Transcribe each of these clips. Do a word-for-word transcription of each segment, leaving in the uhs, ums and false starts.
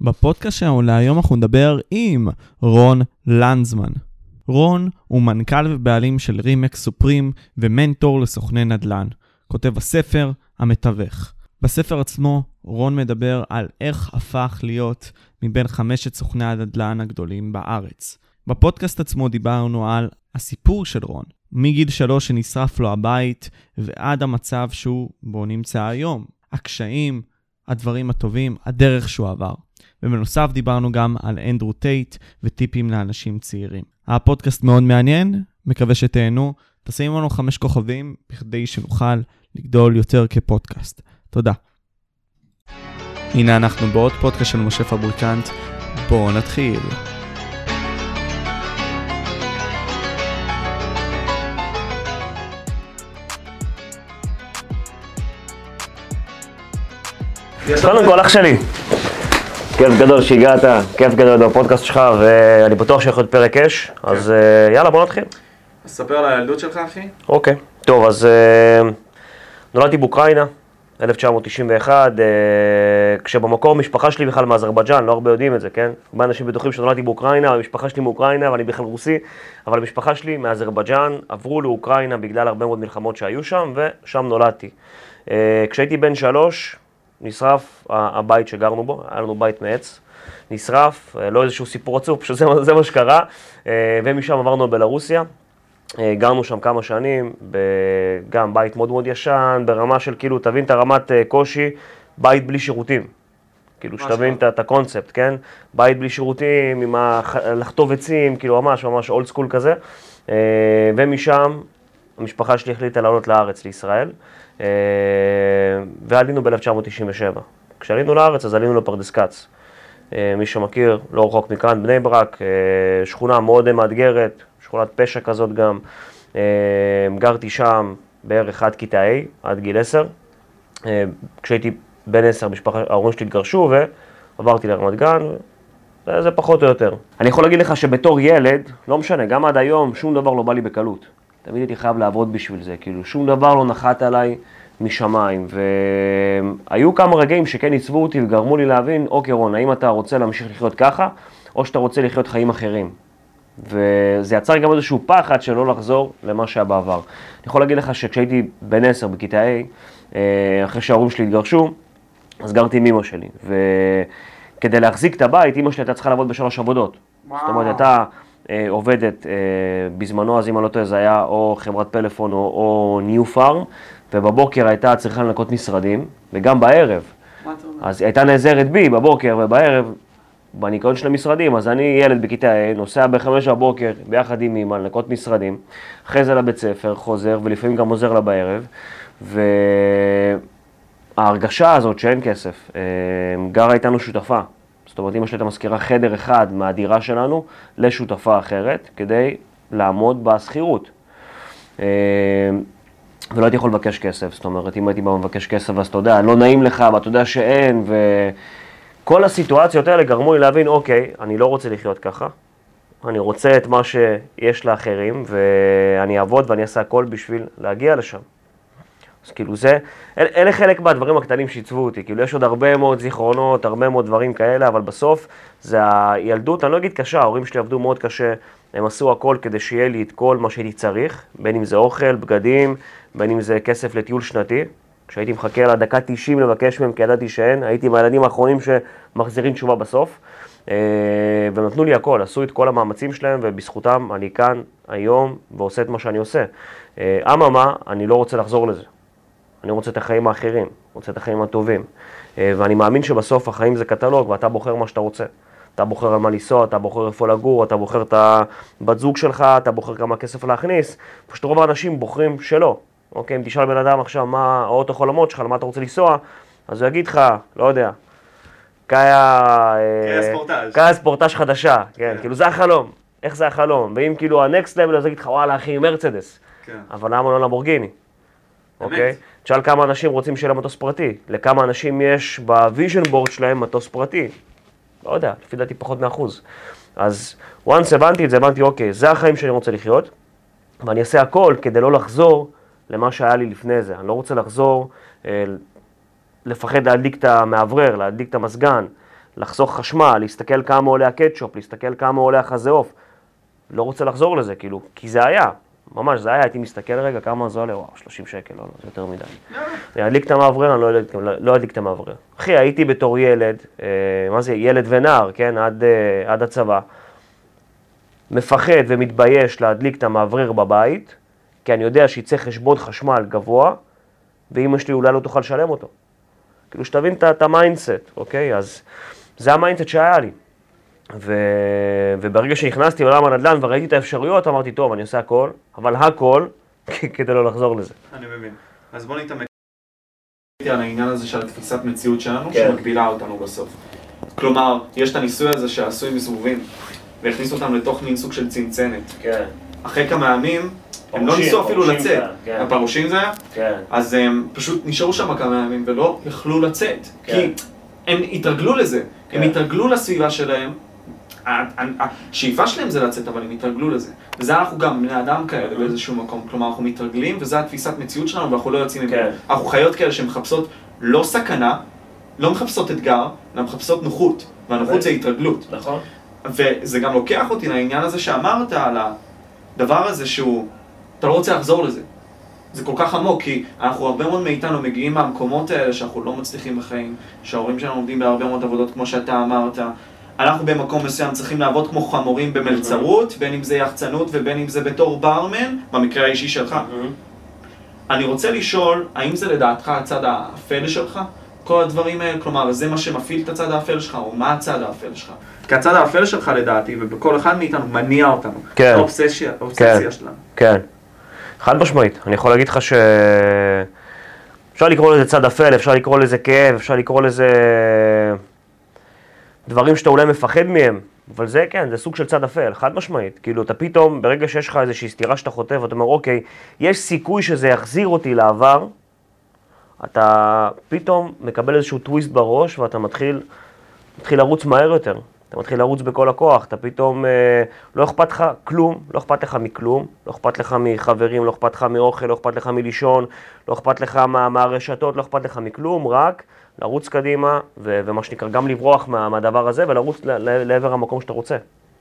בפודקאסט שלנו להיום אנחנו נדבר עם רון לנזמן. רון הוא מנכ"ל ובעלים של רימקס סופרים ומנטור לסוכני נדל"ן. כותב הספר המתווך. בספר עצמו רון מדבר על איך הפך להיות מבין חמשת סוכני הנדל"ן הגדולים בארץ. בפודקאסט עצמו דיברנו על הסיפור של רון, מגיל שלוש שנשרף לו הבית ועד המצב שהוא בו נמצא היום. הקשיים, הדברים הטובים, הדרך שהוא עבר. ובנוסף דיברנו גם על אנדרו טייט וטיפים לאנשים צעירים. הפודקאסט מאוד מעניין, מקווה שתהנו. תשימו לנו חמש כוכבים בכדי שנוכל לגדול יותר כפודקאסט. תודה. הנה אנחנו בעוד פודקאסט של משה פבריקנט. בואו נתחיל. קודם כל, אח שלי, כיף גדול שהגעת, כיף גדול בפודקאסט שלך, ואני בטוח שיכול להיות פרק אש, אז יאללה, בוא נתחיל. אז ספר על הילדות שלך, אחי. אוקיי, טוב, אז נולדתי באוקראינה, אלף תשע מאות תשעים ואחת, כשבמקור משפחה שלי בכלל מאזרבייג'אן, לא הרבה יודעים את זה, כן? הרבה אנשים בטוחים שנולדתי באוקראינה, המשפחה שלי מאוקראינה, ואני בכלל רוסי, אבל המשפחה שלי מאזרבייג'אן עברו לאוקראינה בגלל הרבה מאוד מלחמות שהיו שם, ושם נולדתי. כשהייתי בן שלוש, נשרף הבית שגרנו בו, היה לנו בית מעץ, נשרף, לא איזשהו סיפור עצוב, פשוט זה, זה מה שקרה, ומשם עברנו לבלרוסיה, גרנו שם כמה שנים, גם בית מאוד מאוד ישן, ברמה של כאילו, תבין את הרמת קושי, בית בלי שירותים, כאילו שתבין את הקונספט, כן? בית בלי שירותים, עם לחטוב עצים, כאילו ממש ממש אולד סקול כזה, ומשם המשפחה שלי החליטה לעלות לארץ, לישראל, ועלינו ב-אלף תשע מאות תשעים ושבע. כשעלינו לארץ, אז עלינו לפרדס כץ. מי שמכיר, לא רחוק מכאן, בני ברק, שכונה מאוד מאתגרת, שכונת פשע כזאת גם. גרתי שם בערך עד כיתה A, עד גיל עשר. כשהייתי בן עשר, ההורים שלי התגרשו ועברתי לרמת גן, זה פחות או יותר. אני יכול להגיד לך שבתור ילד, לא משנה, גם עד היום, שום דבר לא בא לי בקלות. תמיד הייתי חייב לעבוד בשביל זה, כאילו שום דבר לא נחת עליי משמיים, והיו כמה רגעים שכן עיצבו אותי וגרמו לי להבין, אוקיי רון, האם אתה רוצה להמשיך לחיות ככה, או שאתה רוצה לחיות חיים אחרים. וזה יצר גם איזשהו פחד שלא לחזור למה שהיה בעבר. אני יכול להגיד לך שכשהייתי בן עשר בכיתה A, אחרי שההורים שלי התגרשו, אז גרתי עם אמא שלי, וכדי להחזיק את הבית, אמא שלי הייתה צריכה לעבוד בשלוש עבודות. וואו. זאת אומרת, הייתה עובדת בזמנו, אז אם אני לא טועה, זה היה או חברת פלאפון או, או ניו פארם, ובבוקר הייתה צריכה לנקות משרדים, וגם בערב. אז היא הייתה נעזרת בי בבוקר ובערב, בניקיון של המשרדים, אז אני ילד בכיתה A, נוסע בחמש בבוקר ביחד עם אמא לנקות משרדים, אחרי זה לבית ספר, חוזר, ולפעמים גם עוזר לה בערב, וההרגשה הזאת שאין כסף, גרה איתנו שותפה. זאת אומרת, אמא שלי הייתה מזכירה חדר אחד מהדירה שלנו לשותפה אחרת, כדי לעמוד בסחירות. ולא הייתי יכול לבקש כסף, זאת אומרת, אם הייתי בא מבקש כסף, אז אתה יודע, לא נעים לך, ואתה יודע שאין, וכל הסיטואציות האלה גרמו לי להבין, אוקיי, אני לא רוצה לחיות ככה, אני רוצה את מה שיש לאחרים, ואני אעבוד ואני אעשה הכל בשביל להגיע לשם. אז כאילו זה, אלה חלק מהדברים הקטנים שעיצבו אותי, כאילו יש עוד הרבה מאוד זיכרונות, הרבה מאוד דברים כאלה, אבל בסוף זה הילדות, אני לא אגיד קשה, ההורים שלי עבדו מאוד קשה, הם עשו הכל כדי שיהיה לי את כל מה שהייתי צריך, בין אם זה אוכל, בגדים, בין אם זה כסף לטיול שנתי, כשהייתי מחכה לדקה תשעים לבקש מהם, כי ידעתי שאין, הייתי מהילדים האחרונים שמחזירים תשובה בסוף, והם נתנו לי הכל, עשו את כל המאמצים שלהם, ובזכותם אני כאן היום ועושה את מה שאני עושה. אממה, אני לא רוצה לחזור לזה. אני רוצה את החיים האחרים, רוצה את החיים הטובים. ואני מאמין שבסוף החיים זה קטלוג, ואתה בוחר מה שאתה רוצה. אתה בוחר על מה לנסוע, אתה בוחר איפה לגור, אתה בוחר את הבת זוג שלך, אתה בוחר כמה כסף להכניס. פשוט רוב האנשים בוחרים שלא. אוקיי, אם תשאל בן אדם עכשיו מה האוטו חלומות שלך, למה אתה רוצה לנסוע, אז הוא יגיד לך, לא יודע, קאיה... קאיה ספורטאז' חדשה, כן, כאילו זה החלום. איך זה החלום? ואם כאילו הנקסט לבל, אז יגיד לך, וואלה אחי, מרצדס. אבל למה לא למבורגיני? אוקיי? תשאל כמה אנשים רוצים שיהיה להם מטוס פרטי, לכמה אנשים יש בוויז'ן בורד שלהם מטוס פרטי. לא יודע, לפי דעתי פחות מאחוז. אז once הבנתי את זה, הבנתי, אוקיי, זה החיים שאני רוצה לחיות, ואני אעשה הכל כדי לא לחזור למה שהיה לי לפני זה. אני לא רוצה לחזור, אה, לפחד להדליק את המעברר, להדליק את המסגן, לחסוך חשמל, להסתכל כמה עולה הקטשופ, להסתכל כמה עולה החזה עוף. לא רוצה לחזור לזה, כאילו, כי זה היה. ממש, זה היה, הייתי מסתכל רגע כמה זה עולה, וואו, שלושים שקל, לא, לא, זה יותר מדי. להדליק את המעברר, אני לא אדליק את המעברר. אחי, הייתי בתור ילד, מה זה, ילד ונער, כן, עד הצבא, מפחד ומתבייש להדליק את המעברר בבית, כי אני יודע שיצא חשבון חשמל גבוה, ואמא שלי אולי לא תוכל לשלם אותו. כאילו, שתבין את המיינדסט, אוקיי? אז זה המיינדסט שהיה לי. ו... וברגע שנכנסתי לעולם הנדל"ן וראיתי את האפשרויות, אמרתי, טוב, אני עושה הכל, אבל הכל כדי לא לחזור לזה. אני מבין. אז בוא נתעמק על העניין הזה של תפיסת מציאות שלנו, כן. שמגבילה אותנו בסוף. כלומר, יש את הניסוי הזה שעשוי מסבובים, והכניסו אותם לתוך מין סוג של צנצנת. כן. אחרי כמה ימים, הם לא פרושים, ניסו אפילו פרושים לצאת. זה, כן. הפרושים זה היה? כן. אז הם פשוט נשארו שם כמה ימים ולא יכלו לצאת. כן. כי הם התרגלו לזה. כן. הם התרגלו לסביבה שלהם. השאיפה שלהם זה לצאת, אבל הם התרגלו לזה. וזה אנחנו גם בני אדם כאלה באיזשהו מקום. כלומר, אנחנו מתרגלים, וזה התפיסת מציאות שלנו, ואנחנו לא יוצאים ממנו. אנחנו חיות כאלה שמחפשות לא סכנה, לא מחפשות אתגר, אלא מחפשות נוחות. והנוחות זה התרגלות. נכון. וזה גם לוקח אותי לעניין הזה שאמרת על הדבר הזה שהוא, אתה לא רוצה לחזור לזה. זה כל כך עמוק, כי אנחנו הרבה מאוד מאיתנו מגיעים מהמקומות האלה שאנחנו לא מצליחים בחיים, שההורים שלנו עומדים בהרבה מאוד עבודות, כמו שאתה אמרת. אנחנו במקום מסוים צריכים לעבוד כמו חמורים במלצרות, בין אם זה יחצנות ובין אם זה בתור ברמן, במקרה האישי שלך. אני רוצה לשאול, האם זה לדעתך הצד האפל שלך? כל הדברים האלה, כלומר, זה מה שמפעיל את הצד האפל שלך, או מה הצד האפל שלך? כי הצד האפל שלך לדעתי, ובכל אחד מאיתנו מניע אותנו. כן. האובססיה, האובססיה שלנו. כן. חד משמעית. אני יכול להגיד לך ש... אפשר לקרוא לזה צד אפל, אפשר לקרוא לזה כאב, אפשר לקרוא לזה דברים שאתה אולי מפחד מהם, אבל זה כן, זה סוג של צד אפל, חד משמעית. כאילו, אתה פתאום, ברגע שיש לך איזושהי סתירה שאתה חוטף, אתה אומר, אוקיי, יש סיכוי שזה יחזיר אותי לעבר, אתה פתאום מקבל איזשהו טוויסט בראש, ואתה מתחיל, מתחיל לרוץ מהר יותר. אתה מתחיל לרוץ בכל הכוח, אתה פתאום, אה, לא אכפת לך כלום, לא אכפת לך מכלום, לא אכפת לך מחברים, לא אכפת לך מאוכל, לא אכפת לך מלישון, לא אכפת לך מה, מהרשתות, לא אכפת לך מכלום, רק לרוץ קדימה, ו- ומה שנקרא, גם לברוח מה, מהדבר הזה, ולרוץ ל- ל- לעבר המקום שאתה רוצה.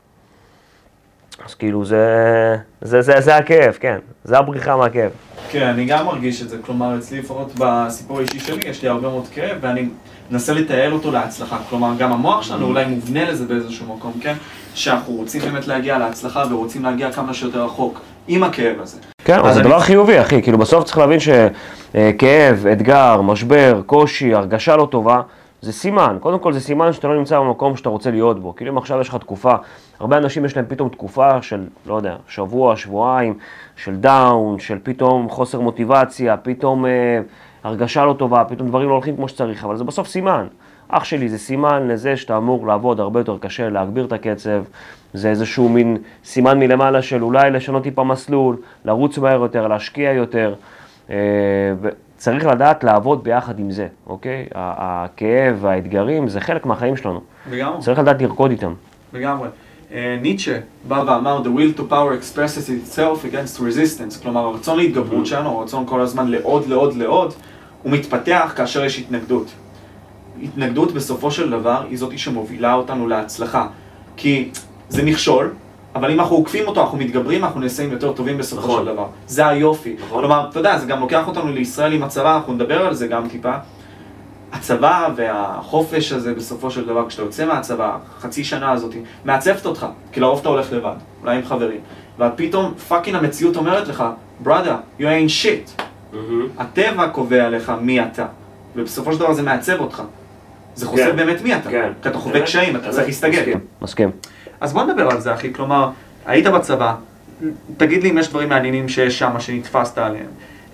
אז כאילו, זה, זה, זה, זה הכאב, כן, זה הבריחה מהכאב. כן, אני גם מרגיש את זה, כלומר, אצלי לפחות בסיפור האישי שלי, יש לי הרבה מאוד כאב, ואני מנסה לתעל אותו להצלחה. כלומר, גם המוח שלנו אולי מובנה לזה באיזשהו מקום, כן? שאנחנו רוצים באמת להגיע להצלחה, ורוצים להגיע כמה שיותר רחוק עם הכאב הזה. כן, אבל זה דבר חיובי, אחי. כאילו, בסוף צריך להבין שכאב, אתגר, משבר, קושי, הרגשה לא טובה, זה סימן. קודם כל, זה סימן שאתה לא נמצא במקום שאתה רוצה להיות בו. כאילו, אם עכשיו יש לך תקופה, הרבה אנשים יש להם פתאום תקופה של, לא יודע, שבוע, שבועיים, של דאון, של פתאום חוסר מוטיבציה, פתאום אה, הרגשה לא טובה, פתאום דברים לא הולכים כמו שצריך, אבל זה בסוף סימן. אח שלי, זה סימן לזה שאתה אמור לעבוד הרבה יותר קשה, להגביר את הקצב, זה איזשהו מין סימן מלמעלה של אולי לשנות טיפה מסלול, לרוץ מהר יותר, להשקיע יותר, אה, וצריך לדעת לעבוד ביחד עם זה, אוקיי? הכאב והאתגרים זה חלק מהחיים שלנו. לגמרי. צריך לדעת לרקוד איתם. לגמרי. ניטשה בא ואמר, the will to power expresses itself against resistance, כלומר, הרצון להתגברות שלנו, הרצון כל הזמן לעוד, לעוד, לעוד, הוא מתפתח כאשר יש התנגדות. התנגדות בסופו של דבר היא זאת שמובילה אותנו להצלחה, כי זה מכשול, אבל אם אנחנו עוקפים אותו, אנחנו מתגברים, אנחנו נעשים יותר טובים בסופו נכון. של דבר. זה היופי. נכון. כלומר, אתה יודע, זה גם לוקח אותנו לישראל עם הצבא, אנחנו נדבר על זה גם טיפה. הצבא והחופש הזה בסופו של דבר, כשאתה יוצא מהצבא, חצי שנה הזאת, מעצבת אותך, כי לרוב אתה הולך לבד, אולי עם חברים. ופתאום פאקינג המציאות אומרת לך, brother, you ain't shit. Mm-hmm. הטבע קובע לך מי אתה, ובסופו של דבר זה מעצב אותך. זה חושף כן. באמת מי אתה, כן. כי אתה חווה קשיים, אתה צריך להסתגל. מסכים. מסכים. אז בוא נדבר על זה, אחי. כלומר, היית בצבא, תגיד לי אם יש דברים מעניינים שיש שם, שנתפסת עליהם.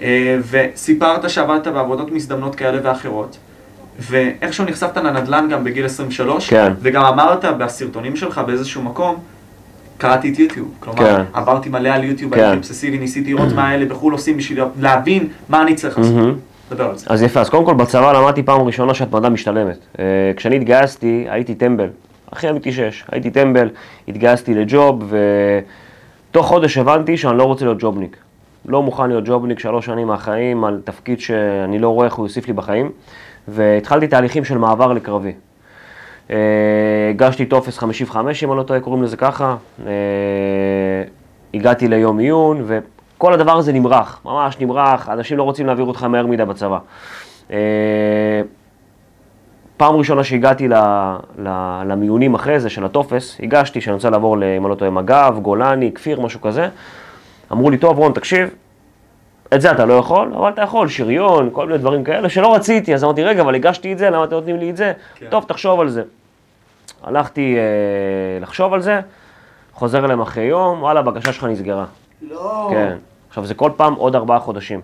וסיפרת שעבדת בעבודות מזדמנות כאלה ואחרות, ואיכשהו נחשפת לנדל"ן גם בגיל עשרים ושלוש, כן. וגם אמרת בסרטונים שלך באיזשהו מקום, קראתי את יוטיוב. כלומר, כן. עברתי מלא על יוטיוב, כן. הייתי אובססיבי, ניסיתי לראות מה האלה בחו"ל עושים בשביל להבין מה אני צריך לעשות. דבר על זה. אז יפה, אז קודם כל בצבא למדתי פעם ראשונה שהתמדה משתלמת. כשאני התגייסתי, הייתי טמבל, אחי אמיתי שש, הייתי טמבל, התגייסתי לג'וב, ותוך חודש הבנתי שאני לא רוצה להיות ג'ובניק. לא מוכן להיות ג'ובניק שלוש שנים מהחיים על תפקיד שאני לא רואה איך הוא יוסיף לי בחיים, והתחלתי תהליכים של מעבר לקרבי. הגשתי טופס חמישים וחמש, אם אני לא טועה, קוראים לזה ככה. הגעתי ליום עיון, וכל הדבר הזה נמרח, ממש נמרח, אנשים לא רוצים להעביר אותך מהר מדי בצבא. פעם ראשונה שהגעתי למיונים אחרי זה של הטופס, הגשתי שאני רוצה לעבור, אם אני לא טועה, מג"ב, גולני, כפיר, משהו כזה. אמרו לי, טוב, רון, תקשיב, את זה אתה לא יכול, אבל אתה יכול, שריון, כל מיני דברים כאלה שלא רציתי, אז אמרתי, רגע, אבל הגשתי את זה, למה אתם נותנים לי את זה? כן. טוב, תחשוב על זה. הלכתי אה, לחשוב על זה, חוזר אליהם אחרי יום, וואלה, הבקשה שלך נסגרה. לא. כן. עכשיו, זה כל פעם עוד ארבעה חודשים.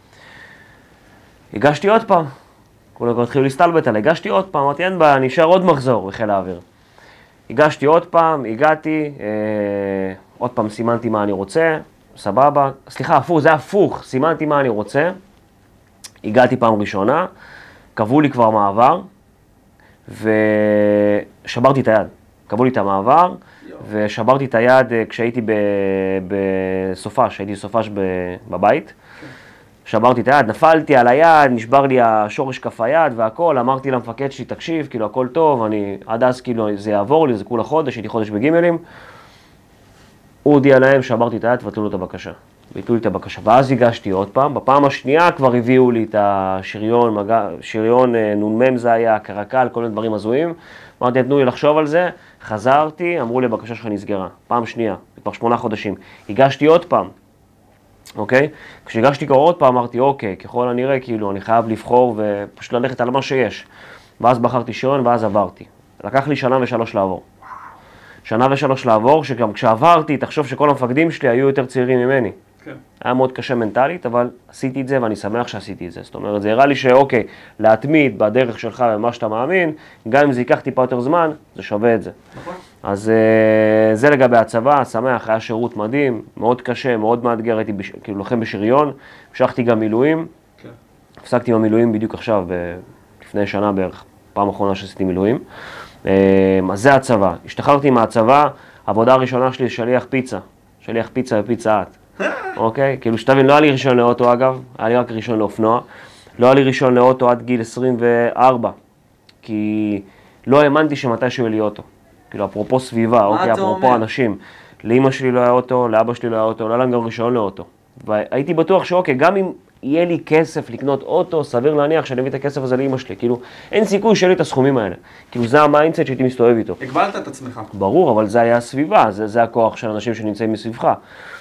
הגשתי עוד פעם, כולם כבר התחילו להסתלבט עליי, הגשתי עוד פעם, אמרתי, אין בעיה, נשאר עוד מחזור בחיל האוויר. הגשתי עוד פעם, הגעתי, אה, עוד פעם סימנתי מה אני רוצה, סבבה, סליחה, הפוך, זה הפוך, סימנתי מה אני רוצה, הגעתי פעם ראשונה, קבעו לי כבר מעבר, ושברתי את היד. קבעו לי את המעבר, ושברתי את היד כשהייתי בסופש, הייתי סופש בבית. שברתי את היד, נפלתי על היד, נשבר לי השורש כף היד והכל, אמרתי למפקד שלי, תקשיב, כאילו הכל טוב, אני עד אז כאילו זה יעבור לי, זה כולה חודש, הייתי חודש בגימלים. הוא הודיע להם, שברתי את היד, תבטלו לו את הבקשה. ביטלו לי את הבקשה, ואז הגשתי עוד פעם, בפעם השנייה כבר הביאו לי את השריון, מגע, שריון נ"מ זה היה, קרקל, כל מיני דברים הזויים. אמרתי, תנו לי לחשוב על זה, חזרתי, אמרו לי, הבקשה שלך נסגרה, פעם שנייה, כבר שמונה חודשים. הגשתי עוד פעם, אוקיי? כשהגשתי כבר עוד פעם, אמרתי, אוקיי, ככל הנראה, כאילו, אני חייב לבחור ופשוט ללכת על מה שיש. ואז בחרתי שריון, ואז עברתי. לקח לי שנה ושלוש לעבור. שנה ושלוש לעבור, שגם כשעברתי, תחשוב שכל המפקדים שלי היו יותר צעירים ממני. כן. היה מאוד קשה מנטלית, אבל עשיתי את זה ואני שמח שעשיתי את זה. זאת אומרת, זה הראה לי שאוקיי, להתמיד בדרך שלך ומה שאתה מאמין, גם אם זה ייקח טיפה יותר זמן, זה שווה את זה. נכון. אז זה לגבי הצבא, שמח, היה שירות מדהים, מאוד קשה, מאוד מאתגר, הייתי בש... כאילו לוחם בשריון, המשכתי גם מילואים. כן. הפסקתי במילואים בדיוק עכשיו, ב... לפני שנה בערך, פעם אחרונה שעשיתי מילואים. אז זה הצבא. השתחררתי מהצבא, העבודה הראשונה שלי שליח פיצה, שליח פיצה ופיצה את. אוקיי? כאילו שתבין, לא היה לי רישיון לאוטו אגב, היה לי רק רישיון לאופנוע. לא היה לי רישיון לאוטו עד גיל עשרים וארבע, כי לא האמנתי שמתישהו יהיה לי אוטו. כאילו, אפרופו סביבה, אוקיי, אפרופו אנשים. לאמא שלי לא היה אוטו, לאבא שלי לא היה אוטו, לא היה להם גם רישיון לאוטו. והייתי בטוח שאוקיי, גם אם יהיה לי כסף לקנות אוטו, סביר להניח שאני אביא את הכסף הזה לאמא שלי. כאילו, אין סיכוי שיהיה לי את הסכומים האלה. כאילו, זה המיינדסט שהייתי מסתובב איתו. הגבלת את עצמך. ברור, אבל זה היה הסביבה, זה, זה הכוח של אנשים שנמצאים מסביבך.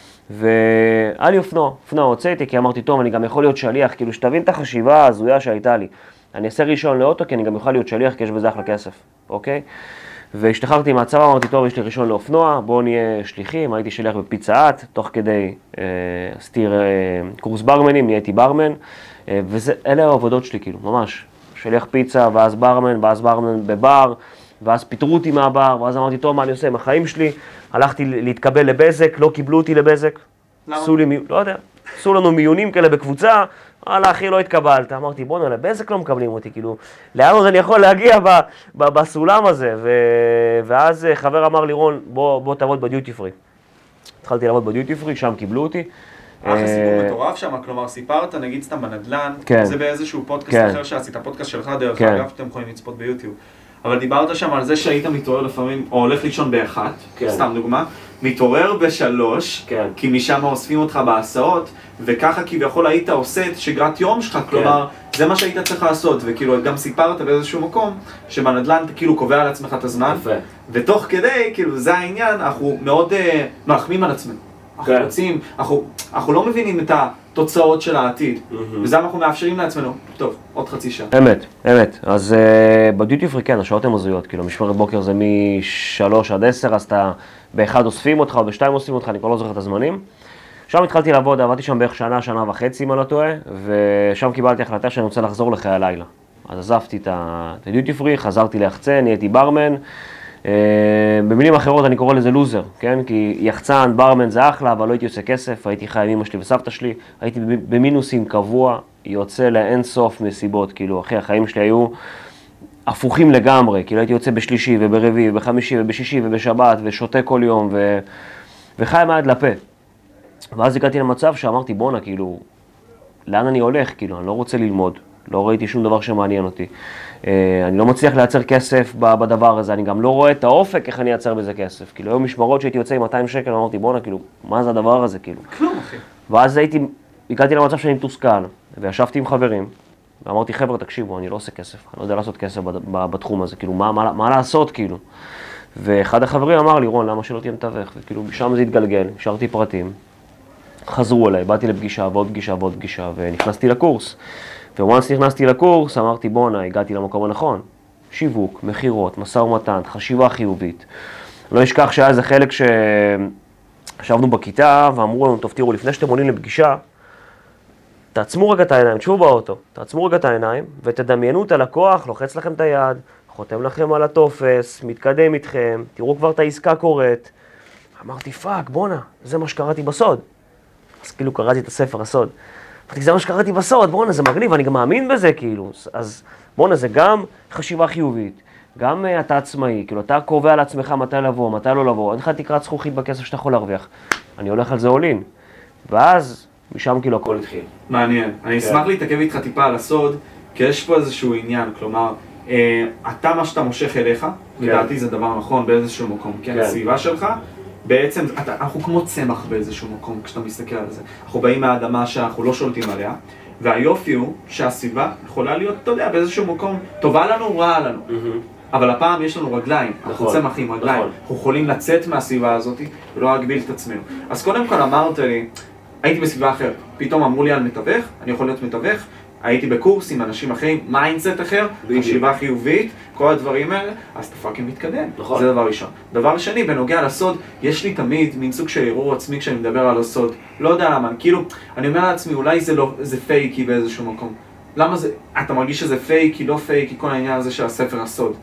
והיה לי אופנוע, אופנוע הוצאתי, כי אמרתי, טוב, אני גם יכול להיות שליח, כאילו, שתבין את החשיבה ההזויה שהייתה לי. אני אעשה רישיון לאוטו, כי אני גם יכול להיות שליח, כי יש בזה אחלה כסף, אוקיי? והשתחררתי מהצבא, אמרתי, טוב, יש לי רישיון לאופנוע, בואו נהיה שליחים, הייתי שליח בפיצה את, תוך כדי אה, עשיתי אה, קורס ברמנים, נהייתי ברמן, אה, ואלה העבודות שלי, כאילו, ממש. שליח פיצה, ואז ברמן, ואז ברמן בבר, ואז פיטרו אותי מהבר, ואז אמרתי, טוב, מה אני עושה עם החיים שלי? הלכתי להתקבל לבזק, לא קיבלו אותי לבזק. למה? עשו לי, לא יודע, עשו לנו מיונים כאלה בקבוצה, וואלה, אחי, לא התקבלת. אמרתי, בוא נעלה, בזק לא מקבלים אותי, כאילו, לאן עוד אני יכול להגיע ב, ב, בסולם הזה? ו, ואז חבר אמר לי, רון, בוא, בוא תעבוד בדיוטי פרי. התחלתי לעבוד בדיוטי פרי, שם קיבלו אותי. אחרי סיפור מטורף שם, כלומר, סיפרת, נגיד סתם בנדלן, כן. זה באיזשהו פודקאסט כן. אחר שעשית, הפודקאסט שלך דרך כן. אגב, אתם יכולים לצפות ביוטיוב. אבל דיברת שם על זה שהיית מתעורר לפעמים, או הולך לישון באחת, כן. סתם דוגמה, מתעורר בשלוש, כן. כי משם אוספים אותך בהסעות, וככה כביכול היית עושה את שגרת יום שלך, כלומר, כן. זה מה שהיית צריך לעשות, וכאילו גם סיפרת באיזשהו מקום, שבנדל"ן אתה כאילו קובע על עצמך את הזמן, יפה. ותוך כדי, כאילו זה העניין, אנחנו מאוד אה, מרחמים על עצמנו. אנחנו כן. רוצים, אנחנו, אנחנו לא מבינים את התוצאות של העתיד, mm-hmm. וזה אנחנו מאפשרים לעצמנו. טוב, עוד חצי שעה. אמת, אמת. אז uh, בדיוטי פרי כן, השעות הן הזויות, כאילו משמרת בוקר זה משלוש עד עשר, אז אתה באחד אוספים אותך או בשתיים אוספים אותך, אני כבר לא זוכר את הזמנים. שם התחלתי לעבוד, עבדתי שם בערך שנה, שנה וחצי אם אני לא טועה, ושם קיבלתי החלטה שאני רוצה לחזור לחיי הלילה. אז עזבתי את הדיוטי פרי, חזרתי ליחצן, נהייתי ברמן. Uh, במילים אחרות אני קורא לזה לוזר, כן? כי יחצן, ברמן זה אחלה, אבל לא הייתי יוצא כסף, הייתי חי עם אמא שלי וסבתא שלי, הייתי במינוסים קבוע, יוצא לאין סוף מסיבות, כאילו, אחי, החיים שלי היו הפוכים לגמרי, כאילו הייתי יוצא בשלישי וברביעי ובחמישי ובשישי ובשבת ושותה כל יום ו... וחי מעד לפה. ואז הגעתי למצב שאמרתי, בונה, כאילו, לאן אני הולך? כאילו, אני לא רוצה ללמוד, לא ראיתי שום דבר שמעניין אותי. אני לא מצליח לייצר כסף בדבר הזה, אני גם לא רואה את האופק איך אני אייצר בזה כסף. כאילו, היו משמרות שהייתי יוצא עם מאתיים שקל, אמרתי, בוא'נה, כאילו, מה זה הדבר הזה, כאילו? כלום, אחי. ואז הייתי, הגעתי למצב שאני מתוסכל, וישבתי עם חברים, ואמרתי, חבר'ה, תקשיבו, אני לא עושה כסף, אני לא יודע לעשות כסף בתחום הזה, כאילו, מה, מה, מה לעשות, כאילו? ואחד החברים אמר לי, רון, למה שלא תהיה מתווך? וכאילו, שם זה התגלגל, השארתי פרטים, חזרו אליי, באתי לפגישה ועוד פגישה ועוד פגישה, ונכנסתי לקורס. וואנס נכנסתי לקורס, אמרתי, בונה, הגעתי למקום הנכון. שיווק, מחירות, משא ומתן, חשיבה חיובית. לא אשכח שהיה איזה חלק שישבנו בכיתה, ואמרו לנו, טוב, תראו, לפני שאתם עולים לפגישה, תעצמו רגע את העיניים, תשבו באוטו, תעצמו רגע את העיניים, ותדמיינו את הלקוח, לוחץ לכם את היד, חותם לכם על הטופס, מתקדם איתכם, תראו כבר את העסקה קורית. אמרתי, פאק, בונה, זה מה שקראתי בסוד. אז כאילו קראתי את הספר הסוד. אמרתי, זה מה שקראתי בסוד, בוא'נה, זה מגניב, אני גם מאמין בזה, כאילו. אז בוא'נה, זה גם חשיבה חיובית, גם uh, אתה עצמאי, כאילו, אתה קובע לעצמך מתי לבוא, מתי לא לבוא, אין לך תקרת זכוכית בכסף שאתה יכול להרוויח. אני הולך על זה אולין. ואז, משם כאילו הכל התחיל. מעניין. אני אשמח להתעכב איתך טיפה על הסוד, כי יש פה איזשהו עניין, כלומר, אה, אתה מה שאתה מושך אליך, לדעתי זה דבר נכון באיזשהו מקום, כן, הסביבה שלך, בעצם, אתה, אנחנו כמו צמח באיזשהו מקום כשאתה מסתכל על זה. אנחנו באים מהאדמה שאנחנו לא שולטים עליה, והיופי הוא שהסביבה יכולה להיות, אתה יודע, באיזשהו מקום, טובה לנו, רעה לנו. Mm-hmm. אבל הפעם יש לנו רגליים, נכון, אנחנו צמחים רגליים. נכון. אנחנו יכולים לצאת מהסביבה הזאת ולא להגביל את עצמנו. אז קודם כל אמרת לי, הייתי בסביבה אחרת. פתאום אמרו לי על מתווך, אני יכול להיות מתווך. הייתי בקורס עם אנשים אחרים, מיינדסט אחר, חשיבה חיובית, כל הדברים האלה, אז אתה פאקינג מתקדם. נכון. זה דבר ראשון. דבר שני, בנוגע לסוד, יש לי תמיד מין סוג של ערעור עצמי כשאני מדבר על הסוד. לא יודע למה, כאילו, אני אומר לעצמי, אולי זה לא, זה פייקי באיזשהו מקום. למה זה, אתה מרגיש שזה פייקי, לא פייקי, כל העניין הזה של הספר הסוד?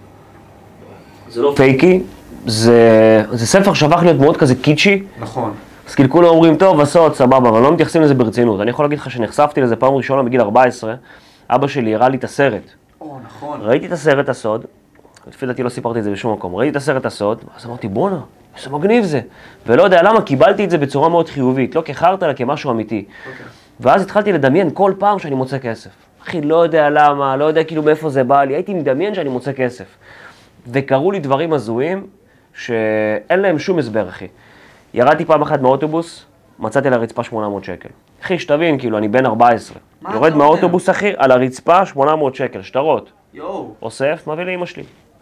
זה לא פייקי, זה, זה ספר שהפך להיות מאוד כזה קיצ'י. נכון. אז כאילו כולם אומרים, טוב, הסוד, סבבה, אבל לא מתייחסים לזה ברצינות. אני יכול להגיד לך שנחשפתי לזה פעם ראשונה בגיל ארבע עשרה, אבא שלי הראה לי את הסרט. או, נכון. ראיתי את הסרט הסוד, לפי דעתי לא סיפרתי את זה בשום מקום, ראיתי את הסרט הסוד, אז אמרתי, בונה, איזה מגניב זה. ולא יודע למה, קיבלתי את זה בצורה מאוד חיובית, לא כחרת, אלא כמשהו אמיתי. Okay. ואז התחלתי לדמיין כל פעם שאני מוצא כסף. אחי, לא יודע למה, לא יודע כאילו מאיפה זה בא לי, הייתי מדמיין שאני מוצא כסף. וקראו לי דברים הזויים שאין להם שום הסבר, אחי. ירדתי פעם אחת מהאוטובוס, מצאתי על הרצפה שמונה מאות שקל. אחי, שתבין, כאילו, אני בן ארבע עשרה. יורד מהאוטובוס, אחי, על הרצפה שמונה מאות שקל, שטרות. יואו. אוסף, מביא לאמא שלי.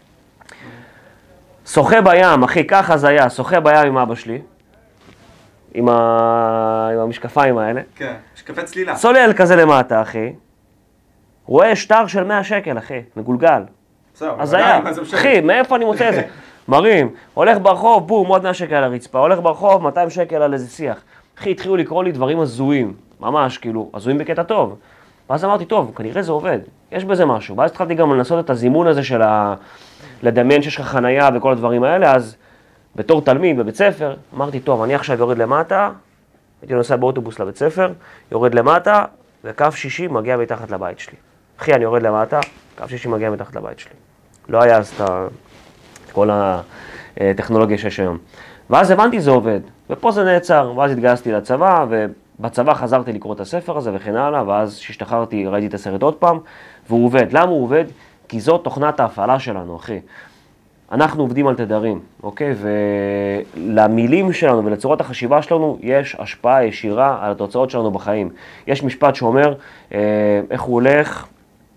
שוחה בים, אחי, ככה זה היה, שוחה בים עם אבא שלי, עם, ה... עם המשקפיים האלה. כן, משקפי צלילה. צולל כזה למטה, אחי. רואה שטר של מאה שקל, אחי, מגולגל. אז היה, אחי, מאיפה אני מוצא את זה? מרים, הולך ברחוב, בום, עוד מאה שקל על הרצפה, הולך ברחוב, מאתיים שקל על איזה שיח. אחי, התחילו לקרוא לי דברים הזויים, ממש, כאילו, הזויים בקטע טוב. ואז אמרתי, טוב, כנראה זה עובד, יש בזה משהו. ואז התחלתי גם לנסות את הזימון הזה של ה... לדמיין שיש לך חנייה וכל הדברים האלה, אז בתור תלמיד בבית ספר, אמרתי, טוב, אני עכשיו יורד למטה, הייתי נוסע באוטובוס לבית ספר, יורד למטה, וקו שישים מגיע מתחת לבית שלי. אחי, אני יורד למטה, קו שישים מגיע מתחת לבית שלי. לא היה אז את כל הטכנולוגיה שיש היום. ואז הבנתי זה עובד, ופה זה נעצר, ואז התגייסתי לצבא, ובצבא חזרתי לקרוא את הספר הזה וכן הלאה, ואז כשהשתחררתי ראיתי את הסרט עוד פעם, והוא עובד. למה הוא עובד? כי זאת תוכנת ההפעלה שלנו, אחי. אנחנו עובדים על תדרים, אוקיי? ולמילים שלנו ולצורת החשיבה שלנו יש השפעה ישירה על התוצאות שלנו בחיים. יש משפט שאומר, איך הוא הולך?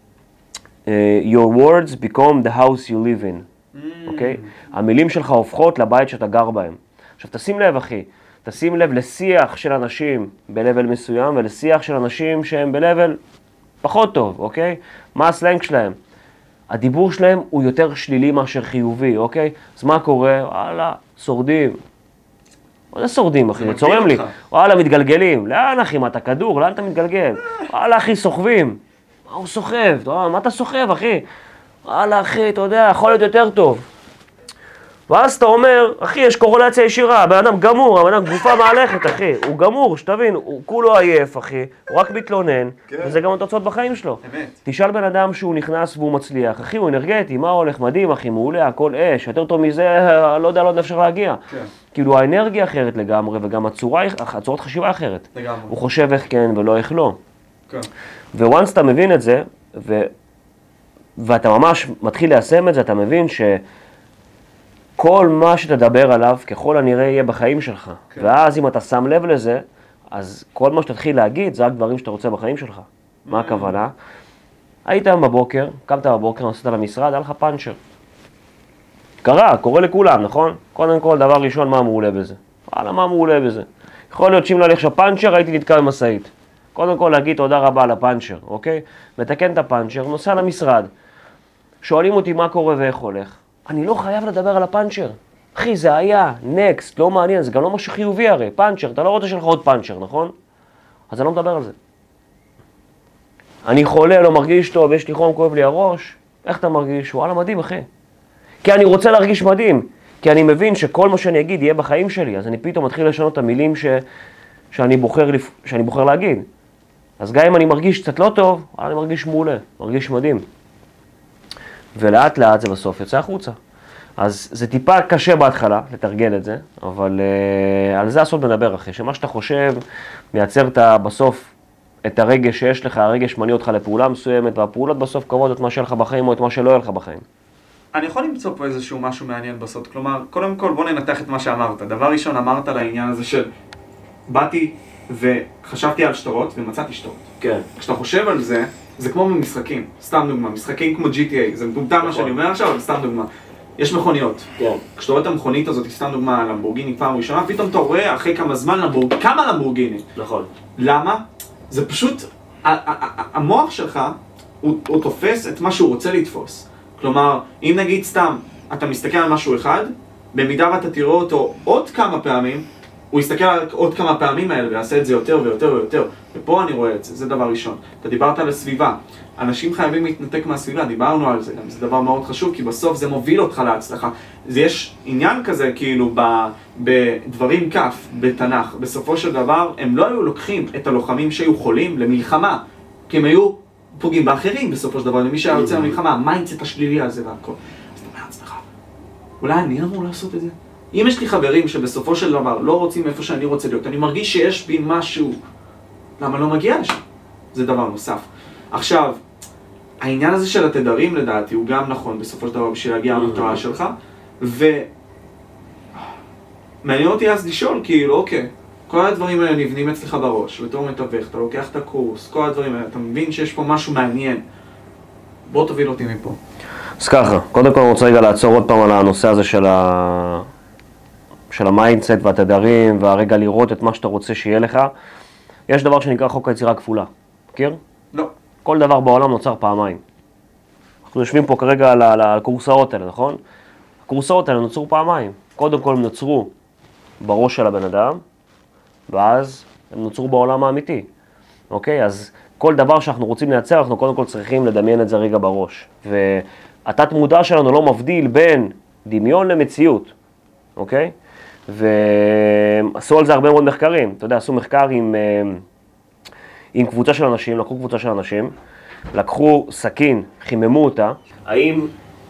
Your words become the house you live in. אוקיי? המילים שלך הופכות לבית שאתה גר בהם. עכשיו, תשים לב, אחי, תשים לב לשיח של אנשים בלבל מסוים ולשיח של אנשים שהם בלבל פחות טוב, אוקיי? מה הסלנג שלהם? הדיבור שלהם הוא יותר שלילי מאשר חיובי, אוקיי? אז מה קורה? וואלה, שורדים. מה זה שורדים, אחי? צורם לי. וואלה, מתגלגלים. לאן, אחי? מה, אתה כדור? לאן אתה מתגלגל? וואלה, אחי, סוחבים. מה הוא סוחב? מה אתה סוחב, אחי? וואלה, אחי, אתה יודע, יכול להיות יותר טוב. ואז אתה אומר, אחי, יש קורולציה ישירה, הבן אדם גמור, הבן אדם גופה מהלכת, אחי. הוא גמור, שתבין, הוא כולו עייף, אחי. הוא רק מתלונן, כן. וזה גם התוצאות בחיים שלו. אמת. תשאל בן אדם שהוא נכנס והוא מצליח. אחי, הוא אנרגטי, מה הולך? מדהים, אחי, מעולה, הכל אש. יותר טוב מזה, לא יודע, לא יודע אפשר להגיע. כן. כאילו, האנרגיה אחרת לגמרי, וגם הצורה, הצורת חשיבה אחרת. לגמרי. הוא חושב איך כן ולא איך לא. כן. וואנס אתה מבין את זה, ו... ואתה ממש מתחיל ליישם את זה, אתה מבין שכל מה שתדבר עליו, ככל הנראה יהיה בחיים שלך. כן. ואז אם אתה שם לב לזה, אז כל מה שתתחיל להגיד, זה רק דברים שאתה רוצה בחיים שלך. Mm-hmm. מה הכוונה? היית היום בבוקר, קמת בבוקר, נסעת למשרד, היה לך פאנצ'ר. קרה, קורה לכולם, נכון? קודם כל, דבר ראשון, מה מעולה בזה? וואלה, מה מעולה בזה? יכול להיות שאם לא הולך שפאנצ'ר, הייתי נתקע במשאית. קודם כל, להגיד תודה רבה על הפאנצ'ר, אוקיי? מתקן את הפאנצ'ר, נוסע למשרד. שואלים אותי מה קורה ואיך הולך. אני לא חייב לדבר על הפאנצ'ר. אחי, זה היה, נקסט, לא מעניין, זה גם לא משהו חיובי הרי. פאנצ'ר, אתה לא רוצה שלך עוד פאנצ'ר, נכון? אז אני לא מדבר על זה. אני חולה, לא מרגיש טוב, יש לי חום, כואב לי הראש. איך אתה מרגיש? וואלה, מדהים, אחי. כי אני רוצה להרגיש מדהים. כי אני מבין שכל מה שאני אגיד יהיה בחיים שלי. אז אני פתאום מתחיל לשנות את המילים ש... שאני בוחר, לפ... שאני בוחר להגיד. אז גם אם אני מרגיש קצת לא טוב, אני מרגיש מעולה, מרגיש מדהים. ולאט לאט זה בסוף יוצא החוצה. אז זה טיפה קשה בהתחלה לתרגל את זה, אבל uh, על זה הסוד מדבר אחי, שמה שאתה חושב מייצר את בסוף את הרגש שיש לך, הרגש מניע אותך לפעולה מסוימת, והפעולות בסוף קובעות את מה שיהיה לך בחיים או את מה שלא יהיה לך בחיים. אני יכול למצוא פה איזשהו משהו מעניין בסוד, כלומר, קודם כל בוא ננתח את מה שאמרת. דבר ראשון אמרת לעניין הזה של באתי וחשבתי על שטרות ומצאתי שטרות. כן. כשאתה חושב על זה, זה כמו במשחקים, סתם דוגמה, משחקים כמו ג'י טי איי, זה מטומטם מה שאני אומר עכשיו, אבל סתם דוגמה. יש מכוניות. כן. כשאתה רואה את המכונית הזאת, סתם דוגמה, למבורגיני פעם ראשונה, פתאום אתה רואה אחרי כמה זמן למבורג... כמה למבורגיני. נכון. למה? זה פשוט, המוח שלך, הוא, הוא תופס את מה שהוא רוצה לתפוס. כלומר, אם נגיד סתם, אתה מסתכל על משהו אחד, במידה ואתה תראה אותו עוד כמה פעמים, הוא יסתכל על עוד כמה פעמים האלה ויעשה את זה יותר ויותר ויותר. ופה אני רואה את זה, זה דבר ראשון. אתה דיברת על הסביבה. אנשים חייבים להתנתק מהסביבה, דיברנו על זה, גם זה דבר מאוד חשוב, כי בסוף זה מוביל אותך להצלחה. זה יש עניין כזה, כאילו, בדברים כף, בתנ"ך. בסופו של דבר, הם לא היו לוקחים את הלוחמים שהיו חולים למלחמה, כי הם היו פוגעים באחרים בסופו של דבר, למי שהיה יוצא למלחמה, המיינדסט השלילי הזה והכל. אז אתה אומר לעצמך, אולי אני אמור לעשות את זה? אם יש לי חברים שבסופו של דבר לא רוצים איפה שאני רוצה להיות, אני מרגיש שיש בי משהו, למה לא מגיע לשם? זה דבר נוסף. עכשיו, העניין הזה של התדרים לדעתי הוא גם נכון בסופו של דבר בשביל להגיע למטרה שלך, ומעניין אותי אז לשאול, כאילו, אוקיי, כל הדברים האלה נבנים אצלך בראש, בתור מתווך, אתה לוקח את הקורס, כל הדברים האלה, אתה מבין שיש פה משהו מעניין. בוא תוביל אותי מפה. אז ככה, קודם כל אני רוצה רגע לעצור עוד פעם על הנושא הזה של ה... של המיינדסט והתדרים, והרגע לראות את מה שאתה רוצה שיהיה לך. יש דבר שנקרא חוק היצירה הכפולה. מכיר? לא. כל דבר בעולם נוצר פעמיים. אנחנו יושבים פה כרגע על, על, על הקורסאות האלה, נכון? הקורסאות האלה נוצרו פעמיים. קודם כל הם נוצרו בראש של הבן אדם, ואז הם נוצרו בעולם האמיתי. אוקיי? אז כל דבר שאנחנו רוצים לייצר, אנחנו קודם כל צריכים לדמיין את זה רגע בראש. והתת מודע שלנו לא מבדיל בין דמיון למציאות. אוקיי? ועשו על זה הרבה מאוד מחקרים. אתה יודע, עשו מחקר עם, עם קבוצה של אנשים, לקחו קבוצה של אנשים, לקחו סכין, חיממו אותה. האם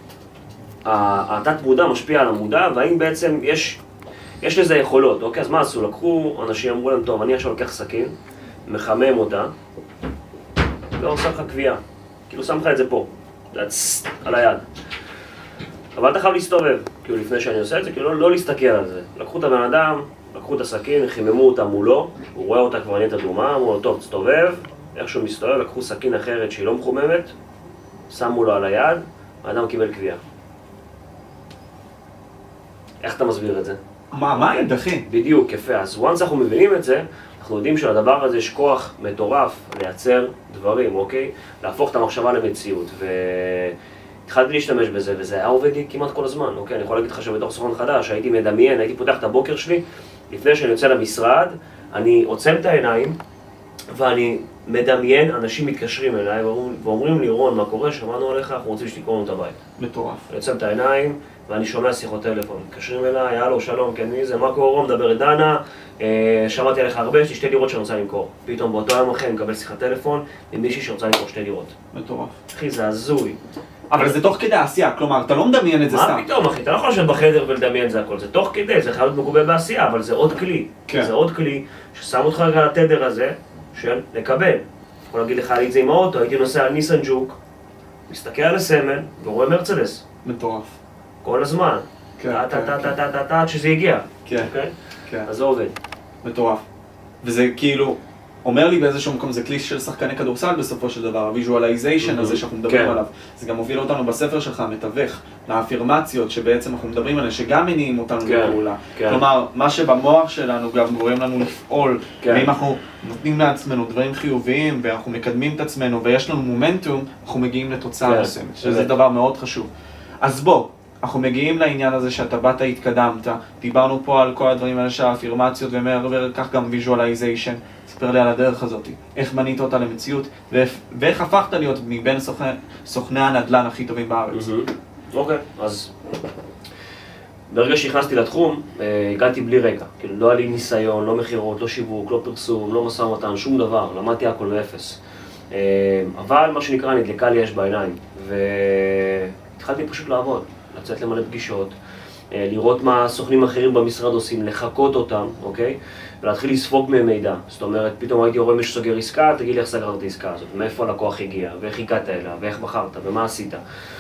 התת מודע משפיע על המודע, והאם בעצם יש, יש לזה יכולות, אוקיי? אז מה עשו? לקחו אנשים, אמרו להם, טוב, אני עכשיו לוקח סכין, מחמם אותה, ועושה לך קביעה. כאילו, שם לך את זה פה, על היד. אבל אתה חייב להסתובב, כאילו לפני שאני עושה את זה, כאילו לא, לא להסתכל על זה. לקחו את הבן אדם, לקחו את הסכין, חיממו אותה מולו, הוא רואה אותה כבר נהיית אדומה, אמרו לו, טוב, תסתובב, איך שהוא מסתובב, לקחו סכין אחרת שהיא לא מחוממת, שמו לו על היד, האדם קיבל קביעה. איך אתה מסביר את זה? מה, מה אין דחי? בדיוק, יפה. אז once אנחנו מבינים את זה, אנחנו יודעים שלדבר הזה יש כוח מטורף לייצר דברים, אוקיי? להפוך את המחשבה למציאות. ו... התחלתי להשתמש בזה, וזה היה עובד לי כמעט כל הזמן, אוקיי? אני יכול להגיד לך שבתור סוכן חדש, הייתי מדמיין, הייתי פותח את הבוקר שלי, לפני שאני יוצא למשרד, אני עוצם את העיניים, ואני מדמיין, אנשים מתקשרים אליי, ואומרים לי, רון, מה קורה? שמענו עליך, אנחנו רוצים שתקרוא לנו את הבית. מטורף. אני עוצם את העיניים, ואני שומע שיחות טלפון. מתקשרים אליי, הלו, שלום, כן, מי זה? מה קורה, רון? מדבר את דנה, שמעתי עליך הרבה, יש לי שתי דירות שאני רוצה למכור. פתאום באותו יום אחרי, אני מקבל שיחת טלפון, עם מישהי שרוצה למכור שתי דירות. מטורף. אחי, זה הזוי. אבל זה תוך כדי העשייה, כלומר, אתה לא מדמיין את זה סתם. מה פתאום, אחי? אתה לא יכול לשבת בחדר ולדמיין זה הכל. זה תוך כדי, זה חייב להיות מגובה בעשייה, אבל זה עוד כלי. זה עוד כלי ששם אותך רגע לתדר הזה של לקבל. יכול להגיד לך, הייתי עם האוטו, הייתי נוסע על ניסן ג'וק, מסתכל על הסמל ורואה מרצדס. מטורף. כל הזמן. כן, טה טה טה טה טה טה שזה הגיע. כן, כן. אז זה עובד. מטורף. וזה כאילו, אומר לי באיזשהו מקום, זה כלי של שחקני כדורסל בסופו של דבר, הוויז'ואליזיישן הזה שאנחנו מדברים עליו. זה גם מוביל אותנו בספר שלך, המתווך, לאפירמציות שבעצם אנחנו מדברים עליהן, שגם מניעים אותנו לפעולה. כלומר, מה שבמוח שלנו גם גורם לנו לפעול, ואם אנחנו נותנים לעצמנו דברים חיוביים, ואנחנו מקדמים את עצמנו, ויש לנו מומנטום, אנחנו מגיעים לתוצאה מסוימת, שזה דבר מאוד חשוב. אז בוא, אנחנו מגיעים לעניין הזה שאתה באת, התקדמת, דיברנו פה על כל הדברים האלה של האפירמציות, ומעבר כך גם ויז'ואליזיישן. ספר לי על הדרך הזאת, איך בנית אותה למציאות, ואיך הפכת להיות מבין סוכני הנדל"ן הכי טובים בארץ. אוקיי, אז ברגע שהכנסתי לתחום, הגעתי בלי רקע. כאילו, לא היה לי ניסיון, לא מחירות, לא שיווק, לא פרסום, לא משא ומתן, שום דבר. למדתי הכל באפס. אבל מה שנקרא, נדלקה לי אש בעיניים. והתחלתי פשוט לעבוד, לצאת למלא פגישות, לראות מה הסוכנים האחרים במשרד עושים, לחכות אותם, אוקיי? ולהתחיל לספוג מהם מידע. זאת אומרת, פתאום הייתי רואה מישהו סוגר עסקה, תגיד לי איך סגרת את העסקה הזאת, מאיפה הלקוח הגיע, ואיך הגעת אליה, ואיך בחרת, ומה עשית.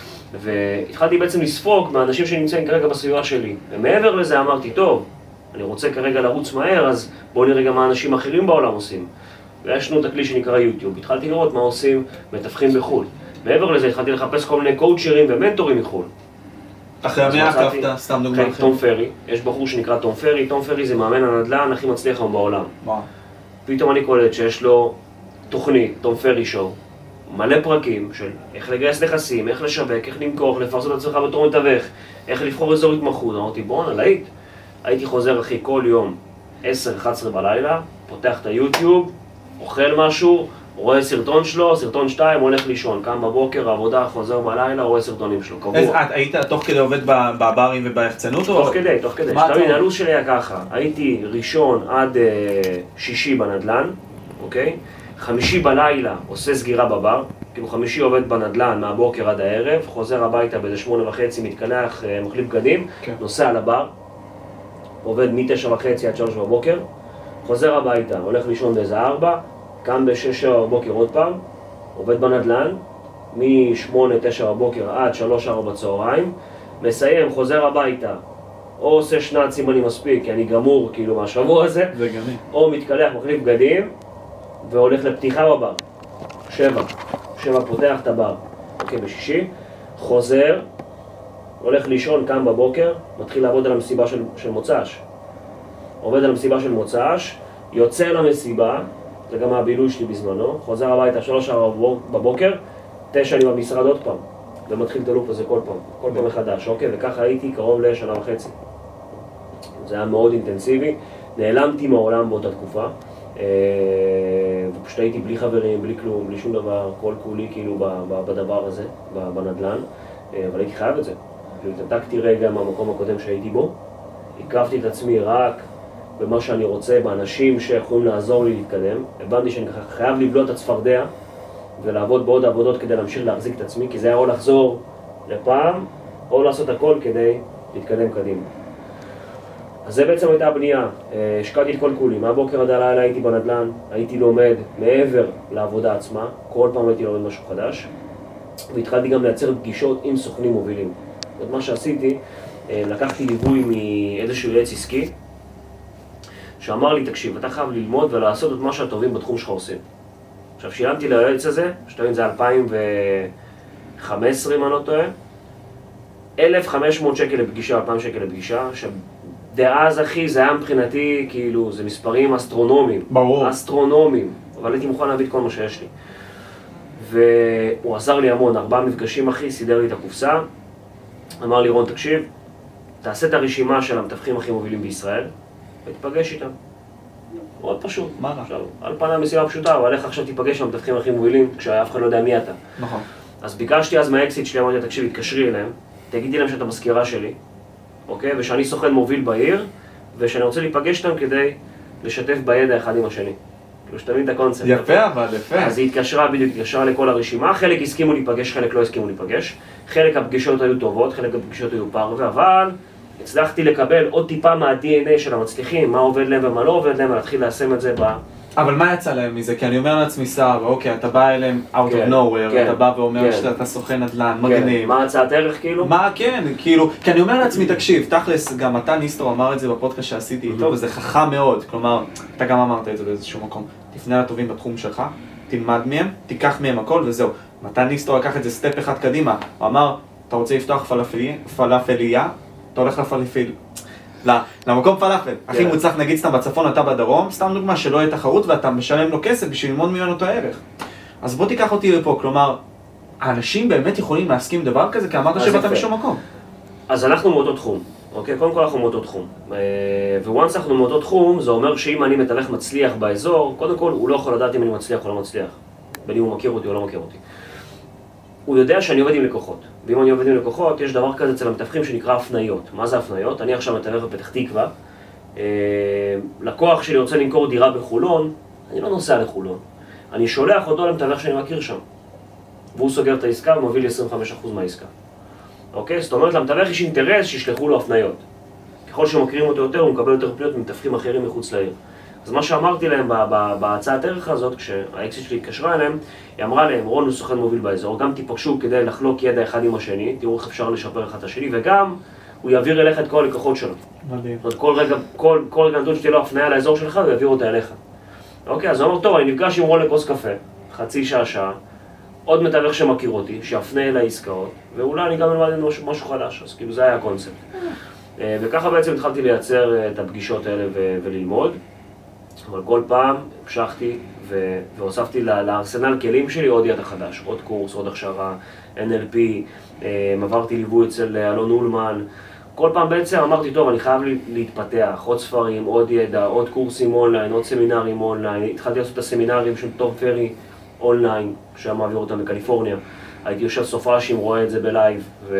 והתחלתי בעצם לספוג מהאנשים שנמצאים כרגע בסביבה שלי. ומעבר לזה אמרתי, טוב, אני רוצה כרגע לרוץ מהר, אז בואו נראה גם מה אנשים אחרים בעולם עושים. ויש לנו את הכלי שנקרא יוטיוב. התחלתי לראות מה עושים מתווכים בחו"ל. מעבר לזה התחלתי לחפש כל מיני קואוצ'רים ומנטורים מחו"ל. אחרי מי עקבת? סתם דוגמא אחרי. תום פרי, יש בחור שנקרא תום פרי, תום פרי זה מאמן הנדל"ן הכי מצליח היום בעולם. וואו. פתאום אני קולט שיש לו תוכנית, תום פרי שואו, מלא פרקים של איך לגייס נכסים, איך לשווק, איך למכור, איך לפרסם את עצמך בתור מתווך, איך לבחור אזור התמחות. אמרתי, בואנה, להיט. הייתי חוזר אחי כל יום, עשר אחת עשרה בלילה, פותח את היוטיוב, אוכל משהו, רואה סרטון שלו, סרטון שתיים, הולך לישון, קם בבוקר, עבודה, חוזר בלילה, רואה סרטונים שלו, קבוע. אז את היית תוך כדי עובד בברים וביחצנות? תוך כדי, תוך כדי. שתמיד, הלו"ז שלי היה ככה, הייתי ראשון עד שישי בנדל"ן, אוקיי? חמישי בלילה עושה סגירה בבר, כאילו חמישי עובד בנדל"ן מהבוקר עד הערב, חוזר הביתה באיזה שמונה וחצי, מתקלח, מחליף בגדים, נוסע לבר, עובד מתשע וחצי עד שלוש בבוקר, חוזר הביתה, הולך לישון באיזה ארבע, קם בשש שעות בבוקר עוד פעם, עובד בנדל"ן, משמונה תשע בבוקר עד שלוש ארבע בצהריים, מסיים, חוזר הביתה, או עושה שנץ אם אני מספיק, כי אני גמור כאילו מהשבוע הזה, או מתקלח, מחליף בגדים, והולך לפתיחה בבר, שבע, שבע פותח את הבר, אוקיי, בשישי, חוזר, הולך לישון, קם בבוקר, מתחיל לעבוד על המסיבה של, של מוצ"ש, עובד על המסיבה של מוצ"ש, יוצא למסיבה, זה גם הבילוי שלי בזמנו, חוזר הביתה שלוש ארבע בבוקר, תשע אני במשרד עוד פעם, ומתחיל את הלופ הזה כל פעם, כל פעם מחדש, אוקיי? וככה הייתי קרוב לשנה וחצי. זה היה מאוד אינטנסיבי, נעלמתי מהעולם באותה תקופה, ופשוט הייתי בלי חברים, בלי כלום, בלי שום דבר, כל כולי כאילו בדבר הזה, בנדל"ן, אבל הייתי חייב את זה. התנתקתי רגע מהמקום הקודם שהייתי בו, הקרבתי את עצמי רק במה שאני רוצה, באנשים שיכולים לעזור לי להתקדם. הבנתי שאני חייב לבלוע את הצפרדע ולעבוד בעוד עבודות כדי להמשיך להחזיק את עצמי, כי זה היה או לחזור לפעם, או לעשות הכל כדי להתקדם קדימה. אז זה בעצם הייתה הבנייה. השקעתי את כל כולי, מהבוקר עד הלילה הייתי בנדל"ן, הייתי לומד מעבר לעבודה עצמה, כל פעם הייתי לומד משהו חדש, והתחלתי גם לייצר פגישות עם סוכנים מובילים. זאת מה שעשיתי, לקחתי ליווי מאיזשהו יועץ עסקי, שאמר לי, תקשיב, אתה חייב ללמוד ולעשות את מה שהטובים בתחום שלך עושים. עכשיו, שילמתי ליועץ הזה, שתבין, זה אלפיים וחמש עשרה, אם אני לא טועה, אלף וחמש מאות שקל לפגישה, אלפיים שקל לפגישה, שדאז, אחי, זה היה מבחינתי, כאילו, זה מספרים אסטרונומיים. ברור. אסטרונומיים, אבל הייתי מוכן להביא את כל מה שיש לי. והוא עזר לי המון, ארבעה מפגשים, אחי, סידר לי את הקופסה, אמר לי, רון, תקשיב, תעשה את הרשימה של המתווכים הכי מובילים בישראל, ותפגש איתם. מאוד פשוט. מה רע? עכשיו, על פניו משימה פשוטה, אבל איך עכשיו תיפגש עם המתווכים הכי מובילים, כשאף אחד לא יודע מי אתה. נכון. אז ביקשתי אז מהאקסיט שלי, אמרתי, תקשיב, התקשרי אליהם, תגידי להם שאתה מזכירה שלי, אוקיי? ושאני סוכן מוביל בעיר, ושאני רוצה להיפגש איתם כדי לשתף בידע אחד עם השני. כאילו שתבין את הקונספט. יפה, אבל יפה. אז היא התקשרה בדיוק, התקשרה לכל הרשימה, חלק הסכימו להיפגש, חלק לא הסכימו להיפגש. חלק הפגישות היו טובות, חלק הפגישות היו פרווה, אבל הצלחתי לקבל עוד טיפה מה-די אן איי של המצליחים, מה עובד להם ומה לא עובד להם, ולהתחיל ליישם את זה ב... אבל מה יצא להם מזה? כי אני אומר לעצמי, סער, אוקיי, אתה בא אליהם out of nowhere, אתה בא ואומר שאתה סוכן נדל"ן, מגניב. מה הצעת ערך כאילו? מה, כן, כאילו, כי אני אומר לעצמי, תקשיב, תכלס, גם אתה ניסטרו אמר את זה בפודקאסט שעשיתי איתו, וזה חכם מאוד, כלומר, אתה גם אמרת את זה באיזשהו מקום, תפנה לטובים בתחום שלך, תלמד מהם, תיקח מהם הכל וזהו. מתן ניסטרו לקח את זה סטפ אחד קדימה, הוא אמר, אתה רוצה לפתוח פלאפליה, אתה הולך לפלאפל. למקום פלאפל, הכי מוצלח נגיד סתם בצפון, אתה בדרום, סתם דוגמה שלא יהיה תחרות ואתה משלם לו כסף בשביל ללמוד ממנו את הערך. אז בוא תיקח אותי לפה, כלומר, האנשים באמת יכולים להסכים דבר כזה, כי אמרת שבאת משום מקום. אז אנחנו מאותו תחום, אוקיי? קודם כל אנחנו מאותו תחום. וואנס אנחנו מאותו תחום, זה אומר שאם אני מתווך מצליח באזור, קודם כל הוא לא יכול לדעת אם אני מצליח או לא מצליח. בין אם הוא מכיר אותי או לא מכיר אותי. הוא יודע שאני עובד עם לקוחות, ואם אני עובד עם לקוחות, יש דבר כזה אצל המתווכים שנקרא הפניות. מה זה הפניות? אני עכשיו מתווך בפתח תקווה, לקוח שלי רוצה למכור דירה בחולון, אני לא נוסע לחולון, אני שולח אותו למתווך שאני מכיר שם, והוא סוגר את העסקה ומוביל עשרים וחמישה אחוז מהעסקה. אוקיי? זאת אומרת, למתווך יש אינטרס שישלחו לו הפניות. ככל שמכירים אותו יותר, הוא מקבל יותר פניות ממתווכים אחרים מחוץ לעיר. אז מה שאמרתי להם בהצעת ערך הזאת, כשהאקסיט שלי התקשרה אליהם, היא אמרה להם, רון הוא סוכן מוביל באזור, גם תיפגשו כדי לחלוק ידע אחד עם השני, תראו איך אפשר לשפר אחד את השני, וגם הוא יעביר אליך את כל הלקוחות שלו. מדהים. זאת אומרת, כל רגע, כל, כל רגע נתון שתהיה לו הפניה לאזור שלך, הוא יעביר אותה אליך. אוקיי, אז הוא אומר, טוב, אני נפגש עם רון לכוס קפה, חצי שעה, שעה, עוד מתווך שמכיר אותי, שיפנה אל העסקאות, ואולי אני גם אלמד משהו, משהו חדש, אז כאילו זה היה הקונספט. וככה בעצם התחלתי לייצר את הפגישות האלה ו- וללמוד. אבל כל פעם המשכתי ו- והוספתי לארסנל כלים שלי עוד ידע חדש, עוד קורס, עוד הכשרה, אן אל פי, עברתי ליווי אצל אלון אולמן. כל פעם בעצם אמרתי, טוב, אני חייב להתפתח, עוד ספרים, עוד ידע, עוד קורסים אונליין, עוד סמינרים אונליין. התחלתי לעשות את הסמינרים של תום פרי אונליין, שהיה מעביר אותם בקליפורניה. הייתי יושב סופ"שים, רואה את זה בלייב, ו...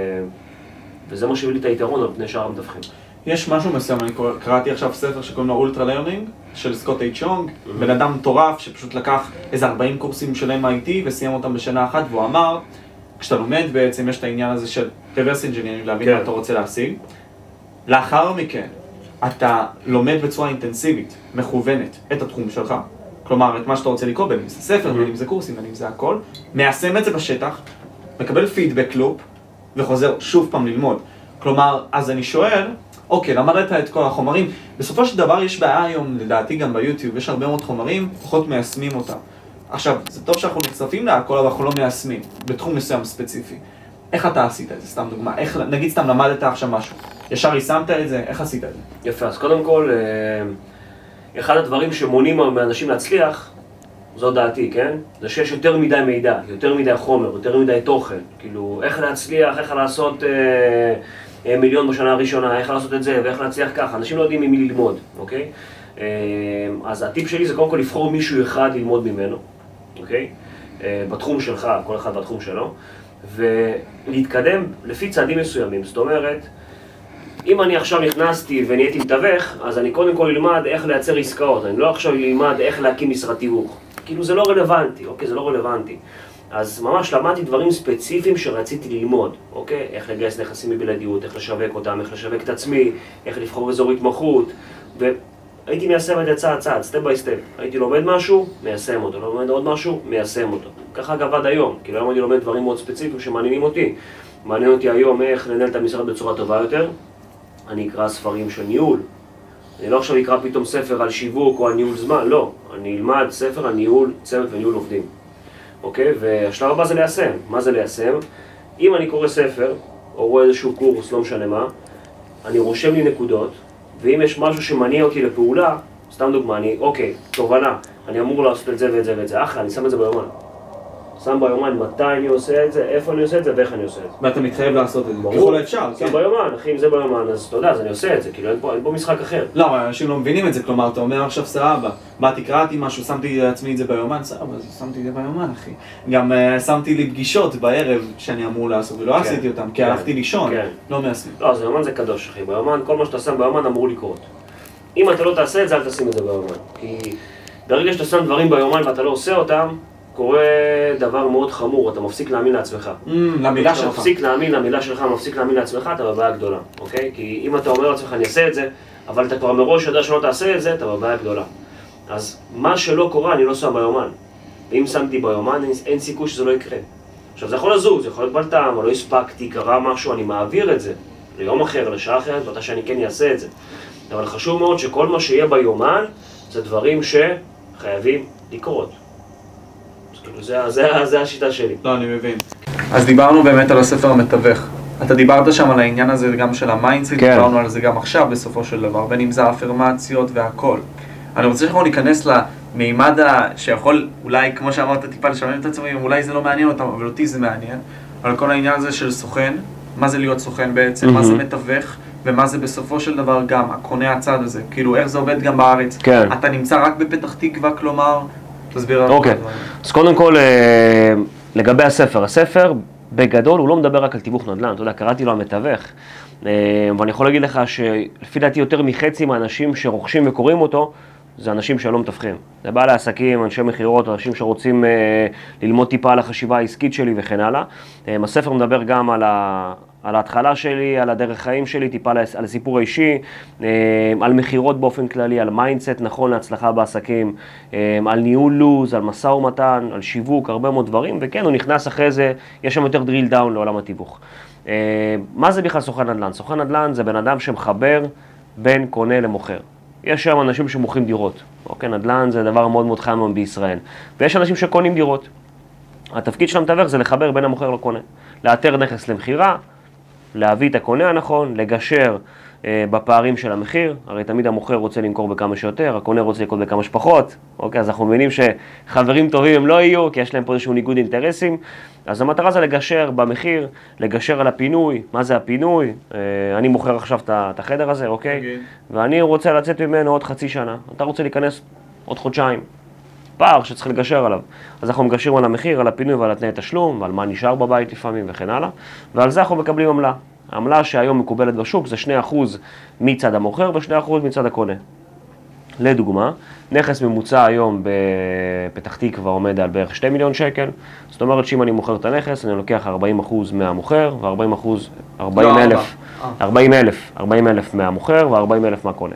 וזה מה שהביא לי את היתרון על פני שאר המתווכים. יש משהו מסוים, אני קראתי עכשיו ספר שקוראים לו אולטרה לרנינג, של סקוט איי צ'ונג, בן אדם מטורף שפשוט לקח איזה ארבעים קורסים של אם איי טי וסיים אותם בשנה אחת, והוא אמר, כשאתה לומד בעצם יש את העניין הזה של reverse engineering, להבין מה אתה רוצה להשיג. לאחר מכן, אתה לומד בצורה אינטנסיבית, מכוונת, את התחום שלך. כלומר, את מה שאתה רוצה לקרוא, בין אם זה ספר, בין אם זה קורסים, בין אם זה הכל. מיישם את זה בשטח, מקבל פידבק לופ, וחוזר שוב פעם ללמוד. כלומר, אז אני שואל, אוקיי, למדת את כל החומרים. בסופו של דבר יש בעיה היום, לדעתי גם ביוטיוב, יש הרבה מאוד חומרים, פחות מיישמים אותם. עכשיו, זה טוב שאנחנו נחשפים להכל, אבל אנחנו לא מיישמים, בתחום מסוים ספציפי. איך אתה עשית את זה? סתם דוגמה. איך, נגיד סתם למדת עכשיו משהו. ישר יישמת את זה, איך עשית את זה? יפה, אז קודם כל, אחד הדברים שמונעים מאנשים להצליח, זו דעתי, כן? זה שיש יותר מדי מידע, יותר מדי חומר, יותר מדי תוכן. כאילו, איך להצליח, איך לעשות אה, מיליון בשנה הראשונה, איך לעשות את זה, ואיך להצליח ככה. אנשים לא יודעים ממי ללמוד, אוקיי? אה, אז הטיפ שלי זה קודם כל לבחור מישהו אחד ללמוד ממנו, אוקיי? אה, בתחום שלך, כל אחד בתחום שלו, ולהתקדם לפי צעדים מסוימים. זאת אומרת, אם אני עכשיו נכנסתי ונהייתי מתווך, אז אני קודם כל אלמד איך לייצר עסקאות. אני לא עכשיו אלמד איך להקים משרד תיווך. כאילו זה לא רלוונטי, אוקיי? זה לא רלוונטי. אז ממש למדתי דברים ספציפיים שרציתי ללמוד, אוקיי? איך לגייס נכסים מבלעדיות, איך לשווק אותם, איך לשווק את עצמי, איך לבחור אזור התמחות. והייתי מיישם את זה צעד צעד, סטפ ביי סטפ. הייתי לומד משהו, מיישם אותו. לומד עוד משהו, מיישם אותו. ככה אגב עד היום. כאילו היום אני לומד דברים מאוד ספציפיים שמעניינים אותי. מעניין אותי היום איך לנהל את המשרד בצורה טובה יותר. אני אקרא ספרים של ניהול. אני לא עכשיו אקרא פתאום ספר על שיווק או על ניהול זמן, לא. אני אלמד ספר על ניהול צוות וניהול עובדים. אוקיי? והשלב הבא זה ליישם. מה זה ליישם? אם אני קורא ספר, או רואה איזשהו קורס, לא משנה מה, אני רושם לי נקודות, ואם יש משהו שמניע אותי לפעולה, סתם דוגמה, אני, אוקיי, תובנה, אני אמור לעשות את זה ואת זה ואת זה, אחלה, אני שם את זה ביומן. שם ביומן מתי אני עושה את זה, איפה אני עושה את זה ואיך אני עושה את זה. ואתה מתחייב לעשות את זה, ככל האפשר, כן. שם ביומן, אחי, אם זה ביומן, אז אתה יודע, אז אני עושה את זה, כאילו אין פה, אין פה משחק אחר. לא, אנשים לא מבינים את זה, כלומר, אתה אומר עכשיו סבבה, באתי, קראתי משהו, שמתי לעצמי את זה ביומן, סבבה, אז שמתי את זה ביומן, אחי. גם uh, שמתי לי פגישות בערב שאני אמור לעשות, ולא כן. עשיתי אותם, כי כן. הלכתי לישון, כן. לא מיישמים. לא, אז ביומן זה קדוש, אחי, ביומן, כל מה שאתה שם ביומן אמור לקרות. אם אתה לא תעשה את זה, אל תשים את זה ביומן. כי ברגע שאתה שם דברים ביומן ואתה לא עושה אותם, קורה דבר מאוד חמור, אתה מפסיק להאמין לעצמך. Mm, למילה שלך. אתה מפסיק להאמין למילה שלך, מפסיק להאמין לעצמך, אתה בבעיה גדולה, אוקיי? כי אם אתה אומר לעצמך, אני אעשה את זה, אבל אתה כבר מראש יודע שלא תעשה את זה, אתה בבעיה גדולה. אז מה שלא קורה אני לא שם ביומן. ואם שמתי ביומן, אין, אין סיכוי שזה לא יקרה. עכשיו זה יכול לזוז, זה יכול להיות בלטם, או לא הספקתי, קרה משהו, אני מעביר את זה ליום אחר, לשעה אחרת, ואתה שאני כן אעשה את זה. אבל חשוב מאוד שכל מה שיהיה ביומן, זה דברים שחייבים לקרות. אז כאילו זה, זה, זה השיטה שלי. לא, אני מבין. אז דיברנו באמת על הספר המתווך. אתה דיברת שם על העניין הזה גם של המיינדסט, כן. דיברנו על זה גם עכשיו בסופו של דבר, בין אם זה האפרמציות והכל. אני רוצה שאנחנו ניכנס למימד שיכול, אולי כמו שאמרת, טיפה לשמם את עצמם, אולי זה לא מעניין אותם, אבל אותי זה מעניין, על כל העניין הזה של סוכן, מה זה להיות סוכן בעצם, mm-hmm. מה זה מתווך, ומה זה בסופו של דבר גם, הקונה הצד הזה, כאילו איך זה עובד גם בארץ. כן. אתה נמצא רק בפתח תקווה, כלומר, תסביר לנו. אוקיי, אז קודם כל, לגבי הספר, הספר בגדול הוא לא מדבר רק על תיווך נדל"ן, אתה יודע, קראתי לו המתווך, ואני יכול להגיד לך שלפי דעתי יותר מחצי מהאנשים שרוכשים וקוראים אותו, זה אנשים שלא מתווכים. זה בעלי עסקים, אנשי מחירות, אנשים שרוצים אה, ללמוד טיפה על החשיבה העסקית שלי וכן הלאה. אה, הספר מדבר גם על, ה, על ההתחלה שלי, על הדרך חיים שלי, טיפה על, על הסיפור האישי, אה, על מחירות באופן כללי, על מיינדסט נכון להצלחה בעסקים, אה, על ניהול לוז, על משא ומתן, על שיווק, הרבה מאוד דברים, וכן, הוא נכנס אחרי זה, יש שם יותר דריל דאון לעולם התיווך. אה, מה זה בכלל סוכן נדל"ן? סוכן נדל"ן זה בן אדם שמחבר בין קונה למוכר. יש שם אנשים שמוכרים דירות, אוקיי, נדל"ן זה דבר מאוד מאוד חם בישראל, ויש אנשים שקונים דירות. התפקיד של המתווך זה לחבר בין המוכר לקונה, לאתר נכס למחירה, להביא את הקונה הנכון, לגשר אה, בפערים של המחיר, הרי תמיד המוכר רוצה למכור בכמה שיותר, הקונה רוצה לקנות בכמה שפחות, אוקיי, אז אנחנו מבינים שחברים טובים הם לא יהיו, כי יש להם פה איזשהו ניגוד אינטרסים, אז המטרה זה לגשר במחיר, לגשר על הפינוי, מה זה הפינוי, אה, אני מוכר עכשיו את החדר הזה, אוקיי, okay. ואני רוצה לצאת ממנו עוד חצי שנה, אתה רוצה להיכנס עוד חודשיים, פער שצריך לגשר עליו, אז אנחנו מגשרים על המחיר, על הפינוי ועל התנאי תשלום, ועל מה נשאר בבית לפעמים וכן הלאה, ועל זה אנחנו מקבלים עמלה. העמלה שהיום מקובלת בשוק זה שני אחוז מצד המוכר ו-שני אחוז מצד הקונה. לדוגמה, נכס ממוצע היום בפתח תקווה עומד על בערך שני מיליון שקל, זאת אומרת שאם אני מוכר את הנכס, אני לוקח ארבעים אחוז מהמוכר ו-ארבעים אחוז, ארבעים אלף, ארבעים אלף, ארבעים אלף מהמוכר ו-ארבעים אלף מהקונה.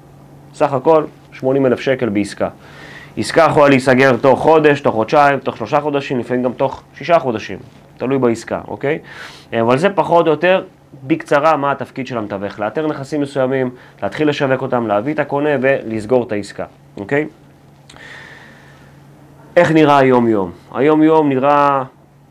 סך הכל שמונים אלף שקל בעסקה. עסקה יכולה להיסגר תוך חודש, תוך חודשיים, תוך שלושה חודשים, לפעמים גם תוך שישה חודשים. תלוי בעסקה, אוקיי? אבל זה פחות או יותר בקצרה מה התפקיד של המתווך, לאתר נכסים מסוימים, להתחיל לשווק אותם, להביא את הקונה ולסגור את העסקה, אוקיי? איך נראה היום-יום? היום-יום נראה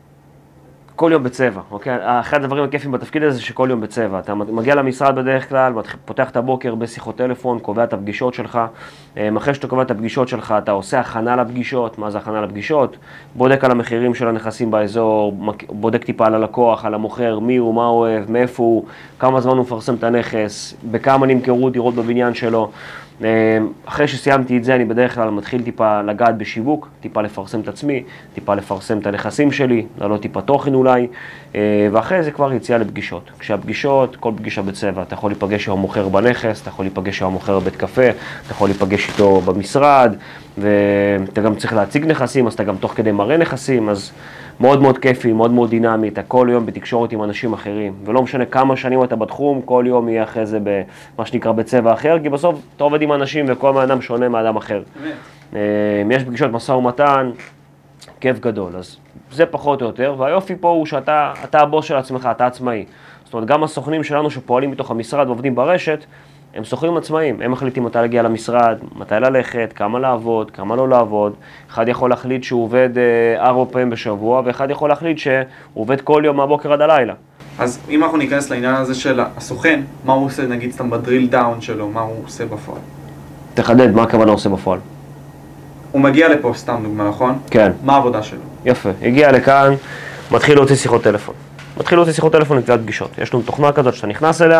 כל יום בצבע, אוקיי? אחד הדברים הכיפים בתפקיד הזה זה שכל יום בצבע. אתה מגיע למשרד בדרך כלל, פותח את הבוקר בשיחות טלפון, קובע את הפגישות שלך. אחרי שאתה קובע את הפגישות שלך, אתה עושה הכנה לפגישות. מה זה הכנה לפגישות? בודק על המחירים של הנכסים באזור, בודק טיפה על הלקוח, על המוכר, מי הוא, מה הוא אוהב, מאיפה הוא, כמה זמן הוא מפרסם את הנכס, בכמה נמכרו דירות בבניין שלו. אחרי שסיימתי את זה, אני בדרך כלל מתחיל טיפה לגעת בשיווק, טיפה לפרסם את עצמי, טיפה לפרסם את הנכסים שלי, לעלות טיפה תוכן אולי, ואחרי זה כבר יציאה לפגישות. כשהפגישות, כל פגישה בצבע, אתה יכול להיפגש עם המוכר בנכס, אתה יכול להיפגש עם המוכר בבית קפה, אתה יכול להיפגש איתו במשרד, ואתה גם צריך להציג נכסים, אז אתה גם תוך כדי מראה נכסים, אז מאוד מאוד כיפי, מאוד מאוד דינמי, אתה כל יום בתקשורת עם אנשים אחרים, ולא משנה כמה שנים אתה בתחום, כל יום יהיה אחרי זה במה שנקרא בצבע אחר, כי בסוף אתה עובד עם אנשים וכל אדם שונה מאדם אחר. יש פגישות משא ומתן, כיף גדול, אז זה פחות או יותר, והיופי פה הוא שאתה אתה הבוס של עצמך, אתה עצמאי. זאת אומרת, גם הסוכנים שלנו שפועלים מתוך המשרד ועובדים ברשת, הם סוכנים עצמאיים, הם מחליטים מתי להגיע למשרד, מתי ללכת, כמה לעבוד, כמה לא לעבוד. אחד יכול להחליט שהוא עובד ארבע פעמים בשבוע, ואחד יכול להחליט שהוא עובד כל יום מהבוקר עד הלילה. אז אם אנחנו ניכנס לעניין הזה של הסוכן, מה הוא עושה, נגיד סתם בדריל דאון שלו, מה הוא עושה בפועל? תחדד, מה הכוונה עושה בפועל? הוא מגיע לפה, סתם דוגמה, נכון? כן. מה העבודה שלו? יפה, הגיע לכאן, מתחיל להוציא שיחות טלפון. מתחיל להוציא שיחות טלפון לקביעת פגישות. יש לנו תוכנה כזאת שאתה נכנס אליה,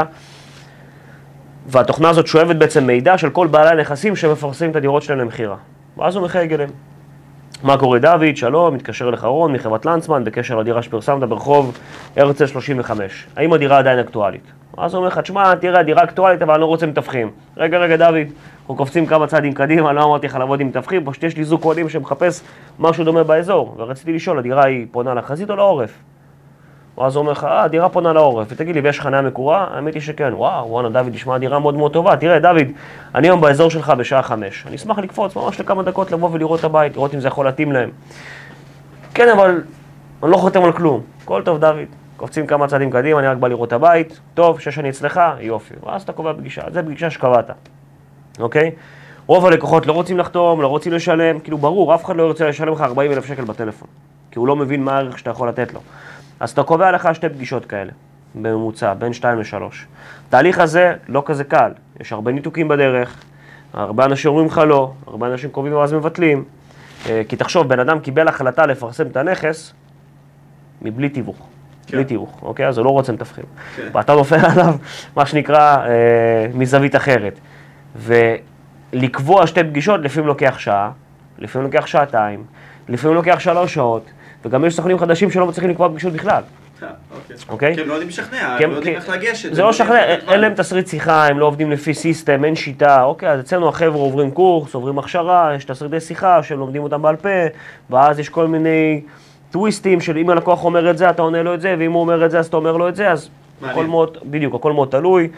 והתוכנה הזאת שואבת בעצם מידע של כל בעלי הנכסים שמפרסמים את הדירות שלהם למחירה. ואז הוא מחייג אליהם. מה קורה דוד? שלום, מתקשר לך רון מחברת לנצמן בקשר לדירה שפרסמת ברחוב הרצל שלושים וחמש. האם הדירה עדיין אקטואלית? אז הוא אומר לך, תשמע, תראה, הדירה אקטואלית, אבל אני לא רוצה מתווכים. רגע, רגע, דוד, אנחנו קופצים כמה צעדים קדימה, לא אמרתי לך לעבוד עם מתווכים, פשוט יש לי זוג קודים שמחפש משהו דומה באזור, ורציתי לשאול, הדירה היא פונה לחזית או לעורף? ואז הוא אומר לך, אה, דירה פונה לעורף, ותגיד לי, ויש חניה מקורה? האמת היא שכן, וואו, וואנה, דוד, תשמע, דירה מאוד מאוד טובה, תראה, דוד, אני היום באזור שלך בשעה חמש, אני אשמח לקפוץ ממש לכמה דקות לבוא ולראות את הבית, לראות אם זה יכול להתאים להם. כן, אבל אני לא חותם על כלום, כל טוב, דוד, קופצים כמה צעדים קדימה, אני רק בא לראות את הבית, טוב, שש אני אצלך, יופי, ואז אתה קובע פגישה, זה פגישה שקבעת, אוקיי? רוב הלקוחות לא רוצים לחתום, לא רוצים לשלם, כאילו ברור, אף אחד לא ירצה לשלם לך ארבעים אלף שקל בטלפון, כי הוא לא מבין מה הערך שאתה יכול לתת לו. אז אתה קובע לך שתי פגישות כאלה, בממוצע, בין שתיים לשלוש. התהליך הזה לא כזה קל, יש הרבה ניתוקים בדרך, הרבה אנשים אומרים לך לא, הרבה אנשים קובעים ואז מבטלים, כי תחשוב, בן אדם קיבל החלטה לפרסם את הנכס, מבלי תיווך, בלי תיווך, אוקיי? אז הוא לא רוצה מתווכים. ואתה נופל עליו, מה שנקרא, מזווית אחרת. ולקבוע שתי פגישות, לפעמים לוקח שעה, לפעמים לוקח שעתיים, לפעמים לוקח שלוש שעות, וגם יש סוכנים חדשים שלא מצליחים לקבוע פגישות בכלל. אוקיי? כי הם לא יודעים לשכנע, הם לא יודעים איך לגשת. זה לא לשכנע, אין להם תסריט שיחה, הם לא עובדים לפי סיסטם, אין שיטה, אוקיי? אז אצלנו החבר'ה עוברים קורס, עוברים הכשרה, יש תסריטי שיחה שהם לומדים אותם בעל פה, ואז יש כל מיני טוויסטים של אם הלקוח אומר את זה, אתה עונה לו את זה, ואם הוא אומר את זה, אז אתה אומר לו את זה, אז הכל מאוד, בדיוק, הכל מאוד תלוי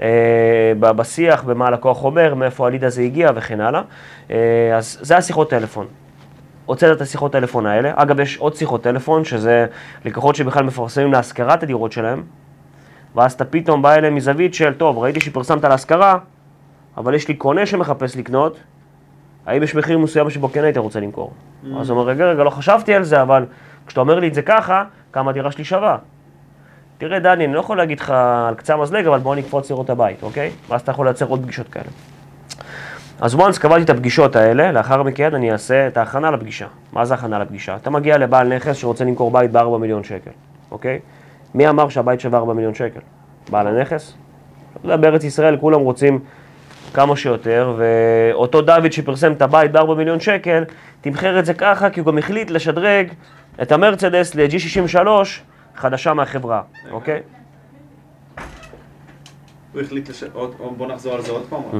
בשיח, במה הלקוח אומר, מאיפה הליד הזה הגיע וכן הלאה. אז זה השיחות טלפון. הוצאת את השיחות טלפון האלה. אגב, יש עוד שיחות טלפון, שזה לקוחות שבכלל מפרסמים להשכרת הדירות שלהם, ואז אתה פתאום בא אליהם מזווית של, טוב, ראיתי שפרסמת להשכרה, אבל יש לי קונה שמחפש לקנות, האם יש מחיר מסוים שבו כן היית רוצה למכור? Mm. אז הוא אומר, רגע, רגע, לא חשבתי על זה, אבל כשאתה אומר לי את זה ככה, כמה הדירה שלי שווה? תראה, דני, אני לא יכול להגיד לך על קצה המזלג, אבל בוא נקפוץ לראות את הבית, אוקיי? ואז אתה יכול לייצר עוד פגישות כאלה. אז once קבעתי את הפגישות האלה, לאחר מכן אני אעשה את ההכנה לפגישה. מה זה הכנה לפגישה? אתה מגיע לבעל נכס שרוצה למכור בית ב-ארבעה מיליון שקל, אוקיי? מי אמר שהבית שווה ארבעה מיליון שקל? בעל הנכס? לא יודע, בארץ ישראל כולם רוצים כמה שיותר, ואותו דוד שפרסם את הבית ב-ארבעה מיליון שקל, תמחר את זה ככה, כי הוא גם החליט לשדרג את המרצדס ל-ג'י שישים ושלוש, חדשה מהחברה, אוקיי? הוא החליט לש... בוא נחזור על זה עוד פעם.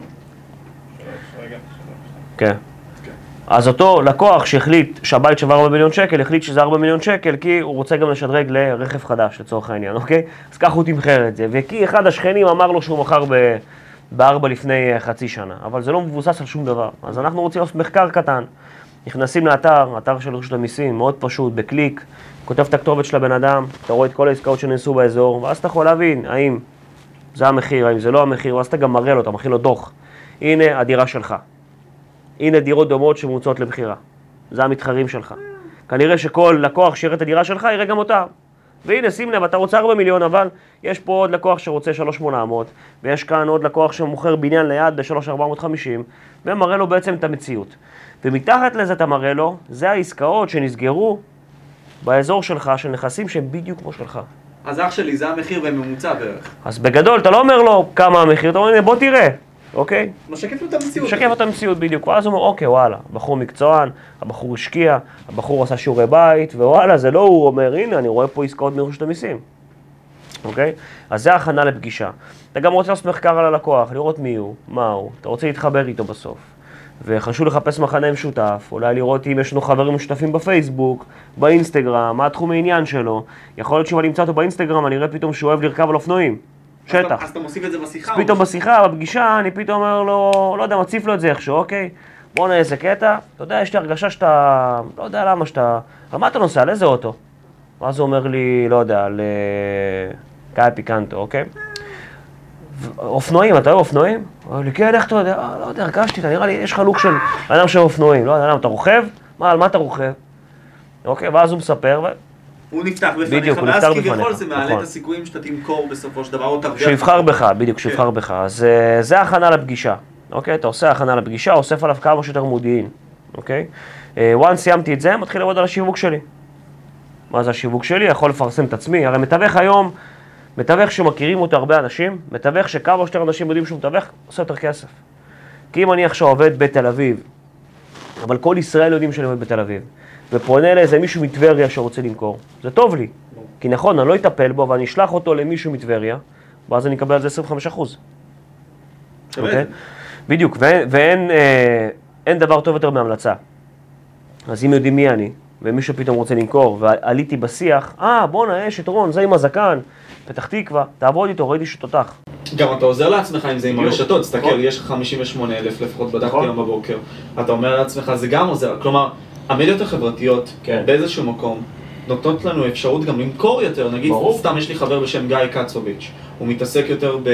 כן. אז אותו לקוח שהחליט שהבית שווה ארבעה מיליון שקל, החליט שזה ארבעה מיליון שקל, כי הוא רוצה גם לשדרג לרכב חדש, לצורך העניין, אוקיי? אז ככה הוא תמחר את זה, וכי אחד השכנים אמר לו שהוא מכר ב... בארבע לפני חצי שנה, אבל זה לא מבוסס על שום דבר. אז אנחנו רוצים לעשות מחקר קטן. נכנסים לאתר, אתר של רשות המיסים, מאוד פשוט, בקליק, כותב את הכתובת של הבן אדם, אתה רואה את כל העסקאות שנעשו באזור, ואז אתה יכול להבין האם זה המחיר, האם זה לא המחיר, ואז אתה גם מראה לו, אתה מכין לו דוח. הנה הדירה שלך. הנה דירות דומות שמוצאות לבחירה. זה המתחרים שלך. כנראה שכל לקוח שיראה את הדירה שלך, יראה גם אותה. והנה, שים לב, אתה רוצה ארבעה מיליון, אבל יש פה עוד לקוח שרוצה שלושה אלף שמונה מאות, ויש כאן עוד לקוח שמוכר בניין ליד ב-שלושה אלף ארבע מאות וחמישים, ומראה לו בעצם את המציאות. ומתחת לזה אתה מראה לו, זה העסקאות שנסגרו באזור שלך, של נכסים שהם בדיוק כמו שלך. אז אח שלי, זה המחיר בממוצע בערך. אז בגדול, אתה לא אומר לו כמה המחיר, אתה אומר, בוא תראה, אוקיי? משקף את המציאות. משקף את המציאות בדיוק, ואז הוא אומר, אוקיי, וואלה, הבחור מקצוען, הבחור השקיע, הבחור עשה שיעורי בית, ווואלה, זה לא הוא אומר, הנה, אני רואה פה עסקאות מרשות המיסים. אוקיי? אז זה הכנה לפגישה. אתה גם רוצה לעשות מחקר על הלקוח, לראות מי הוא, מה הוא, אתה רוצה להתחבר איתו בסוף. וחשוב לחפש מחנה משותף, אולי לראות אם יש לנו חברים משותפים בפייסבוק, באינסטגרם, מה התחום העניין שלו. יכול להיות שאם אני אמצא אותו באינסטגרם, אני אראה פתאום שהוא אוהב לרכב על אופנועים. שטח. אז אתה מוסיף את זה בשיחה? פתאום בשיחה, בפגישה, אני פתאום אומר לו, לא יודע, מציף לו את זה איכשהו, אוקיי? בוא נראה איזה קטע, אתה יודע, יש לי הרגשה שאתה, לא יודע למה שאתה, אבל מה אתה נוסע, על איזה אוטו? ואז הוא אומר לי, לא יודע, לקאי פיקנטו, אוקיי? אופנועים, אתה אוהב אופנועים? הוא אומר לי, כן, איך אתה יודע? לא יודע, הרגשתי, נראה לי, יש לך לוק של אדם של אופנועים, לא יודע, למה, אתה רוכב? מה, על מה אתה רוכב? אוקיי, ואז הוא מספר, ו... הוא נפתח בפניך, ואז כביכול זה מעלה את הסיכויים שאתה תמכור בסופו של דבר, או תרוויח. שיבחר בך, בדיוק, שיבחר בך. אז זה הכנה לפגישה, אוקיי? אתה עושה הכנה לפגישה, אוסף עליו כמה שיותר מודיעין, אוקיי? once סיימתי את זה, מתחיל לעבוד על השיווק שלי. מה זה השיווק שלי? יכול לפרסם את עצמי. הרי מתווך היום, מתווך שמכירים אותו הרבה אנשים, מתווך שכמה שיותר אנשים יודעים שהוא מתווך, עושה יותר כסף. כי אם אני עכשיו עובד בתל אביב, אבל כל ישראל יודעים שאני עובד בתל אביב, ופונה לאיזה מישהו מטבריה שרוצה למכור. זה טוב לי, כי נכון, אני לא אטפל בו, ואני אשלח אותו למישהו מטבריה, ואז אני אקבל על זה עשרים וחמישה אחוז. שווה. בדיוק, ואין אין דבר טוב יותר מהמלצה. אז אם יודעים מי אני, ומישהו פתאום רוצה למכור, ועליתי בשיח, אה, בוא'נה, יש את רון, זה עם הזקן, פתח תקווה, תעבוד איתו, ראיתי שתותח. גם אתה עוזר לעצמך אם זה עם הרשתות, תסתכל, יש לך חמישים ושמונה אלף לפחות, בדקתי היום בבוקר. אתה אומר לעצמך, זה גם עוזר, כלומר, המדיות החברתיות, באיזשהו מקום, נותנות לנו אפשרות גם למכור יותר, נגיד, סתם יש לי חבר בשם גיא קצוביץ', הוא מתעסק יותר ב...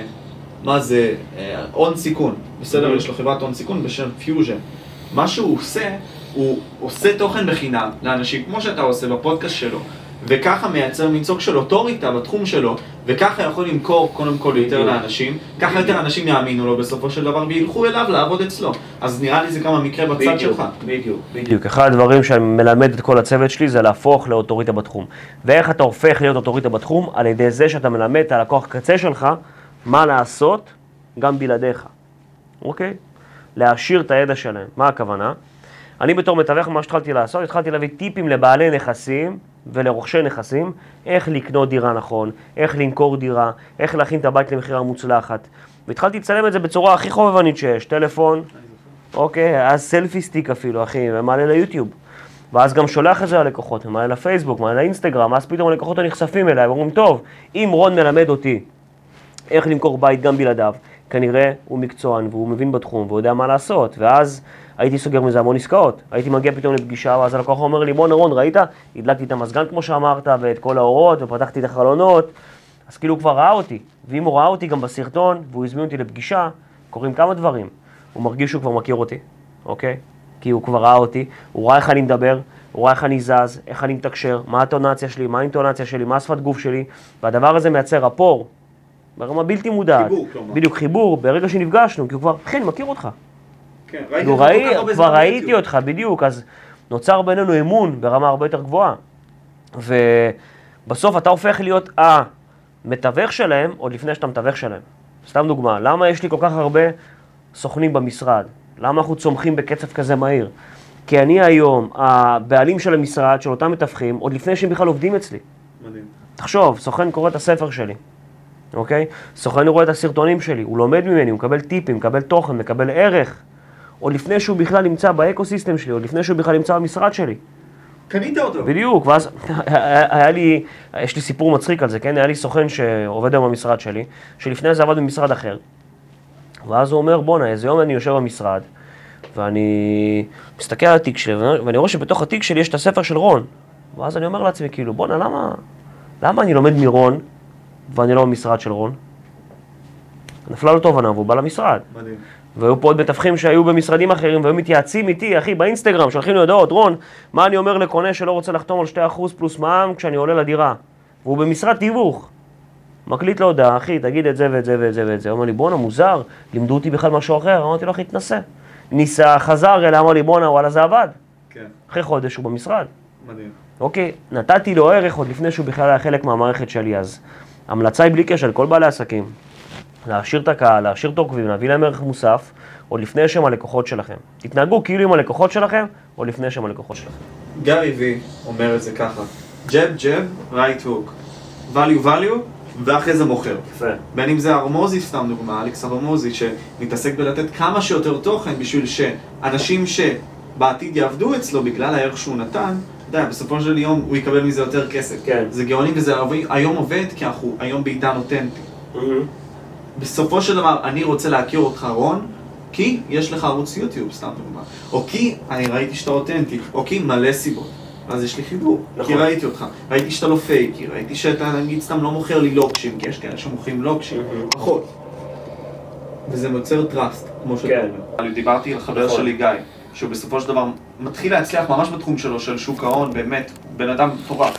מה זה? הון סיכון, בסדר? יש לו חברת הון סיכון בשם פיוז'ן. מה שהוא עושה, הוא עושה תוכן בחינם לאנשים, כמו שאתה עושה בפודקאסט שלו, וככה מייצר מיצוג של אוטוריטה בתחום שלו, וככה יכול למכור קודם כל יותר לאנשים, ככה יותר אנשים יאמינו לו בסופו של דבר וילכו אליו לעבוד אצלו. אז נראה לי זה כמה מקרה בצד שלך. בדיוק, בדיוק. אחד הדברים שאני מלמד את כל הצוות שלי זה להפוך לאוטוריטה בתחום. ואיך אתה הופך להיות אוטוריטה בתחום? על ידי זה שאתה מלמד את הלקוח הקצה שלך מה לעשות גם בלעדיך. אוקיי? להעשיר את הידע שלהם. מה הכוונה? אני בתור מתווך, מה שהתחלתי לעשות, התחלתי להביא טיפים לבעלי נכסים ולרוכשי נכסים, איך לקנות דירה נכון, איך למכור דירה, איך להכין את הבית למחירה מוצלחת. והתחלתי לצלם את זה בצורה הכי חובבנית שיש, טלפון, אוקיי, אז סלפי סטיק אפילו, אחי, ומעלה ליוטיוב. ואז גם שולח את זה ללקוחות, מעלה לפייסבוק, מעלה לאינסטגרם, אז פתאום הלקוחות הנחשפים אליי, ואומרים, טוב, אם רון מלמד אותי איך למכור בית גם בלעדיו, כנראה הוא מקצוען והוא מבין בתחום והוא יודע מה לעשות, ואז הייתי סוגר מזה המון עסקאות. הייתי מגיע פתאום לפגישה, ואז הלקוח אומר לי, בוא נרון, ראית? הדלקתי את המזגן כמו שאמרת, ואת כל האורות, ופתחתי את החלונות, אז כאילו הוא כבר ראה אותי. ואם הוא ראה אותי גם בסרטון, והוא הזמין אותי לפגישה, קוראים כמה דברים. הוא מרגיש שהוא כבר מכיר אותי, אוקיי? כי הוא כבר ראה אותי, הוא ראה איך אני מדבר, הוא ראה איך אני זז, איך אני מתקשר, מה הטונציה שלי, מה האינטונציה שלי, מה השפת גוף שלי, והדבר הזה מייצר רפור, ברמה בלתי מודעת. חיבור, כלומר. בדיוק, חיבור, ברגע שנפגשנו, כי הוא כבר, כן, מכיר אותך. כן, ראיתי אותך כל כך הרבה כבר ראיתי אותך, בדיוק, אז נוצר בינינו אמון ברמה הרבה יותר גבוהה. ובסוף אתה הופך להיות המתווך שלהם, עוד לפני שאתה מתווך שלהם. סתם דוגמה, למה יש לי כל כך הרבה סוכנים במשרד? למה אנחנו צומחים בקצב כזה מהיר? כי אני היום, הבעלים של המשרד, של אותם מתווכים, עוד לפני שהם בכלל עובדים אצלי. מדהים. תחשוב, סוכן קורא את הספר שלי, אוקיי? סוכן רואה את הסרטונים שלי, הוא לומד ממני, הוא מקבל טיפים, מקבל תוכן, מקבל ערך. עוד לפני שהוא בכלל נמצא באקוסיסטם שלי, עוד לפני שהוא בכלל נמצא במשרד שלי. קנית אותו. בדיוק, ואז היה לי, יש לי סיפור מצחיק על זה, כן? היה לי סוכן שעובד היום במשרד שלי, שלפני זה עבד במשרד אחר. ואז הוא אומר, בונה, איזה יום אני יושב במשרד, ואני מסתכל על התיק שלי, ואני רואה שבתוך התיק שלי יש את הספר של רון. ואז אני אומר לעצמי, כאילו, בונה, למה, למה אני לומד מרון, ואני לא במשרד של רון? נפלה לו תובנה, והוא בא למשרד. מדהים. והיו פה עוד מתווכים שהיו במשרדים אחרים, והיו מתייעצים איתי, אחי, באינסטגרם, שולחים לי הודעות, רון, מה אני אומר לקונה שלא רוצה לחתום על שני אחוז פלוס מע"מ כשאני עולה לדירה? והוא במשרד תיווך. מקליט לו הודעה, אחי, תגיד את זה ואת זה ואת זה ואת זה. הוא אומר לי, בונה, מוזר, לימדו אותי בכלל משהו אחר. אמרתי לו, אחי, תנסה. ניסה, חזר אליי, אמר לי, בונה, וואלה, זה עבד. כן. אחרי חודש הוא במשרד. מדהים. אוקיי, נתתי לו ערך עוד לפני שהוא בכלל היה חלק מהמערכת שלי אז. המלצה היא בלי קשר לכל בעלי עסקים. להשאיר את הקהל, להשאיר את העוקבים, להביא להם ערך מוסף, עוד לפני שהם הלקוחות שלכם. תתנהגו כאילו עם הלקוחות שלכם, עוד לפני שהם הלקוחות שלכם. גארי וי אומר את זה ככה, ג'ב ג'ב, רייט הוק, value value, ואחרי זה מוכר. יפה. בין אם זה ארמוזי, סתם דוגמה, אלכס ארמוזי, שמתעסק בלתת כמה שיותר תוכן בשביל שאנשים שבעתיד יעבדו אצלו בגלל הערך שהוא נתן, די, בסופו של יום הוא יקבל מזה יותר כסף. כן. זה גאוני וזה היום עובד כי אנחנו היום בעידן אותנטי. Mm-hmm. בסופו של דבר, אני רוצה להכיר אותך, רון, כי יש לך ערוץ יוטיוב, סתם דוגמה. או כי אני ראיתי שאתה אותנטי, או כי מלא סיבות. אז יש לי חיבור, נכון. כי ראיתי אותך. ראיתי שאתה לא פייקי, ראיתי שאתה, נגיד, סתם לא מוכר לי לוקשים, כי יש כאלה שמוכרים לוקשים, mm-hmm. פחות. וזה מוצר טראסט, כמו שאתה אומר. אני דיברתי על חבר שלי גיא, שהוא בסופו של דבר מתחיל להצליח ממש בתחום שלו, של שוק ההון, באמת, בן אדם מטורף.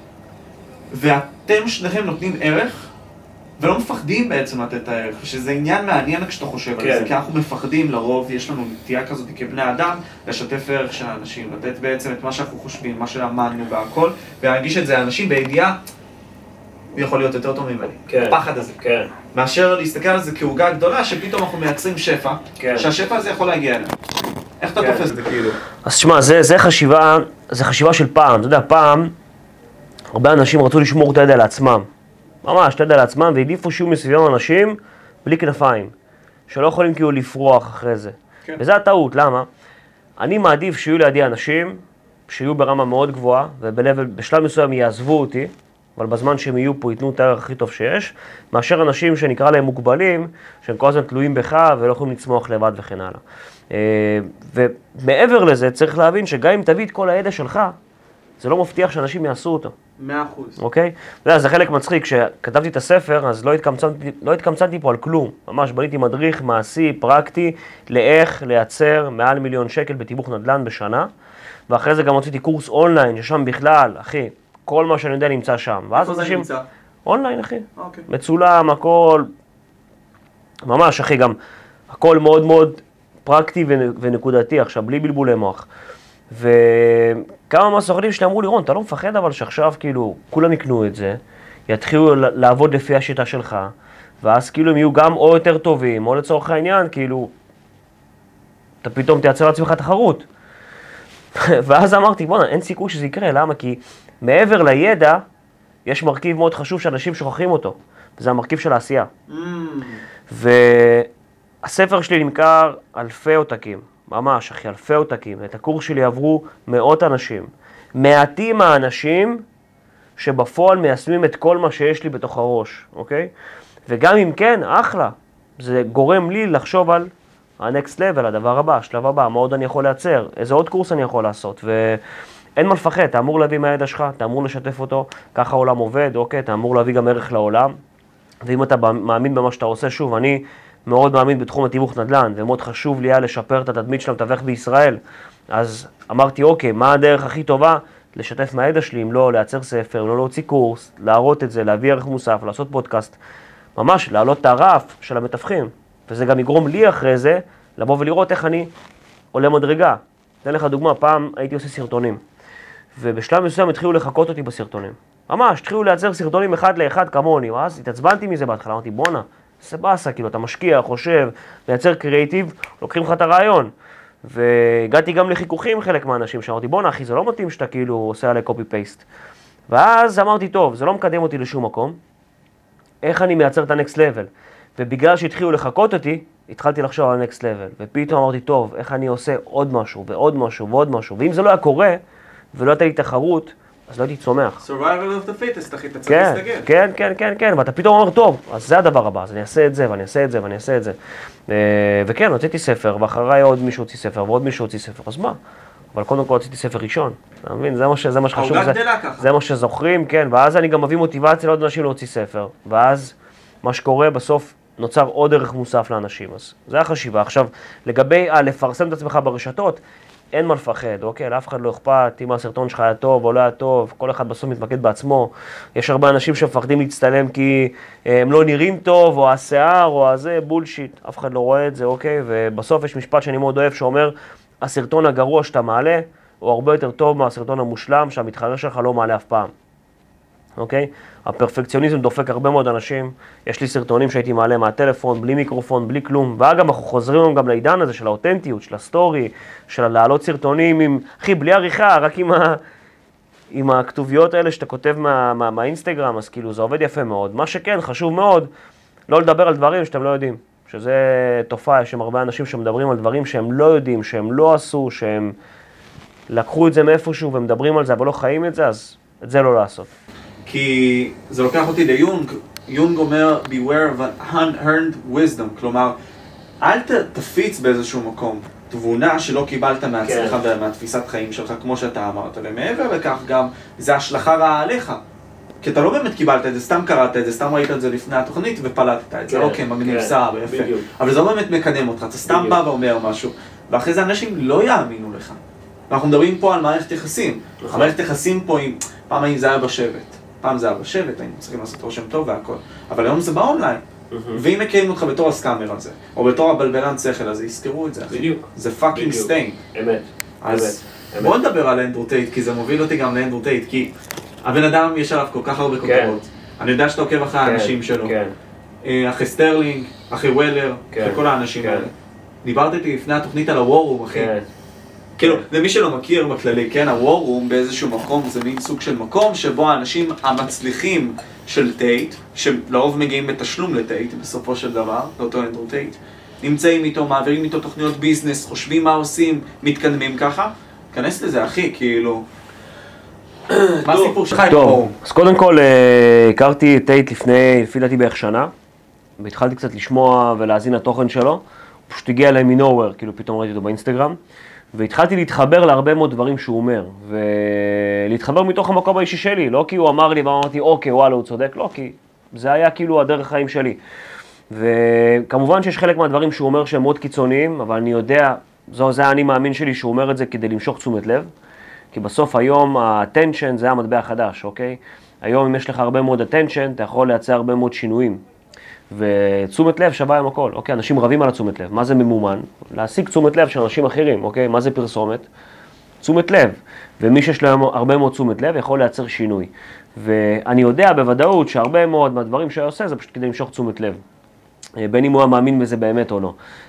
ואתם שניכם נותנים ערך, ולא מפחדים בעצם לתת את הערך, שזה עניין מעניין כשאתה חושב על זה, כי אנחנו מפחדים, לרוב יש לנו נטייה כזאת כבני אדם, לשתף ערך של האנשים, לתת בעצם את מה שאנחנו חושבים, מה שלמדנו והכל, ולהגיש את זה לאנשים בידיעה, הוא יכול להיות יותר טוב ממני, הפחד הזה. מאשר להסתכל על זה כעוגה גדולה, שפתאום אנחנו מייצרים שפע, שהשפע הזה יכול להגיע אלינו. איך אתה תופס את זה כאילו? אז תשמע, זה חשיבה, זה חשיבה של פעם, אתה יודע, פעם, הרבה אנשים רצו לשמור את הידע לעצמם. ממש, תדע לעצמם, והעדיפו שיהיו מסביבם אנשים בלי כנפיים, שלא יכולים כאילו לפרוח אחרי זה. כן. וזה הטעות, למה? אני מעדיף שיהיו לידי אנשים שיהיו ברמה מאוד גבוהה, ובשלב מסוים יעזבו אותי, אבל בזמן שהם יהיו פה ייתנו את הערך הכי טוב שיש, מאשר אנשים שנקרא להם מוגבלים, שהם כל הזמן תלויים בך ולא יכולים לצמוח לבד וכן הלאה. ומעבר לזה צריך להבין שגם אם תביא את כל הידע שלך, זה לא מבטיח שאנשים יעשו אותו. מאה אחוז. אוקיי? זה חלק מצחיק, כשכתבתי את הספר, אז לא התקמצנתי, לא התקמצנתי פה על כלום. ממש בניתי מדריך מעשי, פרקטי, לאיך לייצר מעל מיליון שקל בתיווך נדל"ן בשנה, ואחרי זה גם הוצאתי קורס אונליין, ששם בכלל, אחי, כל מה שאני יודע נמצא שם. איפה זה אנשים... נמצא? אונליין, אחי. אוקיי. מצולם, הכל, ממש, אחי, גם הכל מאוד מאוד פרקטי ונקודתי, עכשיו, בלי בלבולי מוח. וכמה מהסוכנים שלי אמרו לי, רון, אתה לא מפחד אבל שעכשיו כאילו כולם יקנו את זה, יתחילו לעבוד לפי השיטה שלך, ואז כאילו הם יהיו גם או יותר טובים, או לצורך העניין, כאילו, אתה פתאום תייצר לעצמך תחרות. ואז אמרתי, בוא'נה, אין סיכוי שזה יקרה, למה? כי מעבר לידע, יש מרכיב מאוד חשוב שאנשים שוכחים אותו, וזה המרכיב של העשייה. Mm. והספר שלי נמכר אלפי עותקים. ממש, אחי, אלפי עותקים. את הקורס שלי עברו מאות אנשים. מעטים האנשים שבפועל מיישמים את כל מה שיש לי בתוך הראש, אוקיי? וגם אם כן, אחלה. זה גורם לי לחשוב על ה-next level, הדבר הבא, השלב הבא, מה עוד אני יכול לייצר, איזה עוד קורס אני יכול לעשות, ואין מה לפחד, אתה אמור להביא מהידע שלך, אתה אמור לשתף אותו, ככה העולם עובד, אוקיי? אתה אמור להביא גם ערך לעולם, ואם אתה מאמין במה שאתה עושה, שוב, אני מאוד מאמין בתחום התיווך נדל"ן, ומאוד חשוב לי היה לשפר את התדמית של המתווך בישראל. אז אמרתי, אוקיי, מה הדרך הכי טובה? לשתף מהידע שלי, אם לא לייצר ספר, אם לא להוציא קורס, להראות את זה, להביא ערך מוסף, לעשות פודקאסט, ממש להעלות את הרף של המתווכים. וזה גם יגרום לי אחרי זה, לבוא ולראות איך אני עולה מדרגה. אתן לך דוגמה, פעם הייתי עושה סרטונים, ובשלב מסוים התחילו לחכות אותי בסרטונים. ממש, התחילו לייצר סרטונים אחד לאחד כמוני, ואז התעצבנתי מזה בהתחלה, אמרתי, בונה, זה באסה, כאילו, אתה משקיע, חושב, מייצר קריאיטיב, לוקחים לך את הרעיון. והגעתי גם לחיכוכים חלק מהאנשים, שאמרתי, בונה, אחי, זה לא מתאים שאתה כאילו עושה עלי קופי פייסט. ואז אמרתי, טוב, זה לא מקדם אותי לשום מקום, איך אני מייצר את ה-next level? ובגלל שהתחילו לחכות אותי, התחלתי לחשוב על ה-next level, ופתאום אמרתי, טוב, איך אני עושה עוד משהו, ועוד משהו, ועוד משהו, ואם זה לא היה קורה, ולא הייתה לי תחרות, אז לא הייתי צומח. survival of the fittest, אחי, אתה צריך להסתגל. כן, כן, כן, כן, ואתה פתאום אומר, טוב, אז זה הדבר הבא, אז אני אעשה את זה, ואני אעשה את זה, ואני אעשה את זה. וכן, הוצאתי ספר, ואחריי עוד מישהו הוציא ספר, ועוד מישהו הוציא ספר, אז מה? אבל קודם כל הוצאתי ספר ראשון, אתה מבין? זה מה ש- זה מה שחשוב, זה, זה מה שזוכרים, כן, ואז אני גם מביא מוטיבציה לעוד אנשים להוציא ספר, ואז מה שקורה בסוף נוצר עוד ערך מוסף לאנשים, אז זה החשיבה. עכשיו, לגבי לפרסם את עצמך ברשתות, אין מה לפחד, אוקיי? לאף אחד לא אכפת אם הסרטון שלך היה טוב או לא היה טוב, כל אחד בסוף מתמקד בעצמו. יש הרבה אנשים שמפחדים להצטלם כי הם לא נראים טוב, או השיער, או הזה, בולשיט, אף אחד לא רואה את זה, אוקיי? ובסוף יש משפט שאני מאוד אוהב שאומר, הסרטון הגרוע שאתה מעלה, הוא הרבה יותר טוב מהסרטון המושלם שהמתחרה שלך לא מעלה אף פעם. אוקיי? הפרפקציוניזם דופק הרבה מאוד אנשים. יש לי סרטונים שהייתי מעלה מהטלפון, בלי מיקרופון, בלי כלום. ואגב, אנחנו חוזרים גם לעידן הזה של האותנטיות, של הסטורי, של להעלות סרטונים עם, אחי, בלי עריכה, רק עם, ה... עם הכתוביות האלה שאתה כותב מה... מה... מהאינסטגרם, אז כאילו זה עובד יפה מאוד. מה שכן, חשוב מאוד, לא לדבר על דברים שאתם לא יודעים. שזה תופעה, יש שם הרבה אנשים שמדברים על דברים שהם לא יודעים, שהם לא עשו, שהם לקחו את זה מאיפשהו ומדברים על זה, אבל לא חיים את זה, אז את זה לא לעשות. כי זה לוקח אותי ליונג, יונג אומר, beware of an unearned wisdom, כלומר, אל תפיץ באיזשהו מקום תבונה שלא קיבלת מעצמך ומהתפיסת חיים שלך, כמו שאתה אמרת, ומעבר לכך גם, זה השלכה רעה עליך, כי אתה לא באמת קיבלת את זה, סתם קראת את זה, סתם ראית את זה לפני התוכנית ופלטת את זה, אוקיי, מגניב, סער, יפה, אבל זה לא באמת מקדם אותך, אתה סתם בא ואומר משהו, ואחרי זה אנשים לא יאמינו לך. ואנחנו מדברים פה על מערכת יחסים, המערכת יחסים פה, פעם האם זה היה בשבט, פעם זה היה בשבט, היינו צריכים לעשות רושם טוב והכל, אבל היום זה באונליין, ואם מכירים אותך בתור הסקאמר הזה, או בתור הבלבלן שכל הזה, יזכרו את זה, בדיוק. זה פאקינג סטיין. אמת. אז בואו נדבר על אנדרו טייט, כי זה מוביל אותי גם לאנדרו טייט, כי הבן אדם יש עליו כל כך הרבה כותרות. אני יודע שאתה עוקב אחרי האנשים שלו. אחרי סטרלינג, אחרי וולר, אחרי כל האנשים האלה. דיברת איתי לפני התוכנית על הוורום, אחי. כאילו, למי שלא מכיר בכללי, כן, הוורום באיזשהו מקום זה מין סוג של מקום שבו האנשים המצליחים של טייט, שלרוב מגיעים בתשלום לטייט בסופו של דבר, לאותו אנדרו טייט, נמצאים איתו, מעבירים איתו תוכניות ביזנס, חושבים מה עושים, מתקדמים ככה, כנס לזה, אחי, כאילו... מה הסיפור שלך עם טוב, הפורום? אז קודם כל, הכרתי את טייט לפני, לפי דעתי בערך שנה, והתחלתי קצת לשמוע ולהזין לתוכן שלו, הוא פשוט הגיע אליי מנוהוור, כאילו פתאום ראיתי אותו באינסטגרם, והתחלתי להתחבר להרבה מאוד דברים שהוא אומר, ולהתחבר מתוך המקום האישי שלי, לא כי הוא אמר לי ואמרתי, אוקיי, וואלה, הוא צודק, לא, כי זה היה כאילו הדרך חיים שלי. וכמובן שיש חלק מהדברים שהוא אומר שהם מאוד קיצוניים, אבל אני יודע, זו, זה אני מאמין שלי שהוא אומר את זה כדי למשוך תשומת לב, כי בסוף היום ה-attention זה המטבע החדש, אוקיי? היום אם יש לך הרבה מאוד attention, אתה יכול לייצר הרבה מאוד שינויים. ותשומת לב שווה עם הכל, אוקיי? אנשים רבים על התשומת לב. מה זה ממומן? להשיג תשומת לב של אנשים אחרים, אוקיי? מה זה פרסומת? תשומת לב. ומי שיש לו הרבה מאוד תשומת לב יכול לייצר שינוי. ואני יודע בוודאות שהרבה מאוד מהדברים שהוא עושה זה פשוט כדי למשוך תשומת לב. בין אם הוא מאמין בזה באמת או לא.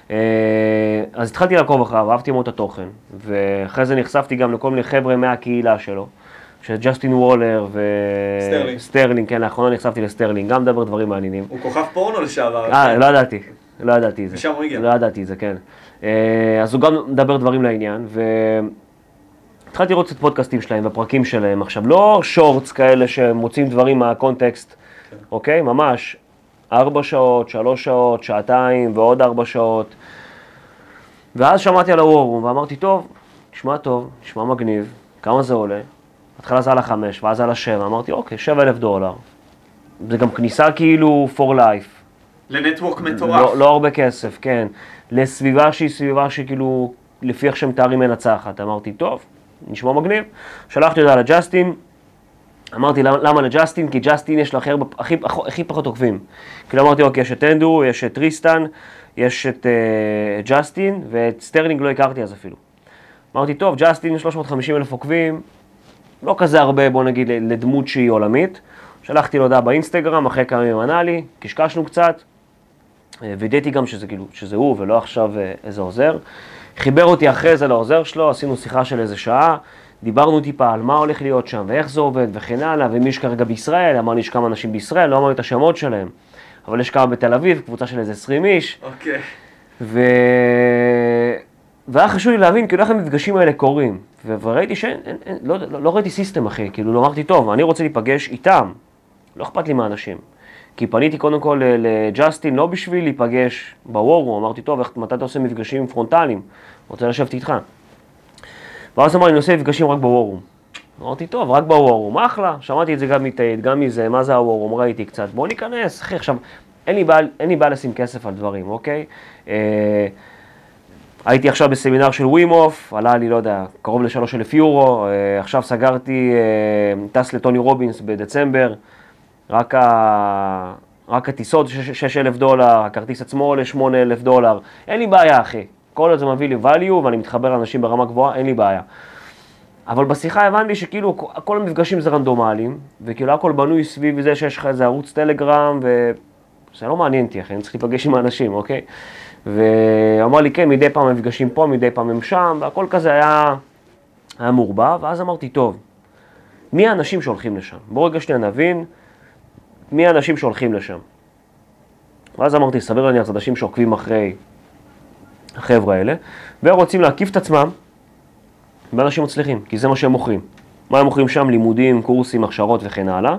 אז התחלתי לעקוב אחריו, אהבתי מאוד את התוכן, ואחרי זה נחשפתי גם לכל מיני חבר'ה מהקהילה שלו, שג'סטין וולר וסטרלינג, כן, לאחרונה נחשפתי לסטרלינג, גם מדבר דברים מעניינים. הוא כוכב פורנו לשעבר. אה, לא ידעתי, לא ידעתי את זה. ושם הוא הגיע. לא ידעתי את זה, כן. אז הוא גם מדבר דברים לעניין, והתחלתי לראות את פודקאסטים שלהם והפרקים שלהם. עכשיו, לא שורטס כאלה שמוצאים דברים מהקונטקסט, אוקיי? ממש. ארבע שעות, שלוש שעות, שעתיים ועוד ארבע שעות. ואז שמעתי על הוורום ואמרתי, טוב, נשמע טוב, נשמע מגניב, כמה זה עולה? התחלה זה על החמש, ואז על השבע, אמרתי, אוקיי, שבע אלף דולר. זה גם כניסה כאילו for life. לנטוורק מטורף. לא, לא הרבה כסף, כן. לסביבה שהיא סביבה שכאילו, לפי איך שמתארים מנצחת. אמרתי, טוב, נשמע מגניב. שלחתי אותה לג'סטין. אמרתי, למה לג'סטין? כי ג'סטין יש לו הכי, הכי, הכי פחות עוקבים. כאילו אמרתי, אוקיי, יש את אנדרו, יש את טריסטן, יש את uh, ג'סטין, ואת סטרלינג לא הכרתי אז אפילו. אמרתי, טוב, ג'סטין שלוש מאות וחמישים אלף עוקבים, לא כזה הרבה, בוא נגיד, לדמות שהיא עולמית. שלחתי לו הודעה באינסטגרם, אחרי כמה ימים ענה לי, קשקשנו קצת, וידעתי גם שזה, כאילו, שזה הוא ולא עכשיו איזה עוזר. חיבר אותי אחרי זה לעוזר שלו, עשינו שיחה של איזה שעה, דיברנו טיפה על מה הולך להיות שם ואיך זה עובד וכן הלאה, ומי יש כרגע בישראל, אמר לי יש כמה אנשים בישראל, לא אמר לי את השמות שלהם, אבל יש כמה בתל אביב, קבוצה של איזה עשרים איש. אוקיי. ו... והיה חשוב לי להבין, כאילו איך המפגשים האלה קורים, ו... וראיתי שאין, אין, אין, לא, לא, לא ראיתי סיסטם אחי, כאילו לא אמרתי טוב, אני רוצה להיפגש איתם, לא אכפת לי מהאנשים. כי פניתי קודם כל לג'סטין, לא בשביל להיפגש בוורום, אמרתי טוב, איך, מתי אתה עושה מפגשים פרונטליים, רוצה לשבת איתך. ואז אמר, אני עושה מפגשים רק בוורום. אמרתי, טוב, רק בוורום, אחלה. שמעתי את זה גם מטייד, גם מזה, מה זה הוורום, ראיתי קצת. בוא ניכנס, אחי, עכשיו, אין לי בעיה, אין לי בעיה לשים כסף על דברים, אוקיי? אה, הייתי עכשיו בסמינר של ווימוף, עלה לי, לא יודע, קרוב לשלוש אלף יורו, אה, עכשיו סגרתי, אה, טס לטוני רובינס בדצמבר, רק, ה... רק הטיסות שש אלף דולר, הכרטיס עצמו ל-שמונה אלף דולר, אין לי בעיה, אחי. כל עוד זה מביא לי value ואני מתחבר לאנשים ברמה גבוהה, אין לי בעיה. אבל בשיחה הבנתי שכאילו כל המפגשים זה רנדומליים, וכאילו הכל בנוי סביב זה שיש לך איזה ערוץ טלגרם, וזה לא מעניין אותי, אחי, אני צריך להיפגש עם האנשים, אוקיי? ואמר לי, כן, מדי פעם מפגשים פה, מדי פעם הם שם, והכל כזה היה, היה מורבע, ואז אמרתי, טוב, מי האנשים שהולכים לשם? בוא רגע שנייה נבין, מי האנשים שהולכים לשם? ואז אמרתי, סביר להניח, זה אנשים שעוקבים אחרי החבר'ה האלה, ורוצים להקיף את עצמם באנשים מצליחים, כי זה מה שהם מוכרים. מה הם מוכרים שם? לימודים, קורסים, הכשרות וכן הלאה.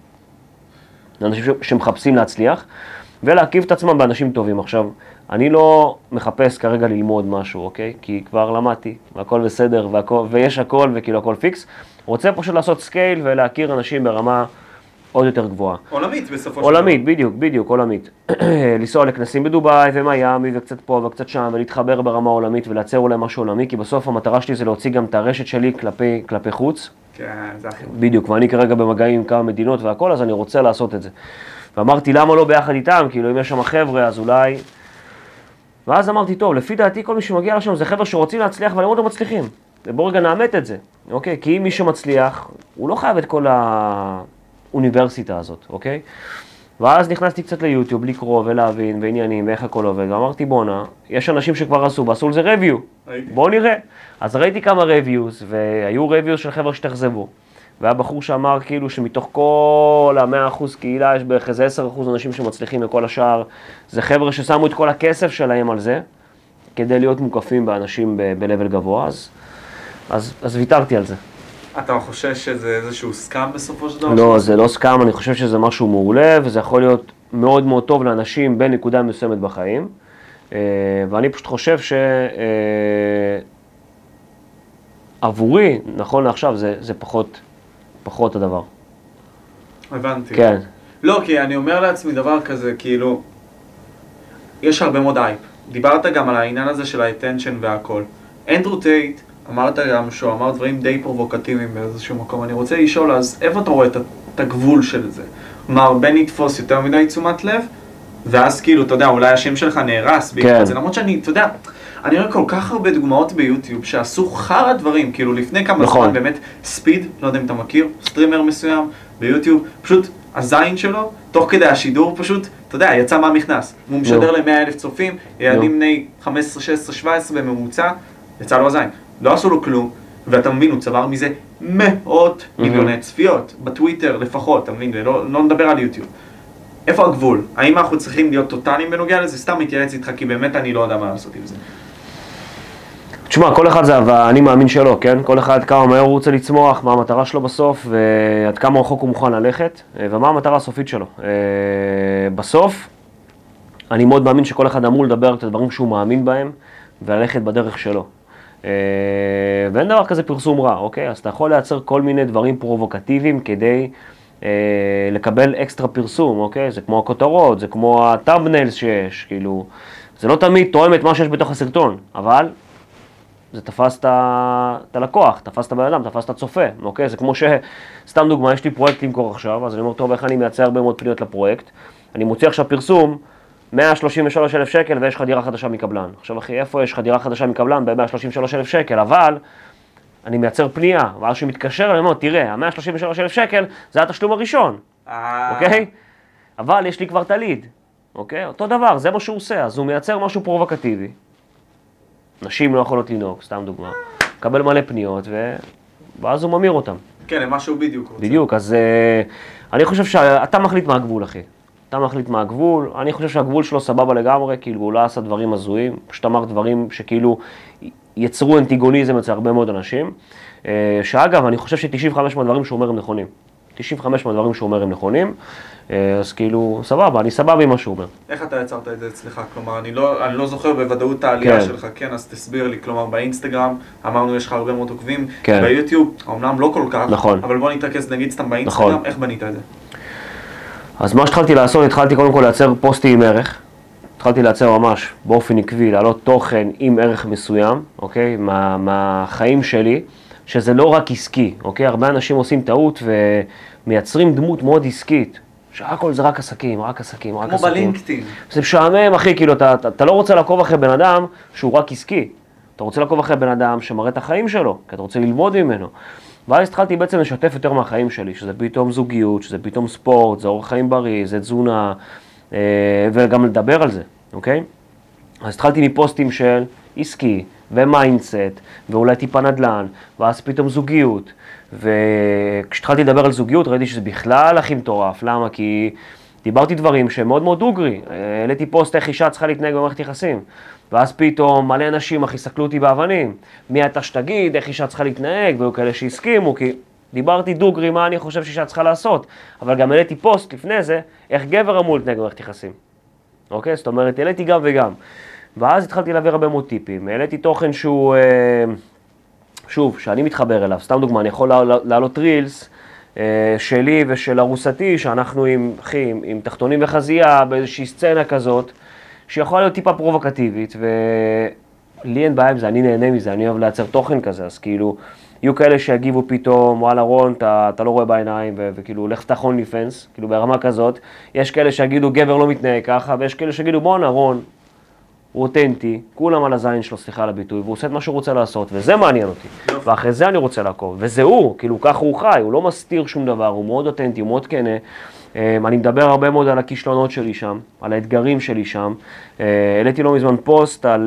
אנשים שמחפשים להצליח, ולהקיף את עצמם באנשים טובים. עכשיו, אני לא מחפש כרגע ללמוד משהו, אוקיי? כי כבר למדתי, והכל בסדר, והכל, ויש הכל, וכאילו הכל פיקס. רוצה פשוט לעשות סקייל ולהכיר אנשים ברמה עוד יותר גבוהה. עולמית בסופו של דבר. עולמית, בדיוק, בדיוק, עולמית. לנסוע לכנסים בדובאי ומיימי וקצת פה וקצת שם, ולהתחבר ברמה עולמית ולייצר אולי משהו עולמי, כי בסוף המטרה שלי זה להוציא גם את הרשת שלי כלפי, כלפי חוץ. כן, זה הכי. בדיוק, ואני כרגע במגעים עם כמה מדינות והכל, אז אני רוצה לעשות את זה. ואמרתי, למה לא ביחד איתם? כאילו, אם יש שם חבר'ה, אז אולי... ואז אמרתי, טוב, לפי דעתי, כל מי שמגיע לשם זה חבר'ה שרוצים להצליח, אבל הם עוד לא מצליחים. בוא רגע נאמת את זה, אוקיי? כי אם מי שמצליח, הוא לא חייב את כל האוניברסיטה הזאת, אוקיי? ואז נכנסתי קצת ליוטיוב, לקרוא ולהבין ועניינים ואיך הכל עובד, ואמרתי, בונה, יש אנשים שכבר עשו, ועשו לזה רביו. בוא נראה. אז ראיתי כמה רביוס, והיו רביוס של חבר'ה שתחזבו. והיה בחור שאמר כאילו שמתוך כל ה-מאה אחוז קהילה יש בערך איזה עשרה אחוז אנשים שמצליחים לכל השאר. זה חבר'ה ששמו את כל הכסף שלהם על זה, כדי להיות מוקפים באנשים ב-level גבוה. אז אז, אז ויתרתי על זה. אתה חושש שזה איזשהו סקאם בסופו של דבר? לא, זה לא סקאם, אני חושב שזה משהו מעולה, וזה יכול להיות מאוד מאוד טוב לאנשים בנקודה מסוימת בחיים. ואני פשוט חושב שעבורי, נכון לעכשיו, זה, זה פחות, פחות הדבר. הבנתי. כן. לא, כי אני אומר לעצמי דבר כזה, כאילו, יש הרבה מאוד אייפ. דיברת גם על העניין הזה של ה-attention והכל. אנדרו טייט, אמרת גם שהוא אמר דברים די פרובוקטיביים באיזשהו מקום. אני רוצה לשאול, אז איפה אתה רואה את הגבול של זה? כלומר, בין לתפוס יותר מדי תשומת לב, ואז כאילו, אתה יודע, אולי השם שלך נהרס בעקבות כן. זה. למרות שאני, אתה יודע, אני רואה כל כך הרבה דוגמאות ביוטיוב שעשו חרא דברים, כאילו לפני כמה נכון. זמן באמת, ספיד, לא יודע אם אתה מכיר, סטרימר מסוים ביוטיוב, פשוט הזין שלו, תוך כדי השידור פשוט, אתה יודע, יצא מהמכנס. הוא משדר ל-מאה אלף צופים, ילדים בני חמש עשרה, שש עשרה, שבע עשרה בממוצע, יצא לו הזין. לא עשו לו כלום, ואתה מבין, הוא צבר מזה מאות מיליוני צפיות, בטוויטר לפחות, אתה מבין, לא, לא נדבר על יוטיוב. איפה הגבול? האם אנחנו צריכים להיות טוטליים בנוגע לזה? סתם מתייעץ איתך, כי באמת אני לא יודע מה לעשות עם זה. תשמע, כל אחד זה, ואני מאמין שלו, כן? כל אחד כמה מהר הוא רוצה לצמוח, מה המטרה שלו בסוף, ועד כמה רחוק הוא מוכן ללכת, ומה המטרה הסופית שלו. בסוף, אני מאוד מאמין שכל אחד אמור לדבר את הדברים שהוא מאמין בהם, וללכת בדרך שלו. ואין דבר כזה פרסום רע, אוקיי? אז אתה יכול לייצר כל מיני דברים פרובוקטיביים כדי לקבל אקסטרה פרסום, אוקיי? זה כמו הכותרות, זה כמו הטאמבניילס שיש, כאילו, זה לא תמיד תואם את מה שיש בתוך הסרטון, אבל זה תפס את הלקוח, תפס את הבן אדם, תפס את הצופה, אוקיי? זה כמו ש... סתם דוגמה, יש לי פרויקט למכור עכשיו, אז אני אומר, טוב, איך אני מייצר הרבה מאוד פניות לפרויקט? אני מוציא עכשיו פרסום, מאה שלושים ושלושה אלף שקל, ויש לך דירה חדשה מקבלן. עכשיו, אחי, איפה יש לך דירה חדשה מקבלן? ב-מאה שלושים ושלושה אלף שקל, אבל אני מייצר פנייה, ואז שמתקשר, אני אומר, תראה, ה-מאה שלושים ושלושה אלף שקל, זה התשלום הראשון, אוקיי? אבל יש לי כבר תליד, אוקיי? אותו דבר, זה מה שהוא עושה, אז הוא מייצר משהו פרובוקטיבי. נשים לא יכולות לנהוג, סתם דוגמה. מקבל מלא פניות, ו... ואז הוא ממיר אותם. כן, למשהו בדיוק רוצה. בדיוק, אז uh, אני חושב שאתה מחליט מה הגבול, אחי. אתה מחליט מה הגבול, אני חושב שהגבול שלו סבבה לגמרי, כאילו הוא לא עשה דברים הזויים, פשוט אמר דברים שכאילו יצרו אנטיגוניזם אצל הרבה מאוד אנשים, uh, שאגב, אני חושב ש-תשעים וחמש מהדברים שהוא אומר הם נכונים. תשעים וחמש מהדברים שהוא אומר הם נכונים, אז כאילו, סבבה, אני סבבה עם מה שהוא אומר. איך אתה יצרת את זה אצלך? כלומר, אני לא, אני לא זוכר בוודאות את העלייה כן. שלך, כן, אז תסביר לי, כלומר, באינסטגרם, אמרנו, יש לך הרבה מאוד עוקבים, כן. ביוטיוב, אמנם לא כל כך, נכון. אבל בוא נתרכז, נגיד סתם באינסטגרם, נכון. איך בנית את זה? אז מה שהתחלתי לעשות, התחלתי קודם כל לייצר פוסטים עם ערך, התחלתי לייצר ממש באופן עקבי, להעלות תוכן עם ערך מסוים, אוקיי, מה, מהחיים שלי, שזה לא רק עסקי, אוקיי? הרבה אנשים עושים טעות ומייצרים דמות מאוד עסקית, שהכל זה רק עסקים, רק עסקים, רק עסקים. כמו בלינקדאין. זה משעמם, אחי, כאילו, אתה, אתה, אתה לא רוצה לעקוב אחרי בן אדם שהוא רק עסקי. אתה רוצה לעקוב אחרי בן אדם שמראה את החיים שלו, כי אתה רוצה ללמוד ממנו. ואז התחלתי בעצם לשתף יותר מהחיים שלי, שזה פתאום זוגיות, שזה פתאום ספורט, זה אורח חיים בריא, זה תזונה, וגם לדבר על זה, אוקיי? אז התחלתי מפוסטים של עסקי, ומיינדסט, ואולי טיפה נדל"ן, ואז פתאום זוגיות. וכשהתחלתי לדבר על זוגיות, ראיתי שזה בכלל הכי מטורף. למה? כי דיברתי דברים שהם מאוד מאוד דוגרי. העליתי פוסט איך אישה צריכה להתנהג במערכת יחסים. ואז פתאום מלא אנשים אחי סקלו אותי באבנים. מי אתה שתגיד, איך אישה צריכה להתנהג, והיו כאלה שהסכימו, כי דיברתי דוגרי מה אני חושב שאישה צריכה לעשות. אבל גם העליתי פוסט לפני זה, איך גבר אמור להתנהג במערכת יחסים. אוקיי? זאת אומרת, העליתי גם וגם. ואז התחלתי להעביר הרבה מאוד טיפים, העליתי תוכן שהוא, שוב, שאני מתחבר אליו, סתם דוגמה, אני יכול להעלות רילס שלי ושל ארוסתי, שאנחנו עם, אחי, עם, עם תחתונים וחזייה באיזושהי סצנה כזאת, שיכולה להיות טיפה פרובוקטיבית, ולי אין בעיה עם זה, אני נהנה מזה, אני אוהב לייצר תוכן כזה, אז כאילו, יהיו כאלה שיגיבו פתאום, וואלה רון, אתה, אתה לא רואה בעיניים, ו- וכאילו, לך תפתח אונלי פנס, כאילו ברמה כזאת, יש כאלה שיגידו, גבר לא מתנהג ככה, ויש כאלה שיגידו, בואנה רון, הוא אותנטי, כולם על הזין שלו, סליחה על הביטוי, והוא עושה את מה שהוא רוצה לעשות, וזה מעניין אותי. יופי. ואחרי זה אני רוצה לעקוב, וזה הוא, כאילו ככה הוא חי, הוא לא מסתיר שום דבר, הוא מאוד אותנטי, הוא מאוד כנה. אני מדבר הרבה מאוד על הכישלונות שלי שם, על האתגרים שלי שם. העליתי לא מזמן פוסט על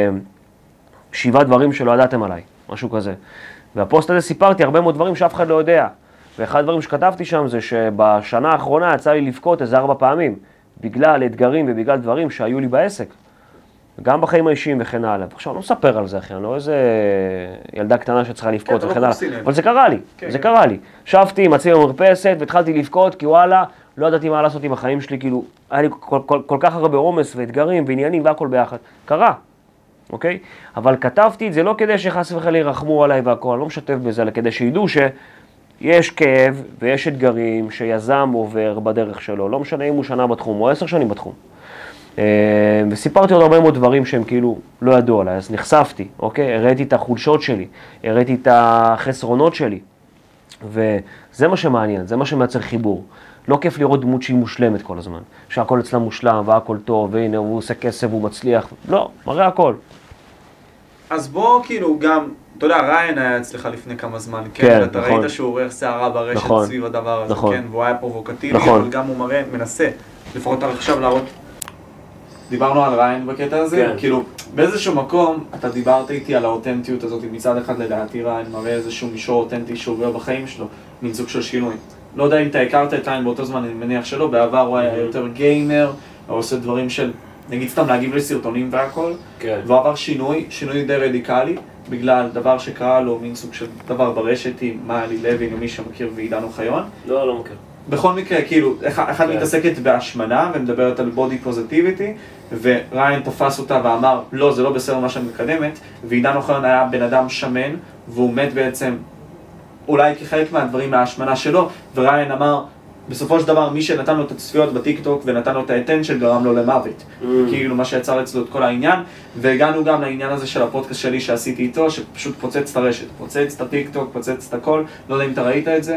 שבעה דברים שלא ידעתם עליי, משהו כזה. והפוסט הזה סיפרתי הרבה מאוד דברים שאף אחד לא יודע. ואחד הדברים שכתבתי שם זה שבשנה האחרונה יצא לי לבכות איזה ארבע פעמים, בגלל אתגרים ובגלל דברים שהיו לי בעסק. גם בחיים האישיים וכן הלאה. עכשיו, לא מספר על זה, אחי, אני לא איזה ילדה קטנה שצריכה לבכות וכן הלאה. אבל זה קרה לי, זה קרה לי. שבתי עם עצמי במרפסת והתחלתי לבכות, כי וואלה, לא ידעתי מה לעשות עם החיים שלי, כאילו, היה לי כל כך הרבה עומס ואתגרים ועניינים והכל ביחד. קרה, אוקיי? אבל כתבתי את זה לא כדי שחס וחלילה ירחמו עליי והכל, אני לא משתף בזה, אלא כדי שידעו שיש כאב ויש אתגרים שיזם עובר בדרך שלו, לא משנה אם הוא שנה בתחום או עשר שנים בתחום. וסיפרתי עוד הרבה מאוד דברים שהם כאילו לא ידעו עליי, אז נחשפתי, אוקיי? הראיתי את החולשות שלי, הראיתי את החסרונות שלי, וזה מה שמעניין, זה מה שמייצר חיבור. לא כיף לראות דמות שהיא מושלמת כל הזמן, שהכל אצלה מושלם והכל טוב, והנה הוא עושה כסף והוא מצליח, לא, מראה הכל. אז בוא כאילו גם, אתה יודע, ריין היה אצלך לפני כמה זמן, כן, כן אתה נכון. ראית שהוא עורך שערה ברשת נכון. סביב הדבר הזה, נכון. כן, והוא היה פרובוקטיבי, נכון. אבל גם הוא מראה, מנסה, לפחות עכשיו להראות. דיברנו על ריין בקטע הזה, כן. כאילו באיזשהו מקום אתה דיברת איתי על האותנטיות הזאת, מצד אחד לדעתי ריין מראה איזשהו מישור אותנטי שעובר בחיים שלו, מין סוג של שינוי. לא יודע אם אתה הכרת את ריין באותו זמן, אני מניח שלא, בעבר הוא היה יותר גיימר, הוא עושה דברים של, נגיד סתם להגיב לסרטונים והכל, כן. והוא עבר שינוי, שינוי די רדיקלי, בגלל דבר שקרה לו, מין סוג של דבר ברשת עם מאלי לוין, מי שמכיר ועידן אוחיון. לא, לא מכיר. בכל מקרה, כאילו, אחד מתעסקת בהשמנה ומדברת על בודי פוזיטיביטי, וריין תפס אותה ואמר, לא, זה לא בסדר מה שאני מקדמת, ועידן אוחיון היה בן אדם שמן, והוא מת בעצם, אולי כחלק מהדברים מההשמנה שלו, וריין אמר, בסופו של דבר, מי שנתן לו את הצפיות בטיקטוק ונתן לו את האטנשן גרם לו למוות. Mm. כאילו מה שיצר אצלו את כל העניין, והגענו גם לעניין הזה של הפודקאסט שלי שעשיתי איתו, שפשוט פוצץ את הרשת, פוצץ את הטיקטוק, פוצץ את הכל, לא יודע אם אתה ראית את זה.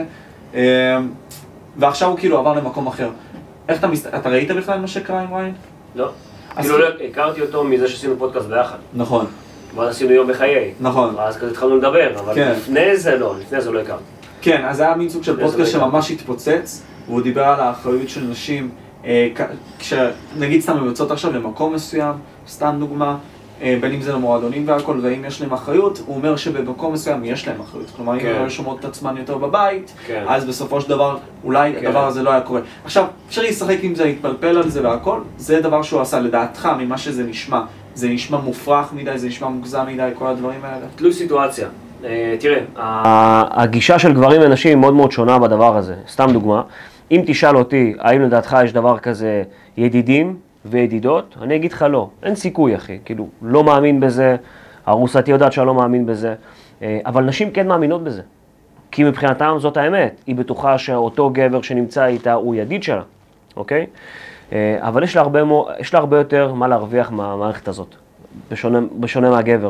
ועכשיו הוא כאילו עבר למקום אחר. איך אתה מסת... אתה ראית בכלל מה שקרה עם ריין? לא. כאילו לא הכרתי אותו מזה שעשינו פודקאסט ביחד. נכון. ואז עשינו יום בחיי. נכון. ואז כזה התחלנו לדבר, אבל כן. לפני זה לא, לפני זה לא הכרתי. כן, אז זה היה מין סוג של פודקאסט שממש התפוצץ, והוא דיבר על האחריות של נשים, אה, כשנגיד סתם הם יוצאות עכשיו למקום מסוים, סתם דוגמה, אה, בין אם זה למועדונים והכל, ואם יש להם אחריות, הוא אומר שבמקום מסוים יש להם אחריות. כלומר, כן. אם הם שומעות את עצמן יותר בבית, כן. אז בסופו של דבר, אולי כן. הדבר הזה לא היה קורה. עכשיו, אפשר להשחק עם זה, להתפלפל על זה והכל, זה דבר שהוא עשה לדעתך, ממה שזה נשמע. זה נשמע מופרך מדי, זה נשמע מוגזם מדי, כל הדברים האלה. תלוי סיטואציה. תראה, הגישה של גברים ונשים היא מאוד מאוד שונה בדבר הזה. סתם דוגמה, אם תשאל אותי, האם לדעתך יש דבר כזה ידידים וידידות, אני אגיד לך לא. אין סיכוי, אחי. כאילו, לא מאמין בזה, הרוסתי יודעת שאני לא מאמין בזה, אבל נשים כן מאמינות בזה. כי מבחינתם זאת האמת. היא בטוחה שאותו גבר שנמצא איתה הוא ידיד שלה, אוקיי? אבל יש לה הרבה, יש לה הרבה יותר מה להרוויח מהמערכת הזאת, בשונה, בשונה מהגבר.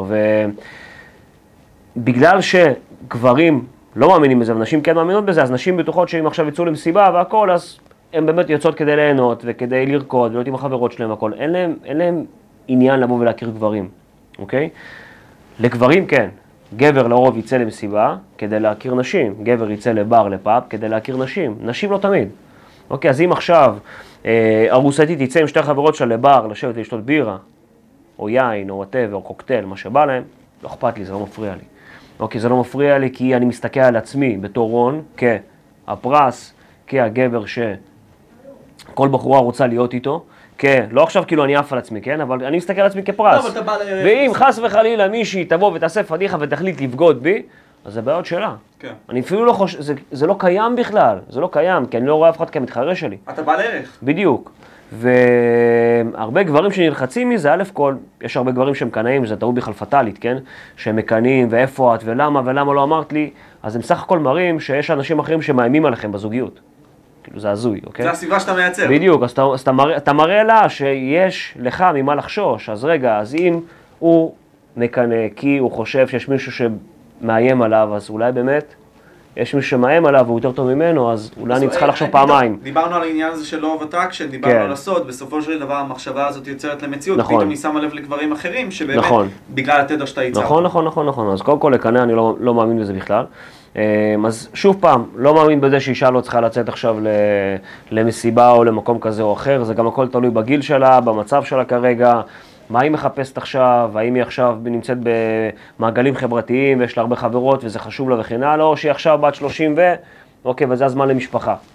ובגלל שגברים לא מאמינים בזה ונשים כן מאמינות בזה, אז נשים בטוחות שאם עכשיו יצאו למסיבה והכל, אז הן באמת יוצאות כדי ליהנות וכדי לרקוד ולהיות עם החברות שלהם והכל. אין להם, אין להם עניין לבוא ולהכיר גברים, אוקיי? לגברים כן. גבר לרוב יצא למסיבה כדי להכיר נשים, גבר יצא לבר, לפאב, כדי להכיר נשים. נשים לא תמיד. אוקיי, אז אם עכשיו הרוסתית תצא עם שתי חברות שלה לבר, לשבת ולשתות בירה, או יין, או whatever, או קוקטייל, מה שבא להם, לא אכפת לי, זה לא מפריע לי. אוקיי, זה לא מפריע לי כי אני מסתכל על עצמי בתור רון, כהפרס, כהגבר שכל בחורה רוצה להיות איתו, כן, לא עכשיו כאילו אני עף על עצמי, כן? אבל אני מסתכל על עצמי כפרס. ואם חס וחלילה מישהי תבוא ותעשה פדיחה ותחליט לבגוד בי, אז זה בעיות שלה. כן. אני אפילו לא חושב, זה, זה לא קיים בכלל, זה לא קיים, כי אני לא רואה אף אחד כמתחרה שלי. אתה בעל ערך. בדיוק. והרבה גברים שנלחצים מזה, א' כל, יש הרבה גברים שהם קנאים, זה טעות בכלל פטלית, כן? שהם מקנאים, ואיפה את, ולמה, ולמה לא אמרת לי, אז הם סך הכל מראים שיש אנשים אחרים שמאיימים עליכם בזוגיות. כאילו זה הזוי, אוקיי? זה הסביבה שאתה מייצר. בדיוק, אז אתה, אז אתה, מראה, אתה מראה לה שיש לך ממה לחשוש, אז רגע, אז אם הוא מקנא כי הוא חושב שיש מישהו שמאיים עליו, אז אולי באמת יש מישהו שמאיים עליו והוא יותר טוב ממנו, אז אולי אני צריכה לחשוב פעמיים. דיברנו על העניין הזה של love attraction, דיברנו על הסוד, בסופו של דבר המחשבה הזאת יוצרת למציאות, פתאום היא שמה לב לגברים אחרים, שבאמת בגלל התדר שאתה ייצרת. נכון, נכון, נכון, נכון, אז קודם כל לקנא, אני לא מאמין בזה בכלל. אז שוב פעם, לא מאמין בזה שאישה לא צריכה לצאת עכשיו למסיבה או למקום כזה או אחר, זה גם הכל תלוי בגיל שלה, במצב שלה כרגע, מה היא מחפשת עכשיו, האם היא עכשיו נמצאת במעגלים חברתיים ויש לה הרבה חברות וזה חשוב לה וכן הלאה, או שהיא עכשיו בת שלושים ו... אוקיי, וזה הזמן למשפחה.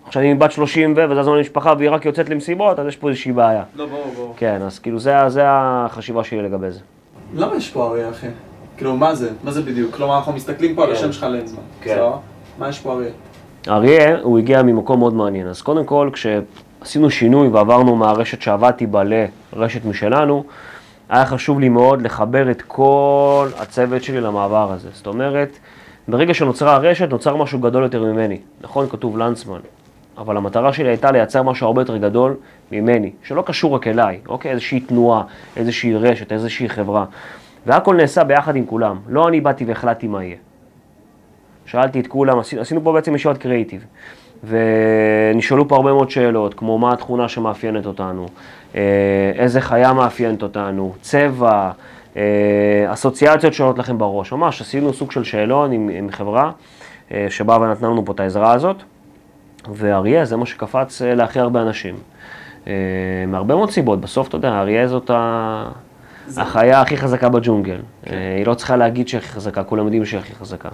עכשיו אם היא בת שלושים ו... וזה הזמן למשפחה והיא רק יוצאת למסיבות, אז יש פה איזושהי בעיה. לא, בואו, בואו. כן, אז כאילו זה, זה החשיבה שלי לגבי זה. למה יש פה אריה, אחי? כאילו, מה זה? מה זה בדיוק? כלומר, אנחנו מסתכלים פה על השם שלך לנזמן. כן. מה יש פה אריה? אריה, הוא הגיע ממקום מאוד מעניין. אז קודם כל, כשעשינו שינוי ועברנו מהרשת שעבדתי בה לרשת משלנו, היה חשוב לי מאוד לחבר את כל הצוות שלי למעבר הזה. זאת אומרת, ברגע שנוצרה הרשת, נוצר משהו גדול יותר ממני. נכון, כתוב לנצמן, אבל המטרה שלי הייתה לייצר משהו הרבה יותר גדול ממני, שלא קשור רק אליי, אוקיי? איזושהי תנועה, איזושהי רשת, איזושהי חברה. והכל נעשה ביחד עם כולם. לא אני באתי והחלטתי מה יהיה. שאלתי את כולם, עשינו פה בעצם ישיבת קריאיטיב, ונשאלו פה הרבה מאוד שאלות, כמו מה התכונה שמאפיינת אותנו, איזה חיה מאפיינת אותנו, צבע, אסוציאציות שעולות לכם בראש. ממש עשינו סוג של שאלון עם, עם חברה שבאה ונתנה לנו פה את העזרה הזאת, ואריה זה מה שקפץ להכי הרבה אנשים. מהרבה מאוד סיבות, בסוף אתה יודע, אריה זאת ה... החיה הכי חזקה בג'ונגל. היא לא צריכה להגיד שהיא הכי חזקה, כולם יודעים שהיא הכי חזקה.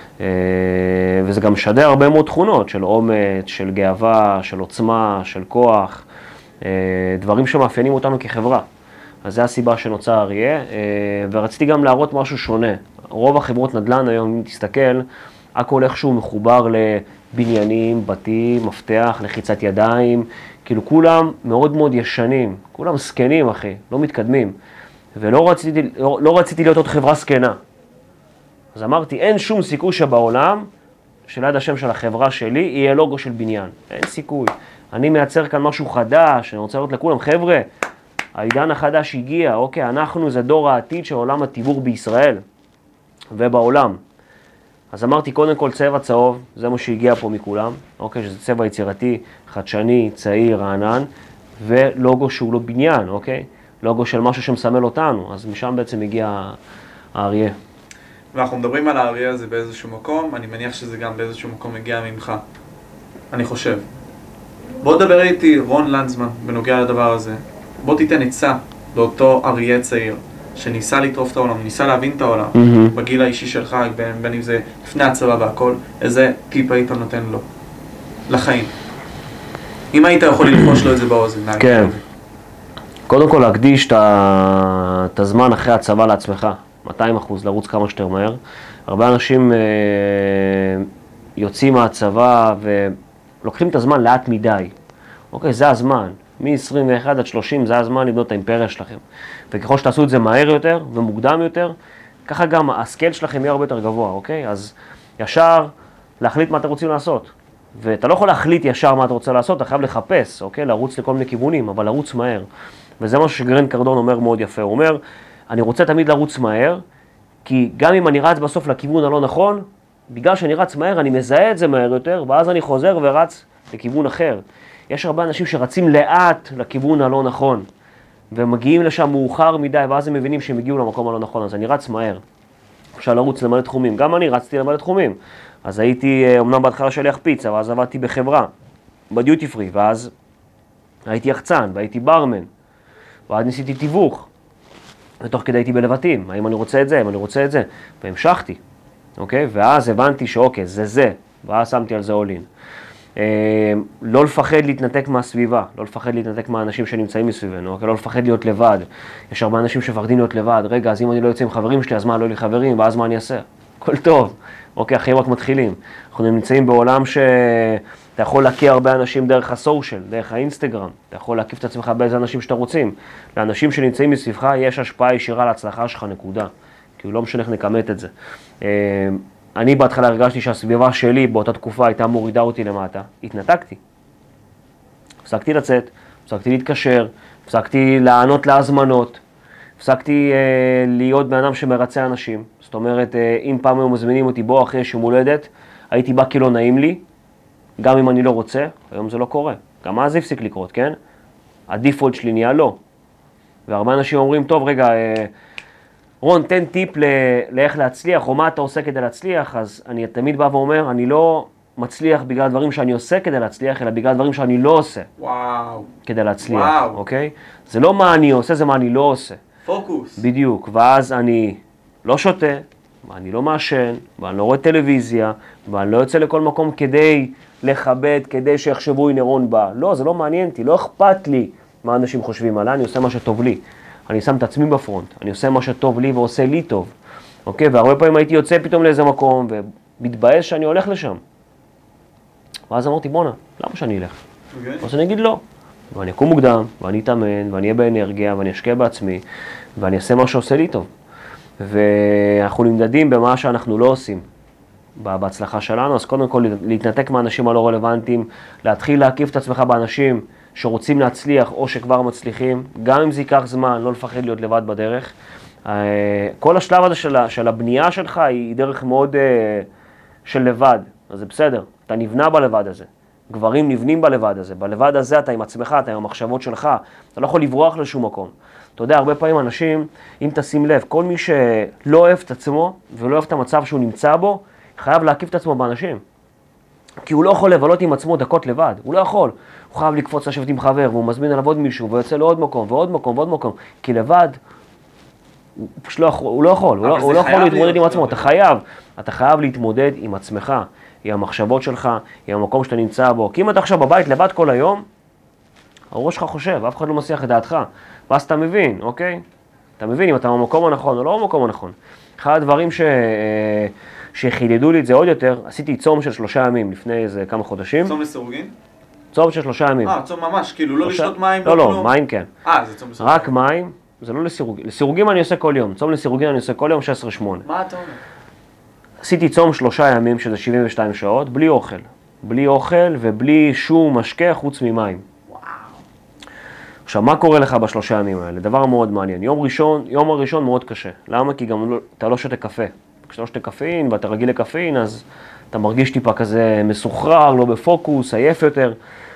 וזה גם משדר הרבה מאוד תכונות של אומץ, של גאווה, של עוצמה, של כוח, דברים שמאפיינים אותנו כחברה. אז זו הסיבה שנוצר אריה, ורציתי גם להראות משהו שונה. רוב החברות נדל"ן היום, אם תסתכל, הכל איכשהו מחובר לבניינים, בתים, מפתח, לחיצת ידיים, כאילו כולם מאוד מאוד ישנים, כולם סקנים אחי, לא מתקדמים. ולא רציתי, לא, לא רציתי להיות עוד חברה סקנה. אז אמרתי, אין שום סיכוי שבעולם, שליד השם של החברה שלי, יהיה לוגו של בניין. אין סיכוי. אני מייצר כאן משהו חדש, אני רוצה לראות לכולם, חבר'ה, העידן החדש הגיע, אוקיי, אנחנו זה דור העתיד של עולם התיווך בישראל ובעולם. אז אמרתי, קודם כל צבע צהוב, זה מה שהגיע פה מכולם, אוקיי, שזה צבע יצירתי, חדשני, צעיר, רענן, ולוגו שהוא לא בניין, אוקיי? לוגו של משהו שמסמל אותנו, אז משם בעצם הגיע האריה. ואנחנו מדברים על האריה הזה באיזשהו מקום, אני מניח שזה גם באיזשהו מקום מגיע ממך, אני חושב. בוא תדבר איתי, רון לנדסמן, בנוגע לדבר הזה. בוא תיתן עצה לאותו אריה צעיר, שניסה לטרוף את העולם, ניסה להבין את העולם, mm-hmm. בגיל האישי שלך, בין, בין אם זה לפני הצבא והכל, איזה טיפ היית נותן לו, לחיים. אם היית יכול ללחוש לו את זה באוזן. כן. קודם כל להקדיש את הזמן אחרי הצבא לעצמך, מאתיים אחוז, לרוץ כמה שיותר מהר. הרבה אנשים אה, יוצאים מהצבא ולוקחים את הזמן לאט מדי. אוקיי, זה הזמן. מ-עשרים ואחת עד שלושים זה הזמן לבנות את האימפריה שלכם. וככל שתעשו את זה מהר יותר ומוקדם יותר, ככה גם הסקייל שלכם יהיה הרבה יותר גבוה, אוקיי? אז ישר להחליט מה אתם רוצים לעשות. ואתה לא יכול להחליט ישר מה אתה רוצה לעשות, אתה חייב לחפש, אוקיי? לרוץ לכל מיני כיוונים, אבל לרוץ מהר. וזה משהו שגרנט קרדון אומר מאוד יפה. הוא אומר, אני רוצה תמיד לרוץ מהר, כי גם אם אני רץ בסוף לכיוון הלא נכון, בגלל שאני רץ מהר, אני מזהה את זה מהר יותר, ואז אני חוזר ורץ לכיוון אחר. יש הרבה אנשים שרצים לאט לכיוון הלא נכון, ומגיעים לשם מאוחר מדי, ואז הם מבינים שהם הגיעו למקום הלא נכון, אז אני רץ מהר. אפשר לרוץ למלא תחומים. גם אני רצתי למלא תחומים. אז הייתי, אמנם בהתחלה שליח פיצה, ואז עבדתי בחברה, בדיוטי פרי, ואז הייתי יחצן, והייתי ברמן, ואז ניסיתי תיווך, ותוך כדי הייתי בלבטים, האם אני רוצה את זה, האם אני רוצה את זה, והמשכתי, אוקיי? ואז הבנתי שאוקיי, זה זה, ואז שמתי על זה אולין. לא לפחד להתנתק מהסביבה, לא לפחד להתנתק מהאנשים שנמצאים מסביבנו, אוקיי? לא לפחד להיות לבד. יש הרבה אנשים שמפחדים להיות לבד, רגע, אז אם אני לא יוצא עם חברים שלי, אז מה, לא יהיו לי חברים, ואז מה אני אעשה? הכל טוב, אוקיי, החיים רק מתחילים. אנחנו נמצאים בעולם שאתה יכול להכיר הרבה אנשים דרך הסושיאל, דרך האינסטגרם, אתה יכול להקיף את עצמך באיזה אנשים שאתה רוצים. לאנשים שנמצאים מסביבך יש השפעה ישירה להצלחה שלך, נקודה. כי לא משנה איך נכמת את זה. אני בהתחלה הרגשתי שהסביבה שלי באותה תקופה הייתה מורידה אותי למטה. התנתקתי. הפסקתי לצאת, הפסקתי להתקשר, הפסקתי לענות להזמנות, הפסקתי אה, להיות באדם שמרצה אנשים. זאת אומרת, אה, אם פעם היו מזמינים אותי בוא אחרי יום הולדת, הייתי בא כי לא נעים לי, גם אם אני לא רוצה, היום זה לא קורה. גם אז הפסיק לקרות, כן? הדיפולט שלי נהיה לא. והרבה אנשים אומרים, טוב, רגע, אה, רון, תן טיפ לאיך להצליח, או מה אתה עושה כדי להצליח, אז אני תמיד בא ואומר, אני לא מצליח בגלל דברים שאני עושה כדי להצליח, אלא בגלל דברים שאני לא עושה. וואו. כדי להצליח, וואו. אוקיי? זה לא מה אני עושה, זה מה אני לא עושה. פוקוס. בדיוק, ואז אני לא שותה, ואני לא מעשן, ואני לא רואה טלוויזיה, ואני לא יוצא לכל מקום כדי לכבד כדי שיחשבו הנה רון בא. לא, זה לא מעניין אותי, לא אכפת לי מה אנשים חושבים עליי, אני עושה מה שטוב לי. אני שם את עצמי בפרונט, אני עושה מה שטוב לי ועושה לי טוב. אוקיי? והרבה פעמים הייתי יוצא פתאום לאיזה מקום ומתבאס שאני הולך לשם. ואז אמרתי, בונה, למה שאני אלך? Okay. אז אני אגיד לא. ואני אקום מוקדם, ואני אתאמן, ואני אהיה באנרגיה, ואני אשקיע בעצמי, ואני אעשה מה שעושה לי טוב. ואנחנו נמדדים במה שאנחנו לא עושים בהצלחה שלנו, אז קודם כל להתנתק מהאנשים הלא רלוונטיים, להתחיל להקיף את עצמך באנשים שרוצים להצליח או שכבר מצליחים, גם אם זה ייקח זמן, לא לפחד להיות לבד בדרך. כל השלב הזה של, של הבנייה שלך היא דרך מאוד של לבד, אז זה בסדר, אתה נבנה בלבד הזה. גברים נבנים בלבד הזה, בלבד הזה אתה עם עצמך, אתה עם המחשבות שלך, אתה לא יכול לברוח לשום מקום. אתה יודע, הרבה פעמים אנשים, אם תשים לב, כל מי שלא אוהב את עצמו ולא אוהב את המצב שהוא נמצא בו, חייב להקיף את עצמו באנשים. כי הוא לא יכול לבלות עם עצמו דקות לבד, הוא לא יכול. הוא חייב לקפוץ לשבת עם חבר, והוא מזמין עליו עוד מישהו, ויוצא לו עוד מקום, ועוד מקום, ועוד מקום. כי לבד, הוא פשוט לא יכול, הוא לא יכול, הוא לא יכול להתמודד עם עצמו. אתה חייב, אתה חייב להתמודד עם עצמך, עם המחשבות שלך, עם המקום שאתה נמצא בו. כי אם אתה עכשיו בבית לבד כל היום, הראש שלך חושב, אף אחד לא מסיח את דעתך. ואז אתה מבין, אוקיי? אתה מבין אם אתה במקום הנכון או לא במקום הנכון. אחד הדברים ש... שחידדו לי את זה עוד יותר, עשיתי צום של שלושה ימים לפני איזה כמה חודשים. צום לסירוגין? צום של שלושה ימים. אה, צום ממש, כאילו לא לשתות מים? לא, לא, מים כן. אה, זה צום לסירוגין. רק מים, זה לא לסירוגין. לסירוגין אני עושה כל יום, צום לסירוגין אני עושה כל יום שש עשרה שמונה. מה אתה אומר? עשיתי צום שלושה ימים שזה שבעים ושתיים שעות, בלי אוכל. בלי אוכל ובלי שום משקה חוץ ממים. עכשיו, מה קורה לך בשלושה ימים האלה? דבר מאוד מעניין. יום ראשון, יום הראשון מאוד קשה. למה? כי גם לא, אתה לא שותה קפה. כשאתה לא שותה קפאין ואתה רגיל לקפאין, אז אתה מרגיש טיפה כזה מסוחרר, לא בפוקוס, עייף יותר.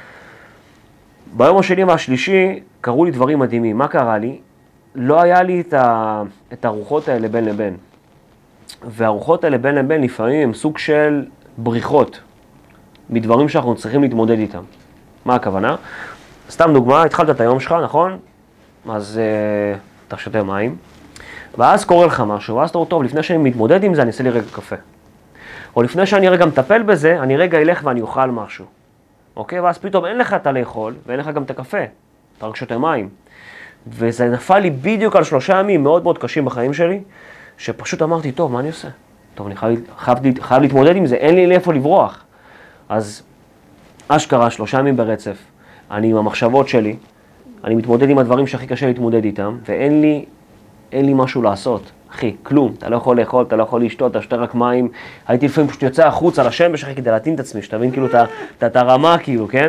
ביום השני והשלישי קרו לי דברים מדהימים. מה קרה לי? לא היה לי את, ה, את הרוחות האלה בין לבין. והרוחות האלה בין לבין לפעמים הם סוג של בריחות מדברים שאנחנו צריכים להתמודד איתם. מה הכוונה? סתם דוגמה, התחלת את היום שלך, נכון? אז uh, אתה שותה מים, ואז קורה לך משהו, ואז אתה אומר, טוב, לפני שאני מתמודד עם זה, אני אעשה לי רגע קפה. או לפני שאני רגע מטפל בזה, אני רגע אלך ואני אוכל משהו. אוקיי? ואז פתאום אין לך את הלאכול, ואין לך גם את הקפה. אתה רק שותה מים. וזה נפל לי בדיוק על שלושה ימים מאוד מאוד קשים בחיים שלי, שפשוט אמרתי, טוב, מה אני עושה? טוב, אני חייב, חייב, חייב להתמודד עם זה, אין לי לאיפה לברוח. אז אשכרה, שלושה ימים ברצף. אני עם המחשבות שלי, אני מתמודד עם הדברים שהכי קשה להתמודד איתם, ואין לי, אין לי משהו לעשות. אחי, כלום. אתה לא יכול לאכול, אתה לא יכול לשתות, אתה שותה רק מים. הייתי לפעמים פשוט יוצא החוץ על השמש, אחי, כדי להתאים את עצמי, שתבין כאילו את הרמה, כאילו, כן?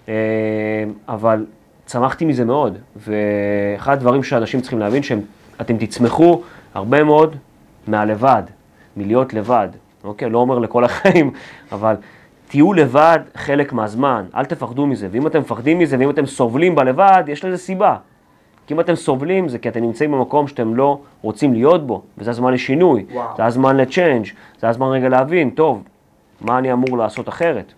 אבל צמחתי מזה מאוד. ואחד הדברים שאנשים צריכים להבין, שאתם תצמחו הרבה מאוד מהלבד, מלהיות לבד. אוקיי? לא אומר לכל החיים, אבל תהיו לבד חלק מהזמן, אל תפחדו מזה, ואם אתם מפחדים מזה, ואם אתם סובלים בלבד, יש לזה סיבה. כי אם אתם סובלים, זה כי אתם נמצאים במקום שאתם לא רוצים להיות בו, וזה הזמן לשינוי, וואו. זה הזמן לצ'יינג', זה הזמן רגע להבין, טוב, מה אני אמור לעשות אחרת?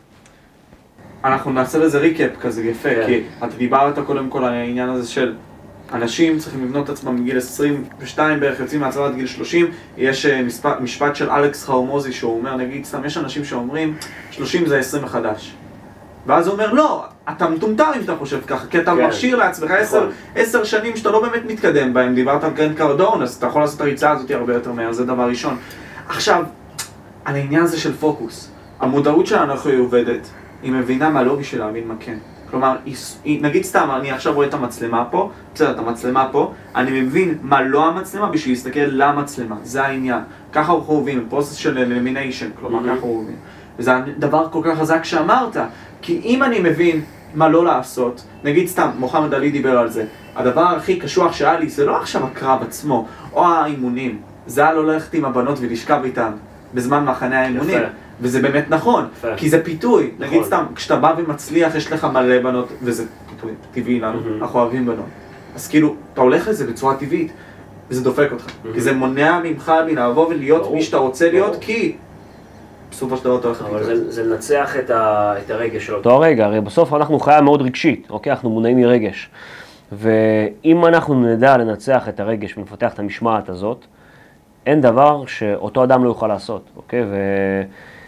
אנחנו נעשה לזה ריקאפ כזה יפה, כן. כי אתה דיברת קודם כל על העניין הזה של אנשים צריכים לבנות את עצמם מגיל עשרים ושתיים בערך, יוצאים מהצבא עד גיל שלושים. יש משפט, משפט של אלכס חרמוזי שהוא אומר, נגיד, סתם, יש אנשים שאומרים שלושים זה עשרים החדש. ואז הוא אומר, לא, אתה מטומטם אם אתה חושב ככה, כי אתה כן. מכשיר לעצמך עשר, עשר שנים שאתה לא באמת מתקדם בהם. דיברת על גרנד קרדון, אז אתה יכול לעשות את הריצה הזאת הרבה יותר מהר, זה דבר ראשון. עכשיו, על העניין הזה של פוקוס, המודעות שלנו איך היא עובדת, היא מבינה מה לא בשביל להבין מה כן. כלומר, נגיד סתם, אני עכשיו רואה את המצלמה פה, בסדר, את המצלמה פה, אני מבין מה לא המצלמה בשביל להסתכל למצלמה, זה העניין. ככה אנחנו עובדים, פרוסס של אלימיניישן, כלומר, ככה אנחנו עובדים. וזה דבר כל כך חזק שאמרת, כי אם אני מבין מה לא לעשות, נגיד סתם, מוחמד עלי דיבר על זה, הדבר הכי קשוח שהיה לי זה לא עכשיו הקרב עצמו, או האימונים, זה היה לא ללכת עם הבנות ולשכב איתן בזמן מחנה האימונים. וזה באמת נכון, כי זה פיתוי. נגיד סתם, כשאתה בא ומצליח, יש לך מלא בנות, וזה פיתוי טבעי לנו, אנחנו אוהבים בנות. אז כאילו, אתה הולך לזה בצורה טבעית, וזה דופק אותך. כי זה מונע ממך מלעבור ולהיות מי שאתה רוצה להיות, כי בסופו של דבר אתה הולך לפיתוי. אבל זה לנצח את הרגש שלו. אותו הרגע, הרי בסוף אנחנו חיה מאוד רגשית, אוקיי? אנחנו מונעים מרגש. ואם אנחנו נדע לנצח את הרגש ונפתח את המשמעת הזאת, אין דבר שאותו אדם לא יוכל לעשות, אוקיי? ו...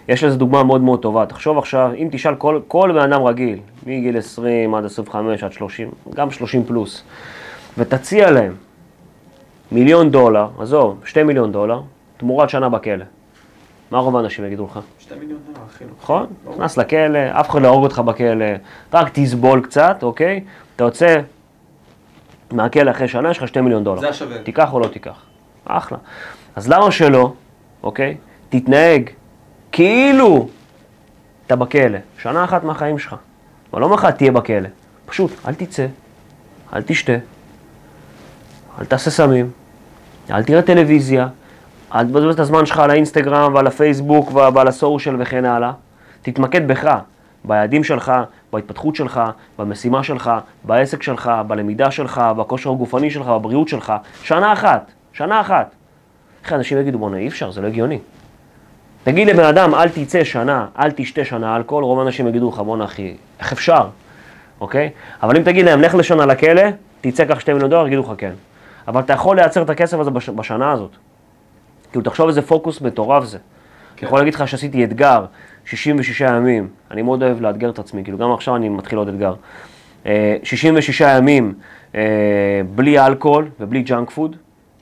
יש לזה דוגמה מאוד מאוד טובה. תחשוב עכשיו, אם תשאל כל, כל בן אדם רגיל, מגיל עשרים עד עשרים וחמש עד שלושים, גם שלושים פלוס, ותציע להם מיליון דולר, עזוב, שתי מיליון דולר, תמורת שנה בכלא. מה רוב האנשים יגידו לך? שתי מיליון דולר, אחי. נכון? נכנס לכלא, אף אחד לא יהרוג אותך בכלא, רק תסבול קצת, אוקיי? אתה יוצא מהכלא אחרי שנה, יש לך שתי מיליון דולר. זה השווה. תיקח או לא תיקח. אחלה. אז למה שלא, אוקיי? תתנהג כאילו אתה בכלא, שנה אחת מהחיים שלך. אבל לא אומר לך, תהיה בכלא. פשוט, אל תצא, אל תשתה, אל תעשה סמים, אל תראה טלוויזיה, אל תבזבז את הזמן שלך על האינסטגרם ועל הפייסבוק ועל הסושיאל וכן הלאה. תתמקד בך, ביעדים שלך, בהתפתחות שלך, במשימה שלך, בעסק שלך, בלמידה שלך, בכושר הגופני שלך, בבריאות שלך. שנה אחת, שנה אחת. איך אנשים יגידו, בוא, אי אפשר, זה לא הגיוני. תגיד לבן אדם, אל תצא שנה, אל תשתה שנה אלכוהול, רוב האנשים יגידו לך, בוא אחי, איך אפשר? אוקיי? אבל אם תגיד להם, לך לשנה לכלא, תצא כך שתי מיליון דולר, יגידו לך כן. אבל אתה יכול לייצר את הכסף הזה בש... בשנה הזאת. כאילו, תחשוב איזה פוקוס מטורף זה. כן. אני יכול להגיד לך שעשיתי אתגר, שישים ושישה ימים, אני מאוד אוהב לאתגר את עצמי, כאילו גם עכשיו אני מתחיל עוד אתגר. שישים ושישה ימים בלי אלכוהול ובלי ג'אנק פוד.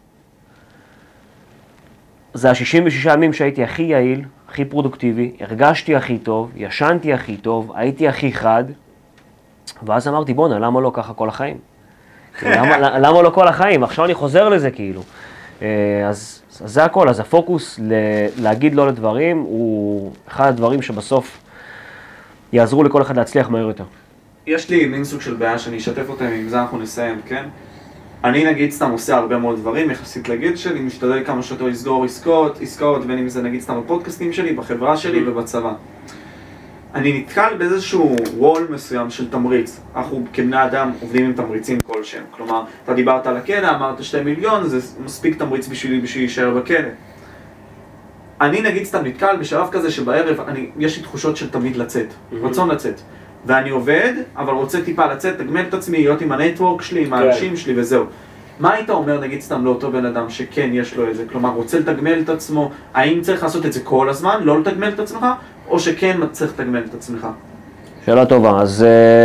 זה ה-שישים ושישה ימים שהייתי הכי יעיל, הכי פרודוקטיבי, הרגשתי הכי טוב, ישנתי הכי טוב, הייתי הכי חד, ואז אמרתי, בונה, למה לא ככה כל החיים? למה, למה לא כל החיים? עכשיו אני חוזר לזה כאילו. אז, אז זה הכל, אז הפוקוס ל, להגיד לא לדברים הוא אחד הדברים שבסוף יעזרו לכל אחד להצליח מהר יותר. יש לי מין סוג של בעיה שאני אשתף אותם, עם זה אנחנו נסיים, כן? אני נגיד סתם עושה הרבה מאוד דברים, יחסית לגיל שלי, משתדל כמה שיותר לסגור עסקאות, עסקאות, בין אם זה נגיד סתם בפודקאסטים שלי, בחברה שלי ובצבא. אני נתקל באיזשהו וול מסוים של תמריץ. אנחנו כבני אדם עובדים עם תמריצים כלשהם. כלומר, אתה דיברת על הכלא, אמרת שתי מיליון, זה מספיק תמריץ בשבילי בשביל להישאר בכלא. אני נגיד סתם נתקל בשלב כזה שבערב אני, יש לי תחושות של תמיד לצאת, רצון לצאת. ואני עובד, אבל רוצה טיפה לצאת, תגמל את עצמי, להיות עם הנטוורק שלי, עם האנשים שלי וזהו. מה היית אומר, נגיד סתם לאותו בן אדם שכן יש לו איזה, כלומר, רוצה לתגמל את עצמו, האם צריך לעשות את זה כל הזמן, לא לתגמל את עצמך, או שכן צריך לתגמל את עצמך? שאלה טובה, אז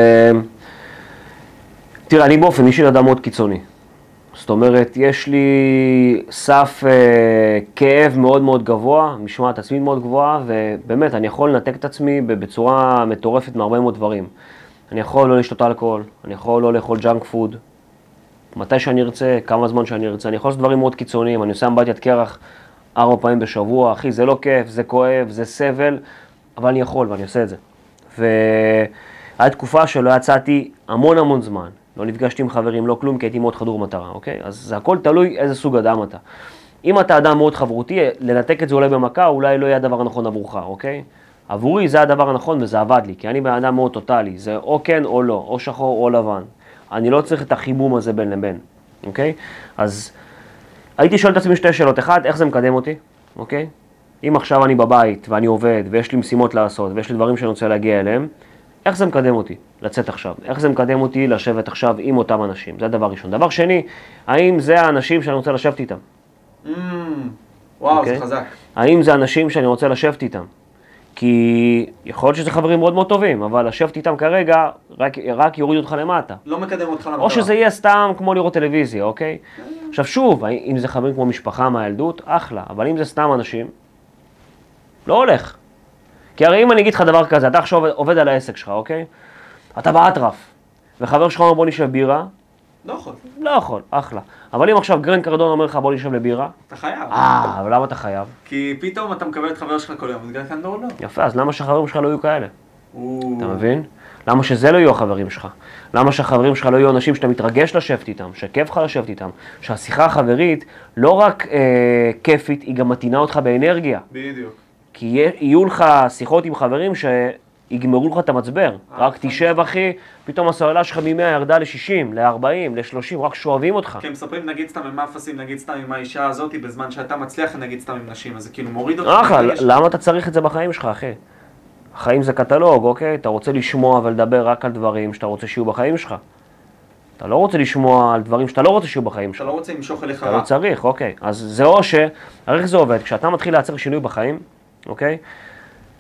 תראה, אני באופן אישי אדם מאוד קיצוני. זאת אומרת, יש לי סף אה, כאב מאוד מאוד גבוה, משמעת עצמית מאוד גבוהה, ובאמת, אני יכול לנתק את עצמי בצורה מטורפת מהרבה מאוד דברים. אני יכול לא לשתות אלכוהול, אני יכול לא לאכול ג'אנק פוד, מתי שאני ארצה, כמה זמן שאני ארצה, אני יכול לעשות דברים מאוד קיצוניים, אני עושה אמבטיית קרח ארבע פעמים בשבוע, אחי, זה לא כיף, זה כואב, זה סבל, אבל אני יכול ואני עושה את זה. והייתה תקופה שלא יצאתי המון המון זמן. לא נפגשתי עם חברים, לא כלום, כי הייתי מאוד חדור מטרה, אוקיי? אז זה הכל תלוי איזה סוג אדם אתה. אם אתה אדם מאוד חברותי, לנתק את זה אולי במכה, אולי לא יהיה הדבר הנכון עבורך, אוקיי? עבורי זה הדבר הנכון וזה עבד לי, כי אני בן אדם מאוד טוטלי, זה או כן או לא, או שחור או לבן. אני לא צריך את החימום הזה בין לבין, אוקיי? אז הייתי שואל את עצמי שתי שאלות. אחד, איך זה מקדם אותי, אוקיי? אם עכשיו אני בבית ואני עובד ויש לי משימות לעשות ויש לי דברים שאני רוצה להגיע אליהם, איך זה מקדם אותי לצאת עכשיו? איך זה מקדם אותי לשבת עכשיו עם אותם אנשים? זה הדבר ראשון. דבר שני, האם זה האנשים שאני רוצה לשבת איתם? Mm, וואו, זה חזק. האם זה האנשים שאני רוצה לשבת איתם? כי יכול להיות שזה חברים מאוד מאוד טובים, אבל לשבת איתם כרגע רק, רק יוריד אותך למטה. לא מקדם אותך למטה. או שזה יהיה סתם כמו לראות טלוויזיה, אוקיי? עכשיו שוב, אם זה חברים כמו משפחה מהילדות, אחלה. אבל אם זה סתם אנשים, לא הולך. כי הרי אם אני אגיד לך דבר כזה, אתה עכשיו עובד על העסק שלך, אוקיי? אתה באטרף, וחבר שלך אומר בוא נשב בירה. לא יכול. לא יכול, אחלה. אבל אם עכשיו גרן קרדון אומר לך בוא נשב לבירה. אתה חייב. אה, אבל למה אתה חייב? כי פתאום אתה מקבל את חבר שלך כל יום, אז גרן קרדון לא. יפה, אז למה שהחברים שלך לא יהיו כאלה? אתה מבין? למה שזה לא יהיו החברים שלך? למה שהחברים שלך לא יהיו אנשים שאתה מתרגש לשבת איתם, שכיף לך לשבת איתם, שהשיחה החברית לא רק אה, כיפית, היא גם מתינה אותך באנרגיה. בדיוק. כי יהיו לך שיחות עם חברים שיגמרו לך את המצבר. רק תשב אחי, פתאום הסוללה שלך מ-מאה ירדה ל-שישים, ל-ארבעים, ל-שלושים, רק שואבים אותך. כי הם מספרים נגיד סתם עם מאפסים, נגיד סתם עם האישה הזאת, בזמן שאתה מצליח נגיד סתם עם נשים, אז זה כאילו מוריד אותך. אחלה, למה אתה צריך את זה בחיים שלך אחי? החיים זה קטלוג, אוקיי? אתה רוצה לשמוע ולדבר רק על דברים שאתה רוצה שיהיו בחיים שלך. אתה לא רוצה לשמוע על דברים שאתה לא רוצה שיהיו בחיים שלך. אתה לא רוצה למשוך אליך רע. אתה לא צריך, אוקיי. אז זה או ש... הרי זה עובד, כשאתה מתחיל לייצר שינוי בחיים, אוקיי?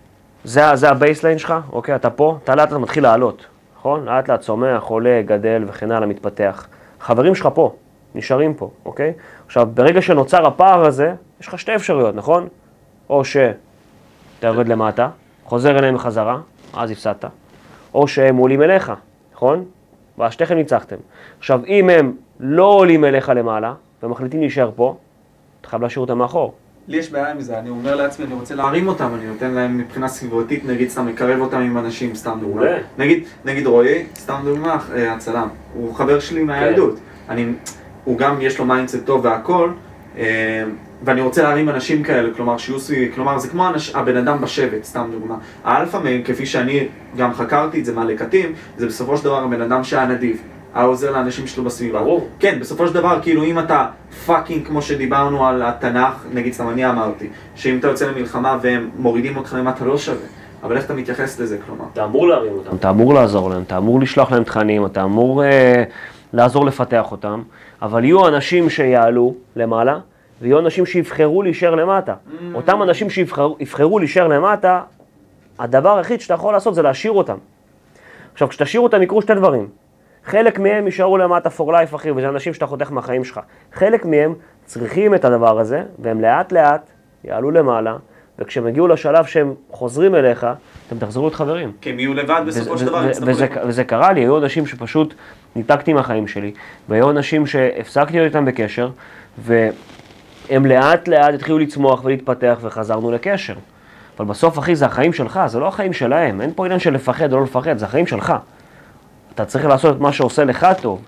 זה, זה הבייסליין שלך, אוקיי? אתה פה, אתה לאט לאט מתחיל לעלות, נכון? לאט לאט צומח, עולה, גדל וכן הלאה, מתפתח. חברים שלך פה, נשארים פה, אוקיי? עכשיו, ברגע שנוצר הפער הזה, יש לך שתי אפשרויות, נכון? או שתרד למטה, חוזר אליהם בחזרה, אז הפסדת, או שהם עולים אליך, נכון? והשתיכם ניצחתם. עכשיו, אם הם לא עולים אליך למעלה, ומחליטים להישאר פה, אתה חייב להשאיר אותם מאחור. לי יש בעיה עם זה, אני אומר לעצמי, אני רוצה להרים אותם, אני נותן להם מבחינה סביבתית, נגיד סתם מקרב אותם עם אנשים, סתם דוגמה. נגיד, נגיד רועי, סתם דוגמה, הצלם, הוא חבר שלי מהילדות. אני, הוא גם יש לו מיינדסט טוב והכל, ואני רוצה להרים אנשים כאלה, כלומר שיהיו סביבי, כלומר זה כמו אנש, הבן אדם בשבט, סתם דוגמה. האלפא מהם, כפי שאני גם חקרתי את זה מהלקטים, זה בסופו של דבר הבן אדם שהיה נדיב. העוזר לאנשים שלו בסביבה. ברור. כן, בסופו של דבר, כאילו אם אתה פאקינג, כמו שדיברנו על התנ"ך, נגיד סתם אני אמרתי, שאם אתה יוצא למלחמה והם מורידים אותך למטה לא שווה, אבל איך אתה מתייחס לזה, כלומר? אתה אמור להרים אותם, אתה אמור לעזור להם, אתה אמור לשלוח להם תכנים, אתה אמור אה, לעזור לפתח אותם, אבל יהיו אנשים שיעלו למעלה, ויהיו אנשים שיבחרו להישאר למטה. Mm. אותם אנשים שיבחרו להישאר למטה, הדבר היחיד שאתה יכול לעשות זה להשאיר אותם. עכשיו, כשתשאיר אותם יקרו שתי דברים. חלק מהם יישארו למטה for life, אחי, וזה אנשים שאתה חותך מהחיים שלך. חלק מהם צריכים את הדבר הזה, והם לאט לאט יעלו למעלה, וכשהם הגיעו לשלב שהם חוזרים אליך, אתם תחזרו להיות חברים. כי הם יהיו לבד בסופו של דבר. וזה, וזה קרה לי, היו אנשים שפשוט ניתקתי מהחיים שלי, והיו אנשים שהפסקתי להיות איתם בקשר, והם לאט לאט התחילו לצמוח ולהתפתח, וחזרנו לקשר. אבל בסוף, אחי, זה החיים שלך, זה לא החיים שלהם. אין פה עניין של לפחד או לא לפחד, זה החיים שלך. אתה צריך לעשות את מה שעושה לך טוב,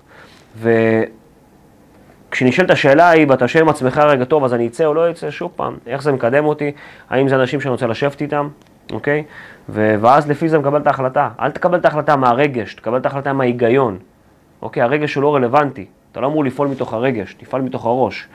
וכשנשאלת השאלה היא, ואתה שואל עם עצמך רגע טוב, אז אני אצא או לא אצא, שוב פעם, איך זה מקדם אותי, האם זה אנשים שאני רוצה לשבת איתם, אוקיי? ו- ואז לפי זה מקבל את ההחלטה. אל תקבל את ההחלטה מהרגש, תקבל את ההחלטה מההיגיון, אוקיי? הרגש הוא לא רלוונטי, אתה לא אמור לפעול מתוך הרגש, תפעל מתוך הראש.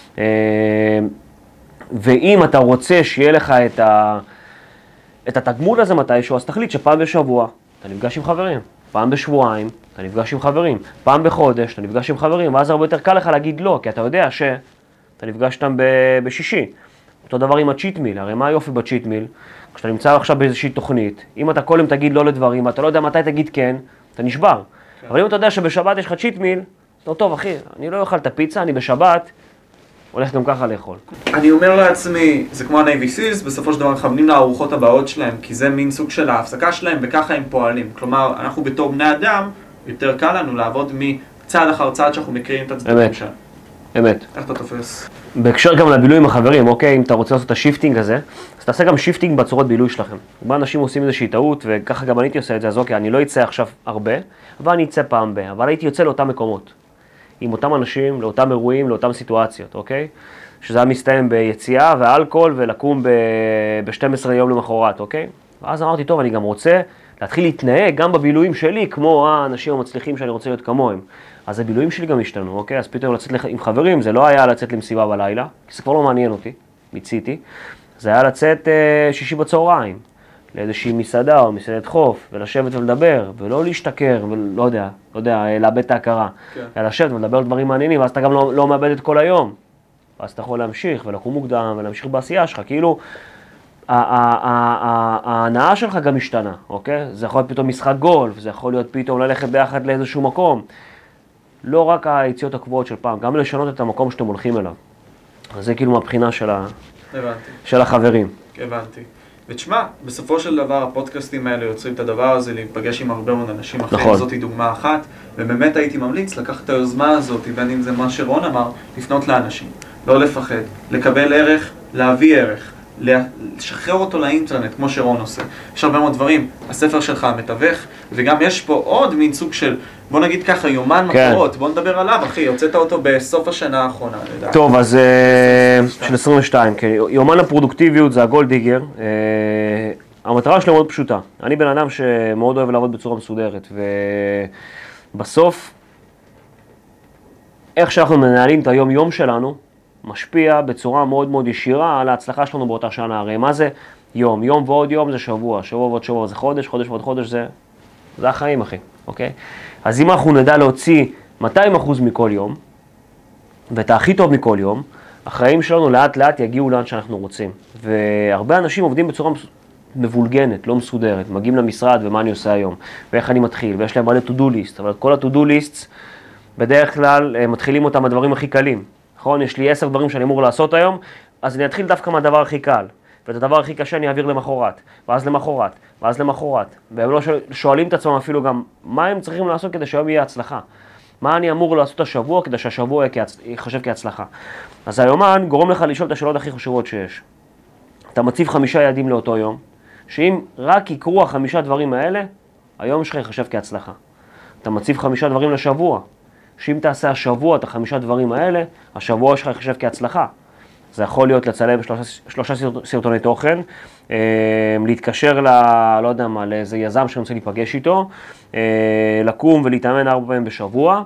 ואם אתה רוצה שיהיה לך את, ה- את התגמול הזה מתישהו, אז תחליט שפעם בשבוע אתה נפגש עם חברים. פעם בשבועיים, אתה נפגש עם חברים. פעם בחודש, אתה נפגש עם חברים, ואז הרבה יותר קל לך להגיד לא, כי אתה יודע שאתה נפגש איתם בשישי. אותו דבר עם הצ'יט מיל, הרי מה היופי בצ'יט מיל? כשאתה נמצא עכשיו באיזושהי תוכנית, אם אתה כל יום תגיד לא לדברים, אתה לא יודע מתי תגיד כן, אתה נשבר. כן. אבל אם אתה יודע שבשבת יש לך צ'יט מיל, לא טוב אחי, אני לא אוכל את הפיצה, אני בשבת, הולך גם ככה לאכול. אני אומר לעצמי, זה כמו ה-Navy Seals, בסופו של דבר מכוונים לארוחות הבאות שלהם, כי זה מין סוג של ההפסקה שלהם, וככה הם פועלים. כלומר, אנחנו בתור בני אדם, יותר קל לנו לעבוד מצעד אחר צעד שאנחנו מכירים את הצדדים שלהם. אמת. איך אתה תופס? בהקשר גם לבילוי עם החברים, אוקיי, אם אתה רוצה לעשות את השיפטינג הזה, אז תעשה גם שיפטינג בצורות בילוי שלכם. הרבה אנשים עושים איזושהי טעות, וככה גם אני הייתי עושה את זה, אז אוקיי, אני לא אצא עכשיו הרבה, אבל אני אצא פעם ב, אבל הייתי יוצא לאותם מקומות. עם אותם אנשים, לאותם אירועים, לאותם סיטואציות, אוקיי? שזה היה מסתיים ביציאה ואלכוהול ולקום ב-שתים עשרה יום למחרת, אוקיי? ואז אמרתי, טוב, אני גם רוצה להתחיל להתנהג גם בבילויים שלי, כמו האנשים המצליחים שאני רוצה להיות כמוהם. אז הבילויים שלי גם השתנו, אוקיי? אז פתאום לצאת עם חברים, זה לא היה לצאת למסיבה בלילה, כי זה כבר לא מעניין אותי, מיציתי. זה היה לצאת אה, שישי בצהריים, לאיזושהי מסעדה או מסעדת חוף, ולשבת ולדבר, ולא להשתכר, ולא יודע, לא יודע, לאבד את ההכרה. כן. אלא לשבת ולדבר על דברים מעניינים, ואז אתה גם לא, לא מאבד את כל היום. ואז אתה יכול להמשיך ולקום מוקדם ולהמשיך בעשייה שלך, כאילו, ההנאה שלך גם משתנה, אוקיי? זה יכול להיות פתאום משחק גולף, זה יכול להיות פתאום ללכת ביחד לאיזשהו מקום. לא רק היציאות הקבועות של פעם, גם לשנות את המקום שאתם הולכים אליו. אז זה כאילו מהבחינה של, ה... של החברים. הבנתי. ותשמע, בסופו של דבר הפודקאסטים האלה יוצרים את הדבר הזה, להיפגש עם הרבה מאוד אנשים אחרים, נכון. זאת היא דוגמה אחת, ובאמת הייתי ממליץ לקחת את היוזמה הזאת, בין אם זה מה שרון אמר, לפנות לאנשים, לא לפחד, לקבל ערך, להביא ערך, לשחרר אותו לאינטרנט, כמו שרון עושה. יש הרבה מאוד דברים, הספר שלך המתווך, וגם יש פה עוד מין סוג של, בוא נגיד ככה, יומן כן. מטרות, בוא נדבר עליו, אחי, יוצאת אותו בסוף השנה האחרונה, לדעת. טוב, אז של עשרים ושתיים, כן. יומן הפרודוקטיביות זה הגולד דיגר. המטרה שלה מאוד פשוטה. אני בן אדם שמאוד אוהב לעבוד בצורה מסודרת, ובסוף, איך שאנחנו מנהלים את היום-יום שלנו, משפיע בצורה מאוד מאוד ישירה על ההצלחה שלנו באותה שנה. הרי מה זה יום? יום ועוד יום זה שבוע, שבוע ועוד שבוע זה חודש, חודש ועוד חודש זה, זה החיים, אחי, אוקיי? אז אם אנחנו נדע להוציא מאתיים אחוז מכל יום, ואת הכי טוב מכל יום, החיים שלנו לאט לאט יגיעו לאן שאנחנו רוצים. והרבה אנשים עובדים בצורה מבולגנת, לא מסודרת. מגיעים למשרד ומה אני עושה היום, ואיך אני מתחיל, ויש להם מלא to-do list, אבל כל ה-to-do lists, בדרך כלל מתחילים אותם הדברים הכי קלים. נכון? יש לי עשר דברים שאני אמור לעשות היום, אז אני אתחיל דווקא מהדבר הכי קל. ואת הדבר הכי קשה אני אעביר למחרת, ואז למחרת, ואז למחרת. והם לא שואלים את עצמם אפילו גם מה הם צריכים לעשות כדי שהיום יהיה הצלחה. מה אני אמור לעשות השבוע כדי שהשבוע ייחשב כהצלחה. אז היומן גורם לך לשאול את השאלות הכי חשובות שיש. אתה מציב חמישה יעדים לאותו יום, שאם רק יקרו החמישה דברים האלה, היום שלך ייחשב כהצלחה. אתה מציב חמישה דברים לשבוע, שאם תעשה השבוע את החמישה דברים האלה, השבוע שלך ייחשב כהצלחה. זה יכול להיות לצלם שלושה, שלושה סרטוני תוכן, להתקשר ל, לא יודע מה, לאיזה יזם שאני רוצה להיפגש איתו, לקום ולהתאמן ארבע פעמים בשבוע,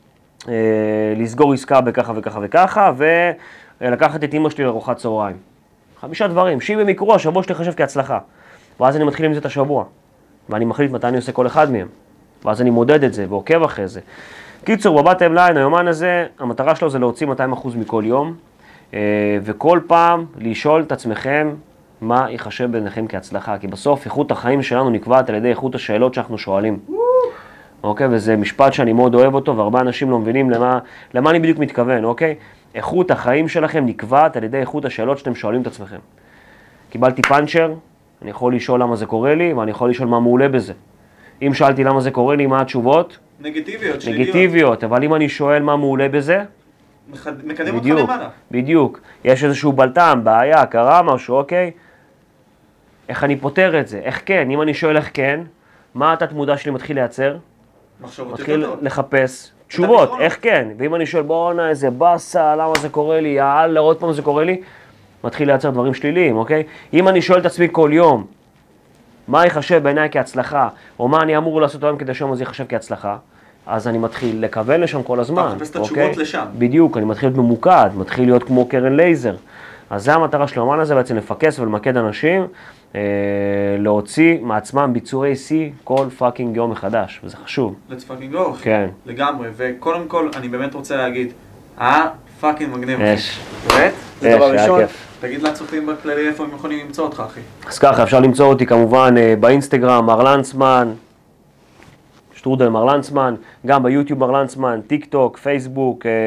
לסגור עסקה בככה וככה וככה, ולקחת את אמא שלי לארוחת צהריים. חמישה דברים, שאם הם יקרו, השבוע שלי ייחשב כהצלחה. ואז אני מתחיל עם זה את השבוע, ואני מחליט מתי אני עושה כל אחד מהם. ואז אני מודד את זה ועוקב אחרי זה. קיצור, בבטם ליין, היומן הזה, המטרה שלו זה להוציא מאתיים אחוז מכל יום, וכל פעם לשאול את עצמכם מה ייחשב ביניכם כהצלחה, כי בסוף איכות החיים שלנו נקבעת על ידי איכות השאלות שאנחנו שואלים. אוקיי? וזה משפט שאני מאוד אוהב אותו, והרבה אנשים לא מבינים למה, למה אני בדיוק מתכוון, אוקיי? איכות החיים שלכם נקבעת על ידי איכות השאלות שאתם שואלים את עצמכם. קיבלתי פאנצ'ר, אני יכול לשאול למה זה קורה לי, ואני יכול לשאול מה מעולה בזה. אם שאלתי למה זה קורה לי, מה התשובות? נגטיביות, שליליות. נגטיביות, אבל אם אני שואל מה מעולה בזה, מקדם אותך למעלה. בדיוק. יש איזשהו בלטם, בעיה, קרה משהו, אוקיי? איך אני פותר את זה? איך כן? אם אני שואל איך כן, מה התת מודע שלי מתחיל לייצר? מחשבות מתחיל לחפש תשובות, איך כן? ואם אני שואל, בוא נה, איזה בסה, למה זה קורה לי? יאללה, עוד פעם זה קורה לי? מתחיל לייצר דברים שליליים, אוקיי? אם אני שואל את עצמי כל יום, מה ייחשב בעיניי כהצלחה, או מה אני אמור לעשות היום כדי שהיום הזה ייחשב כהצלחה, אז אני מתחיל לכוון לשם כל הזמן. אתה מחפש את התשובות לשם. בדיוק, אני מתחיל להיות ממוקד, מתחיל להיות כמו קרן לייזר. אז זה המטרה של האמן הזה, בעצם לפקס ולמקד אנשים, אה, להוציא מעצמם ביצועי C כל פאקינג יום מחדש, וזה חשוב. let's fucking go, אחי. כן. לגמרי, וקודם כל, אני באמת רוצה להגיד, אה, פאקינג מגניב, אחי. יש. באמת? יש, זה דבר היה ראשון. כיף. תגיד לצופים בכללי איפה הם יכולים למצוא אותך, אחי. אז ככה, אפשר למצוא אותי כמובן באינסטגרם, מר לנצמן, שטרודל מר לנצמן, גם ביוטיוב מר לנצמן, טיק טוק, פייסבוק, אה,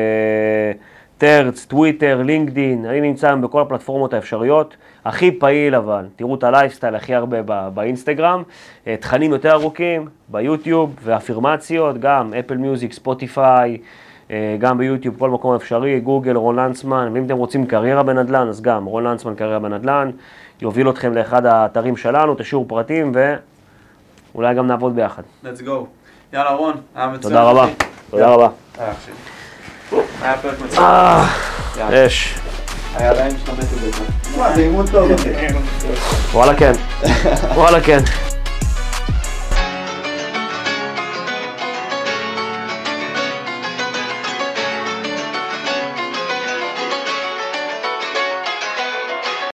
טרץ, טוויטר, לינקדין, אני נמצא בכל הפלטפורמות האפשריות, הכי פעיל אבל, תראו את הלייפסטייל הכי הרבה בא, באינסטגרם, אה, תכנים יותר ארוכים ביוטיוב ואפירמציות, גם אפל מיוזיק, ספוטיפיי, אה, גם ביוטיוב, כל מקום אפשרי, גוגל, רון לנצמן, ואם אתם רוצים קריירה בנדל"ן, אז גם רון לנצמן קריירה בנדל"ן, יוביל אתכם לאחד האתרים שלנו, תשאירו פרטים ואולי גם נעבוד ביחד. let's go. יאללה רון, היה מצוין. תודה רבה. תודה רבה. היה אח שלי. היה פרק מצוין. אה, יש. הידיים שלך מתו בזה. מה, זה אימון טוב. וואלה כן. וואלה כן.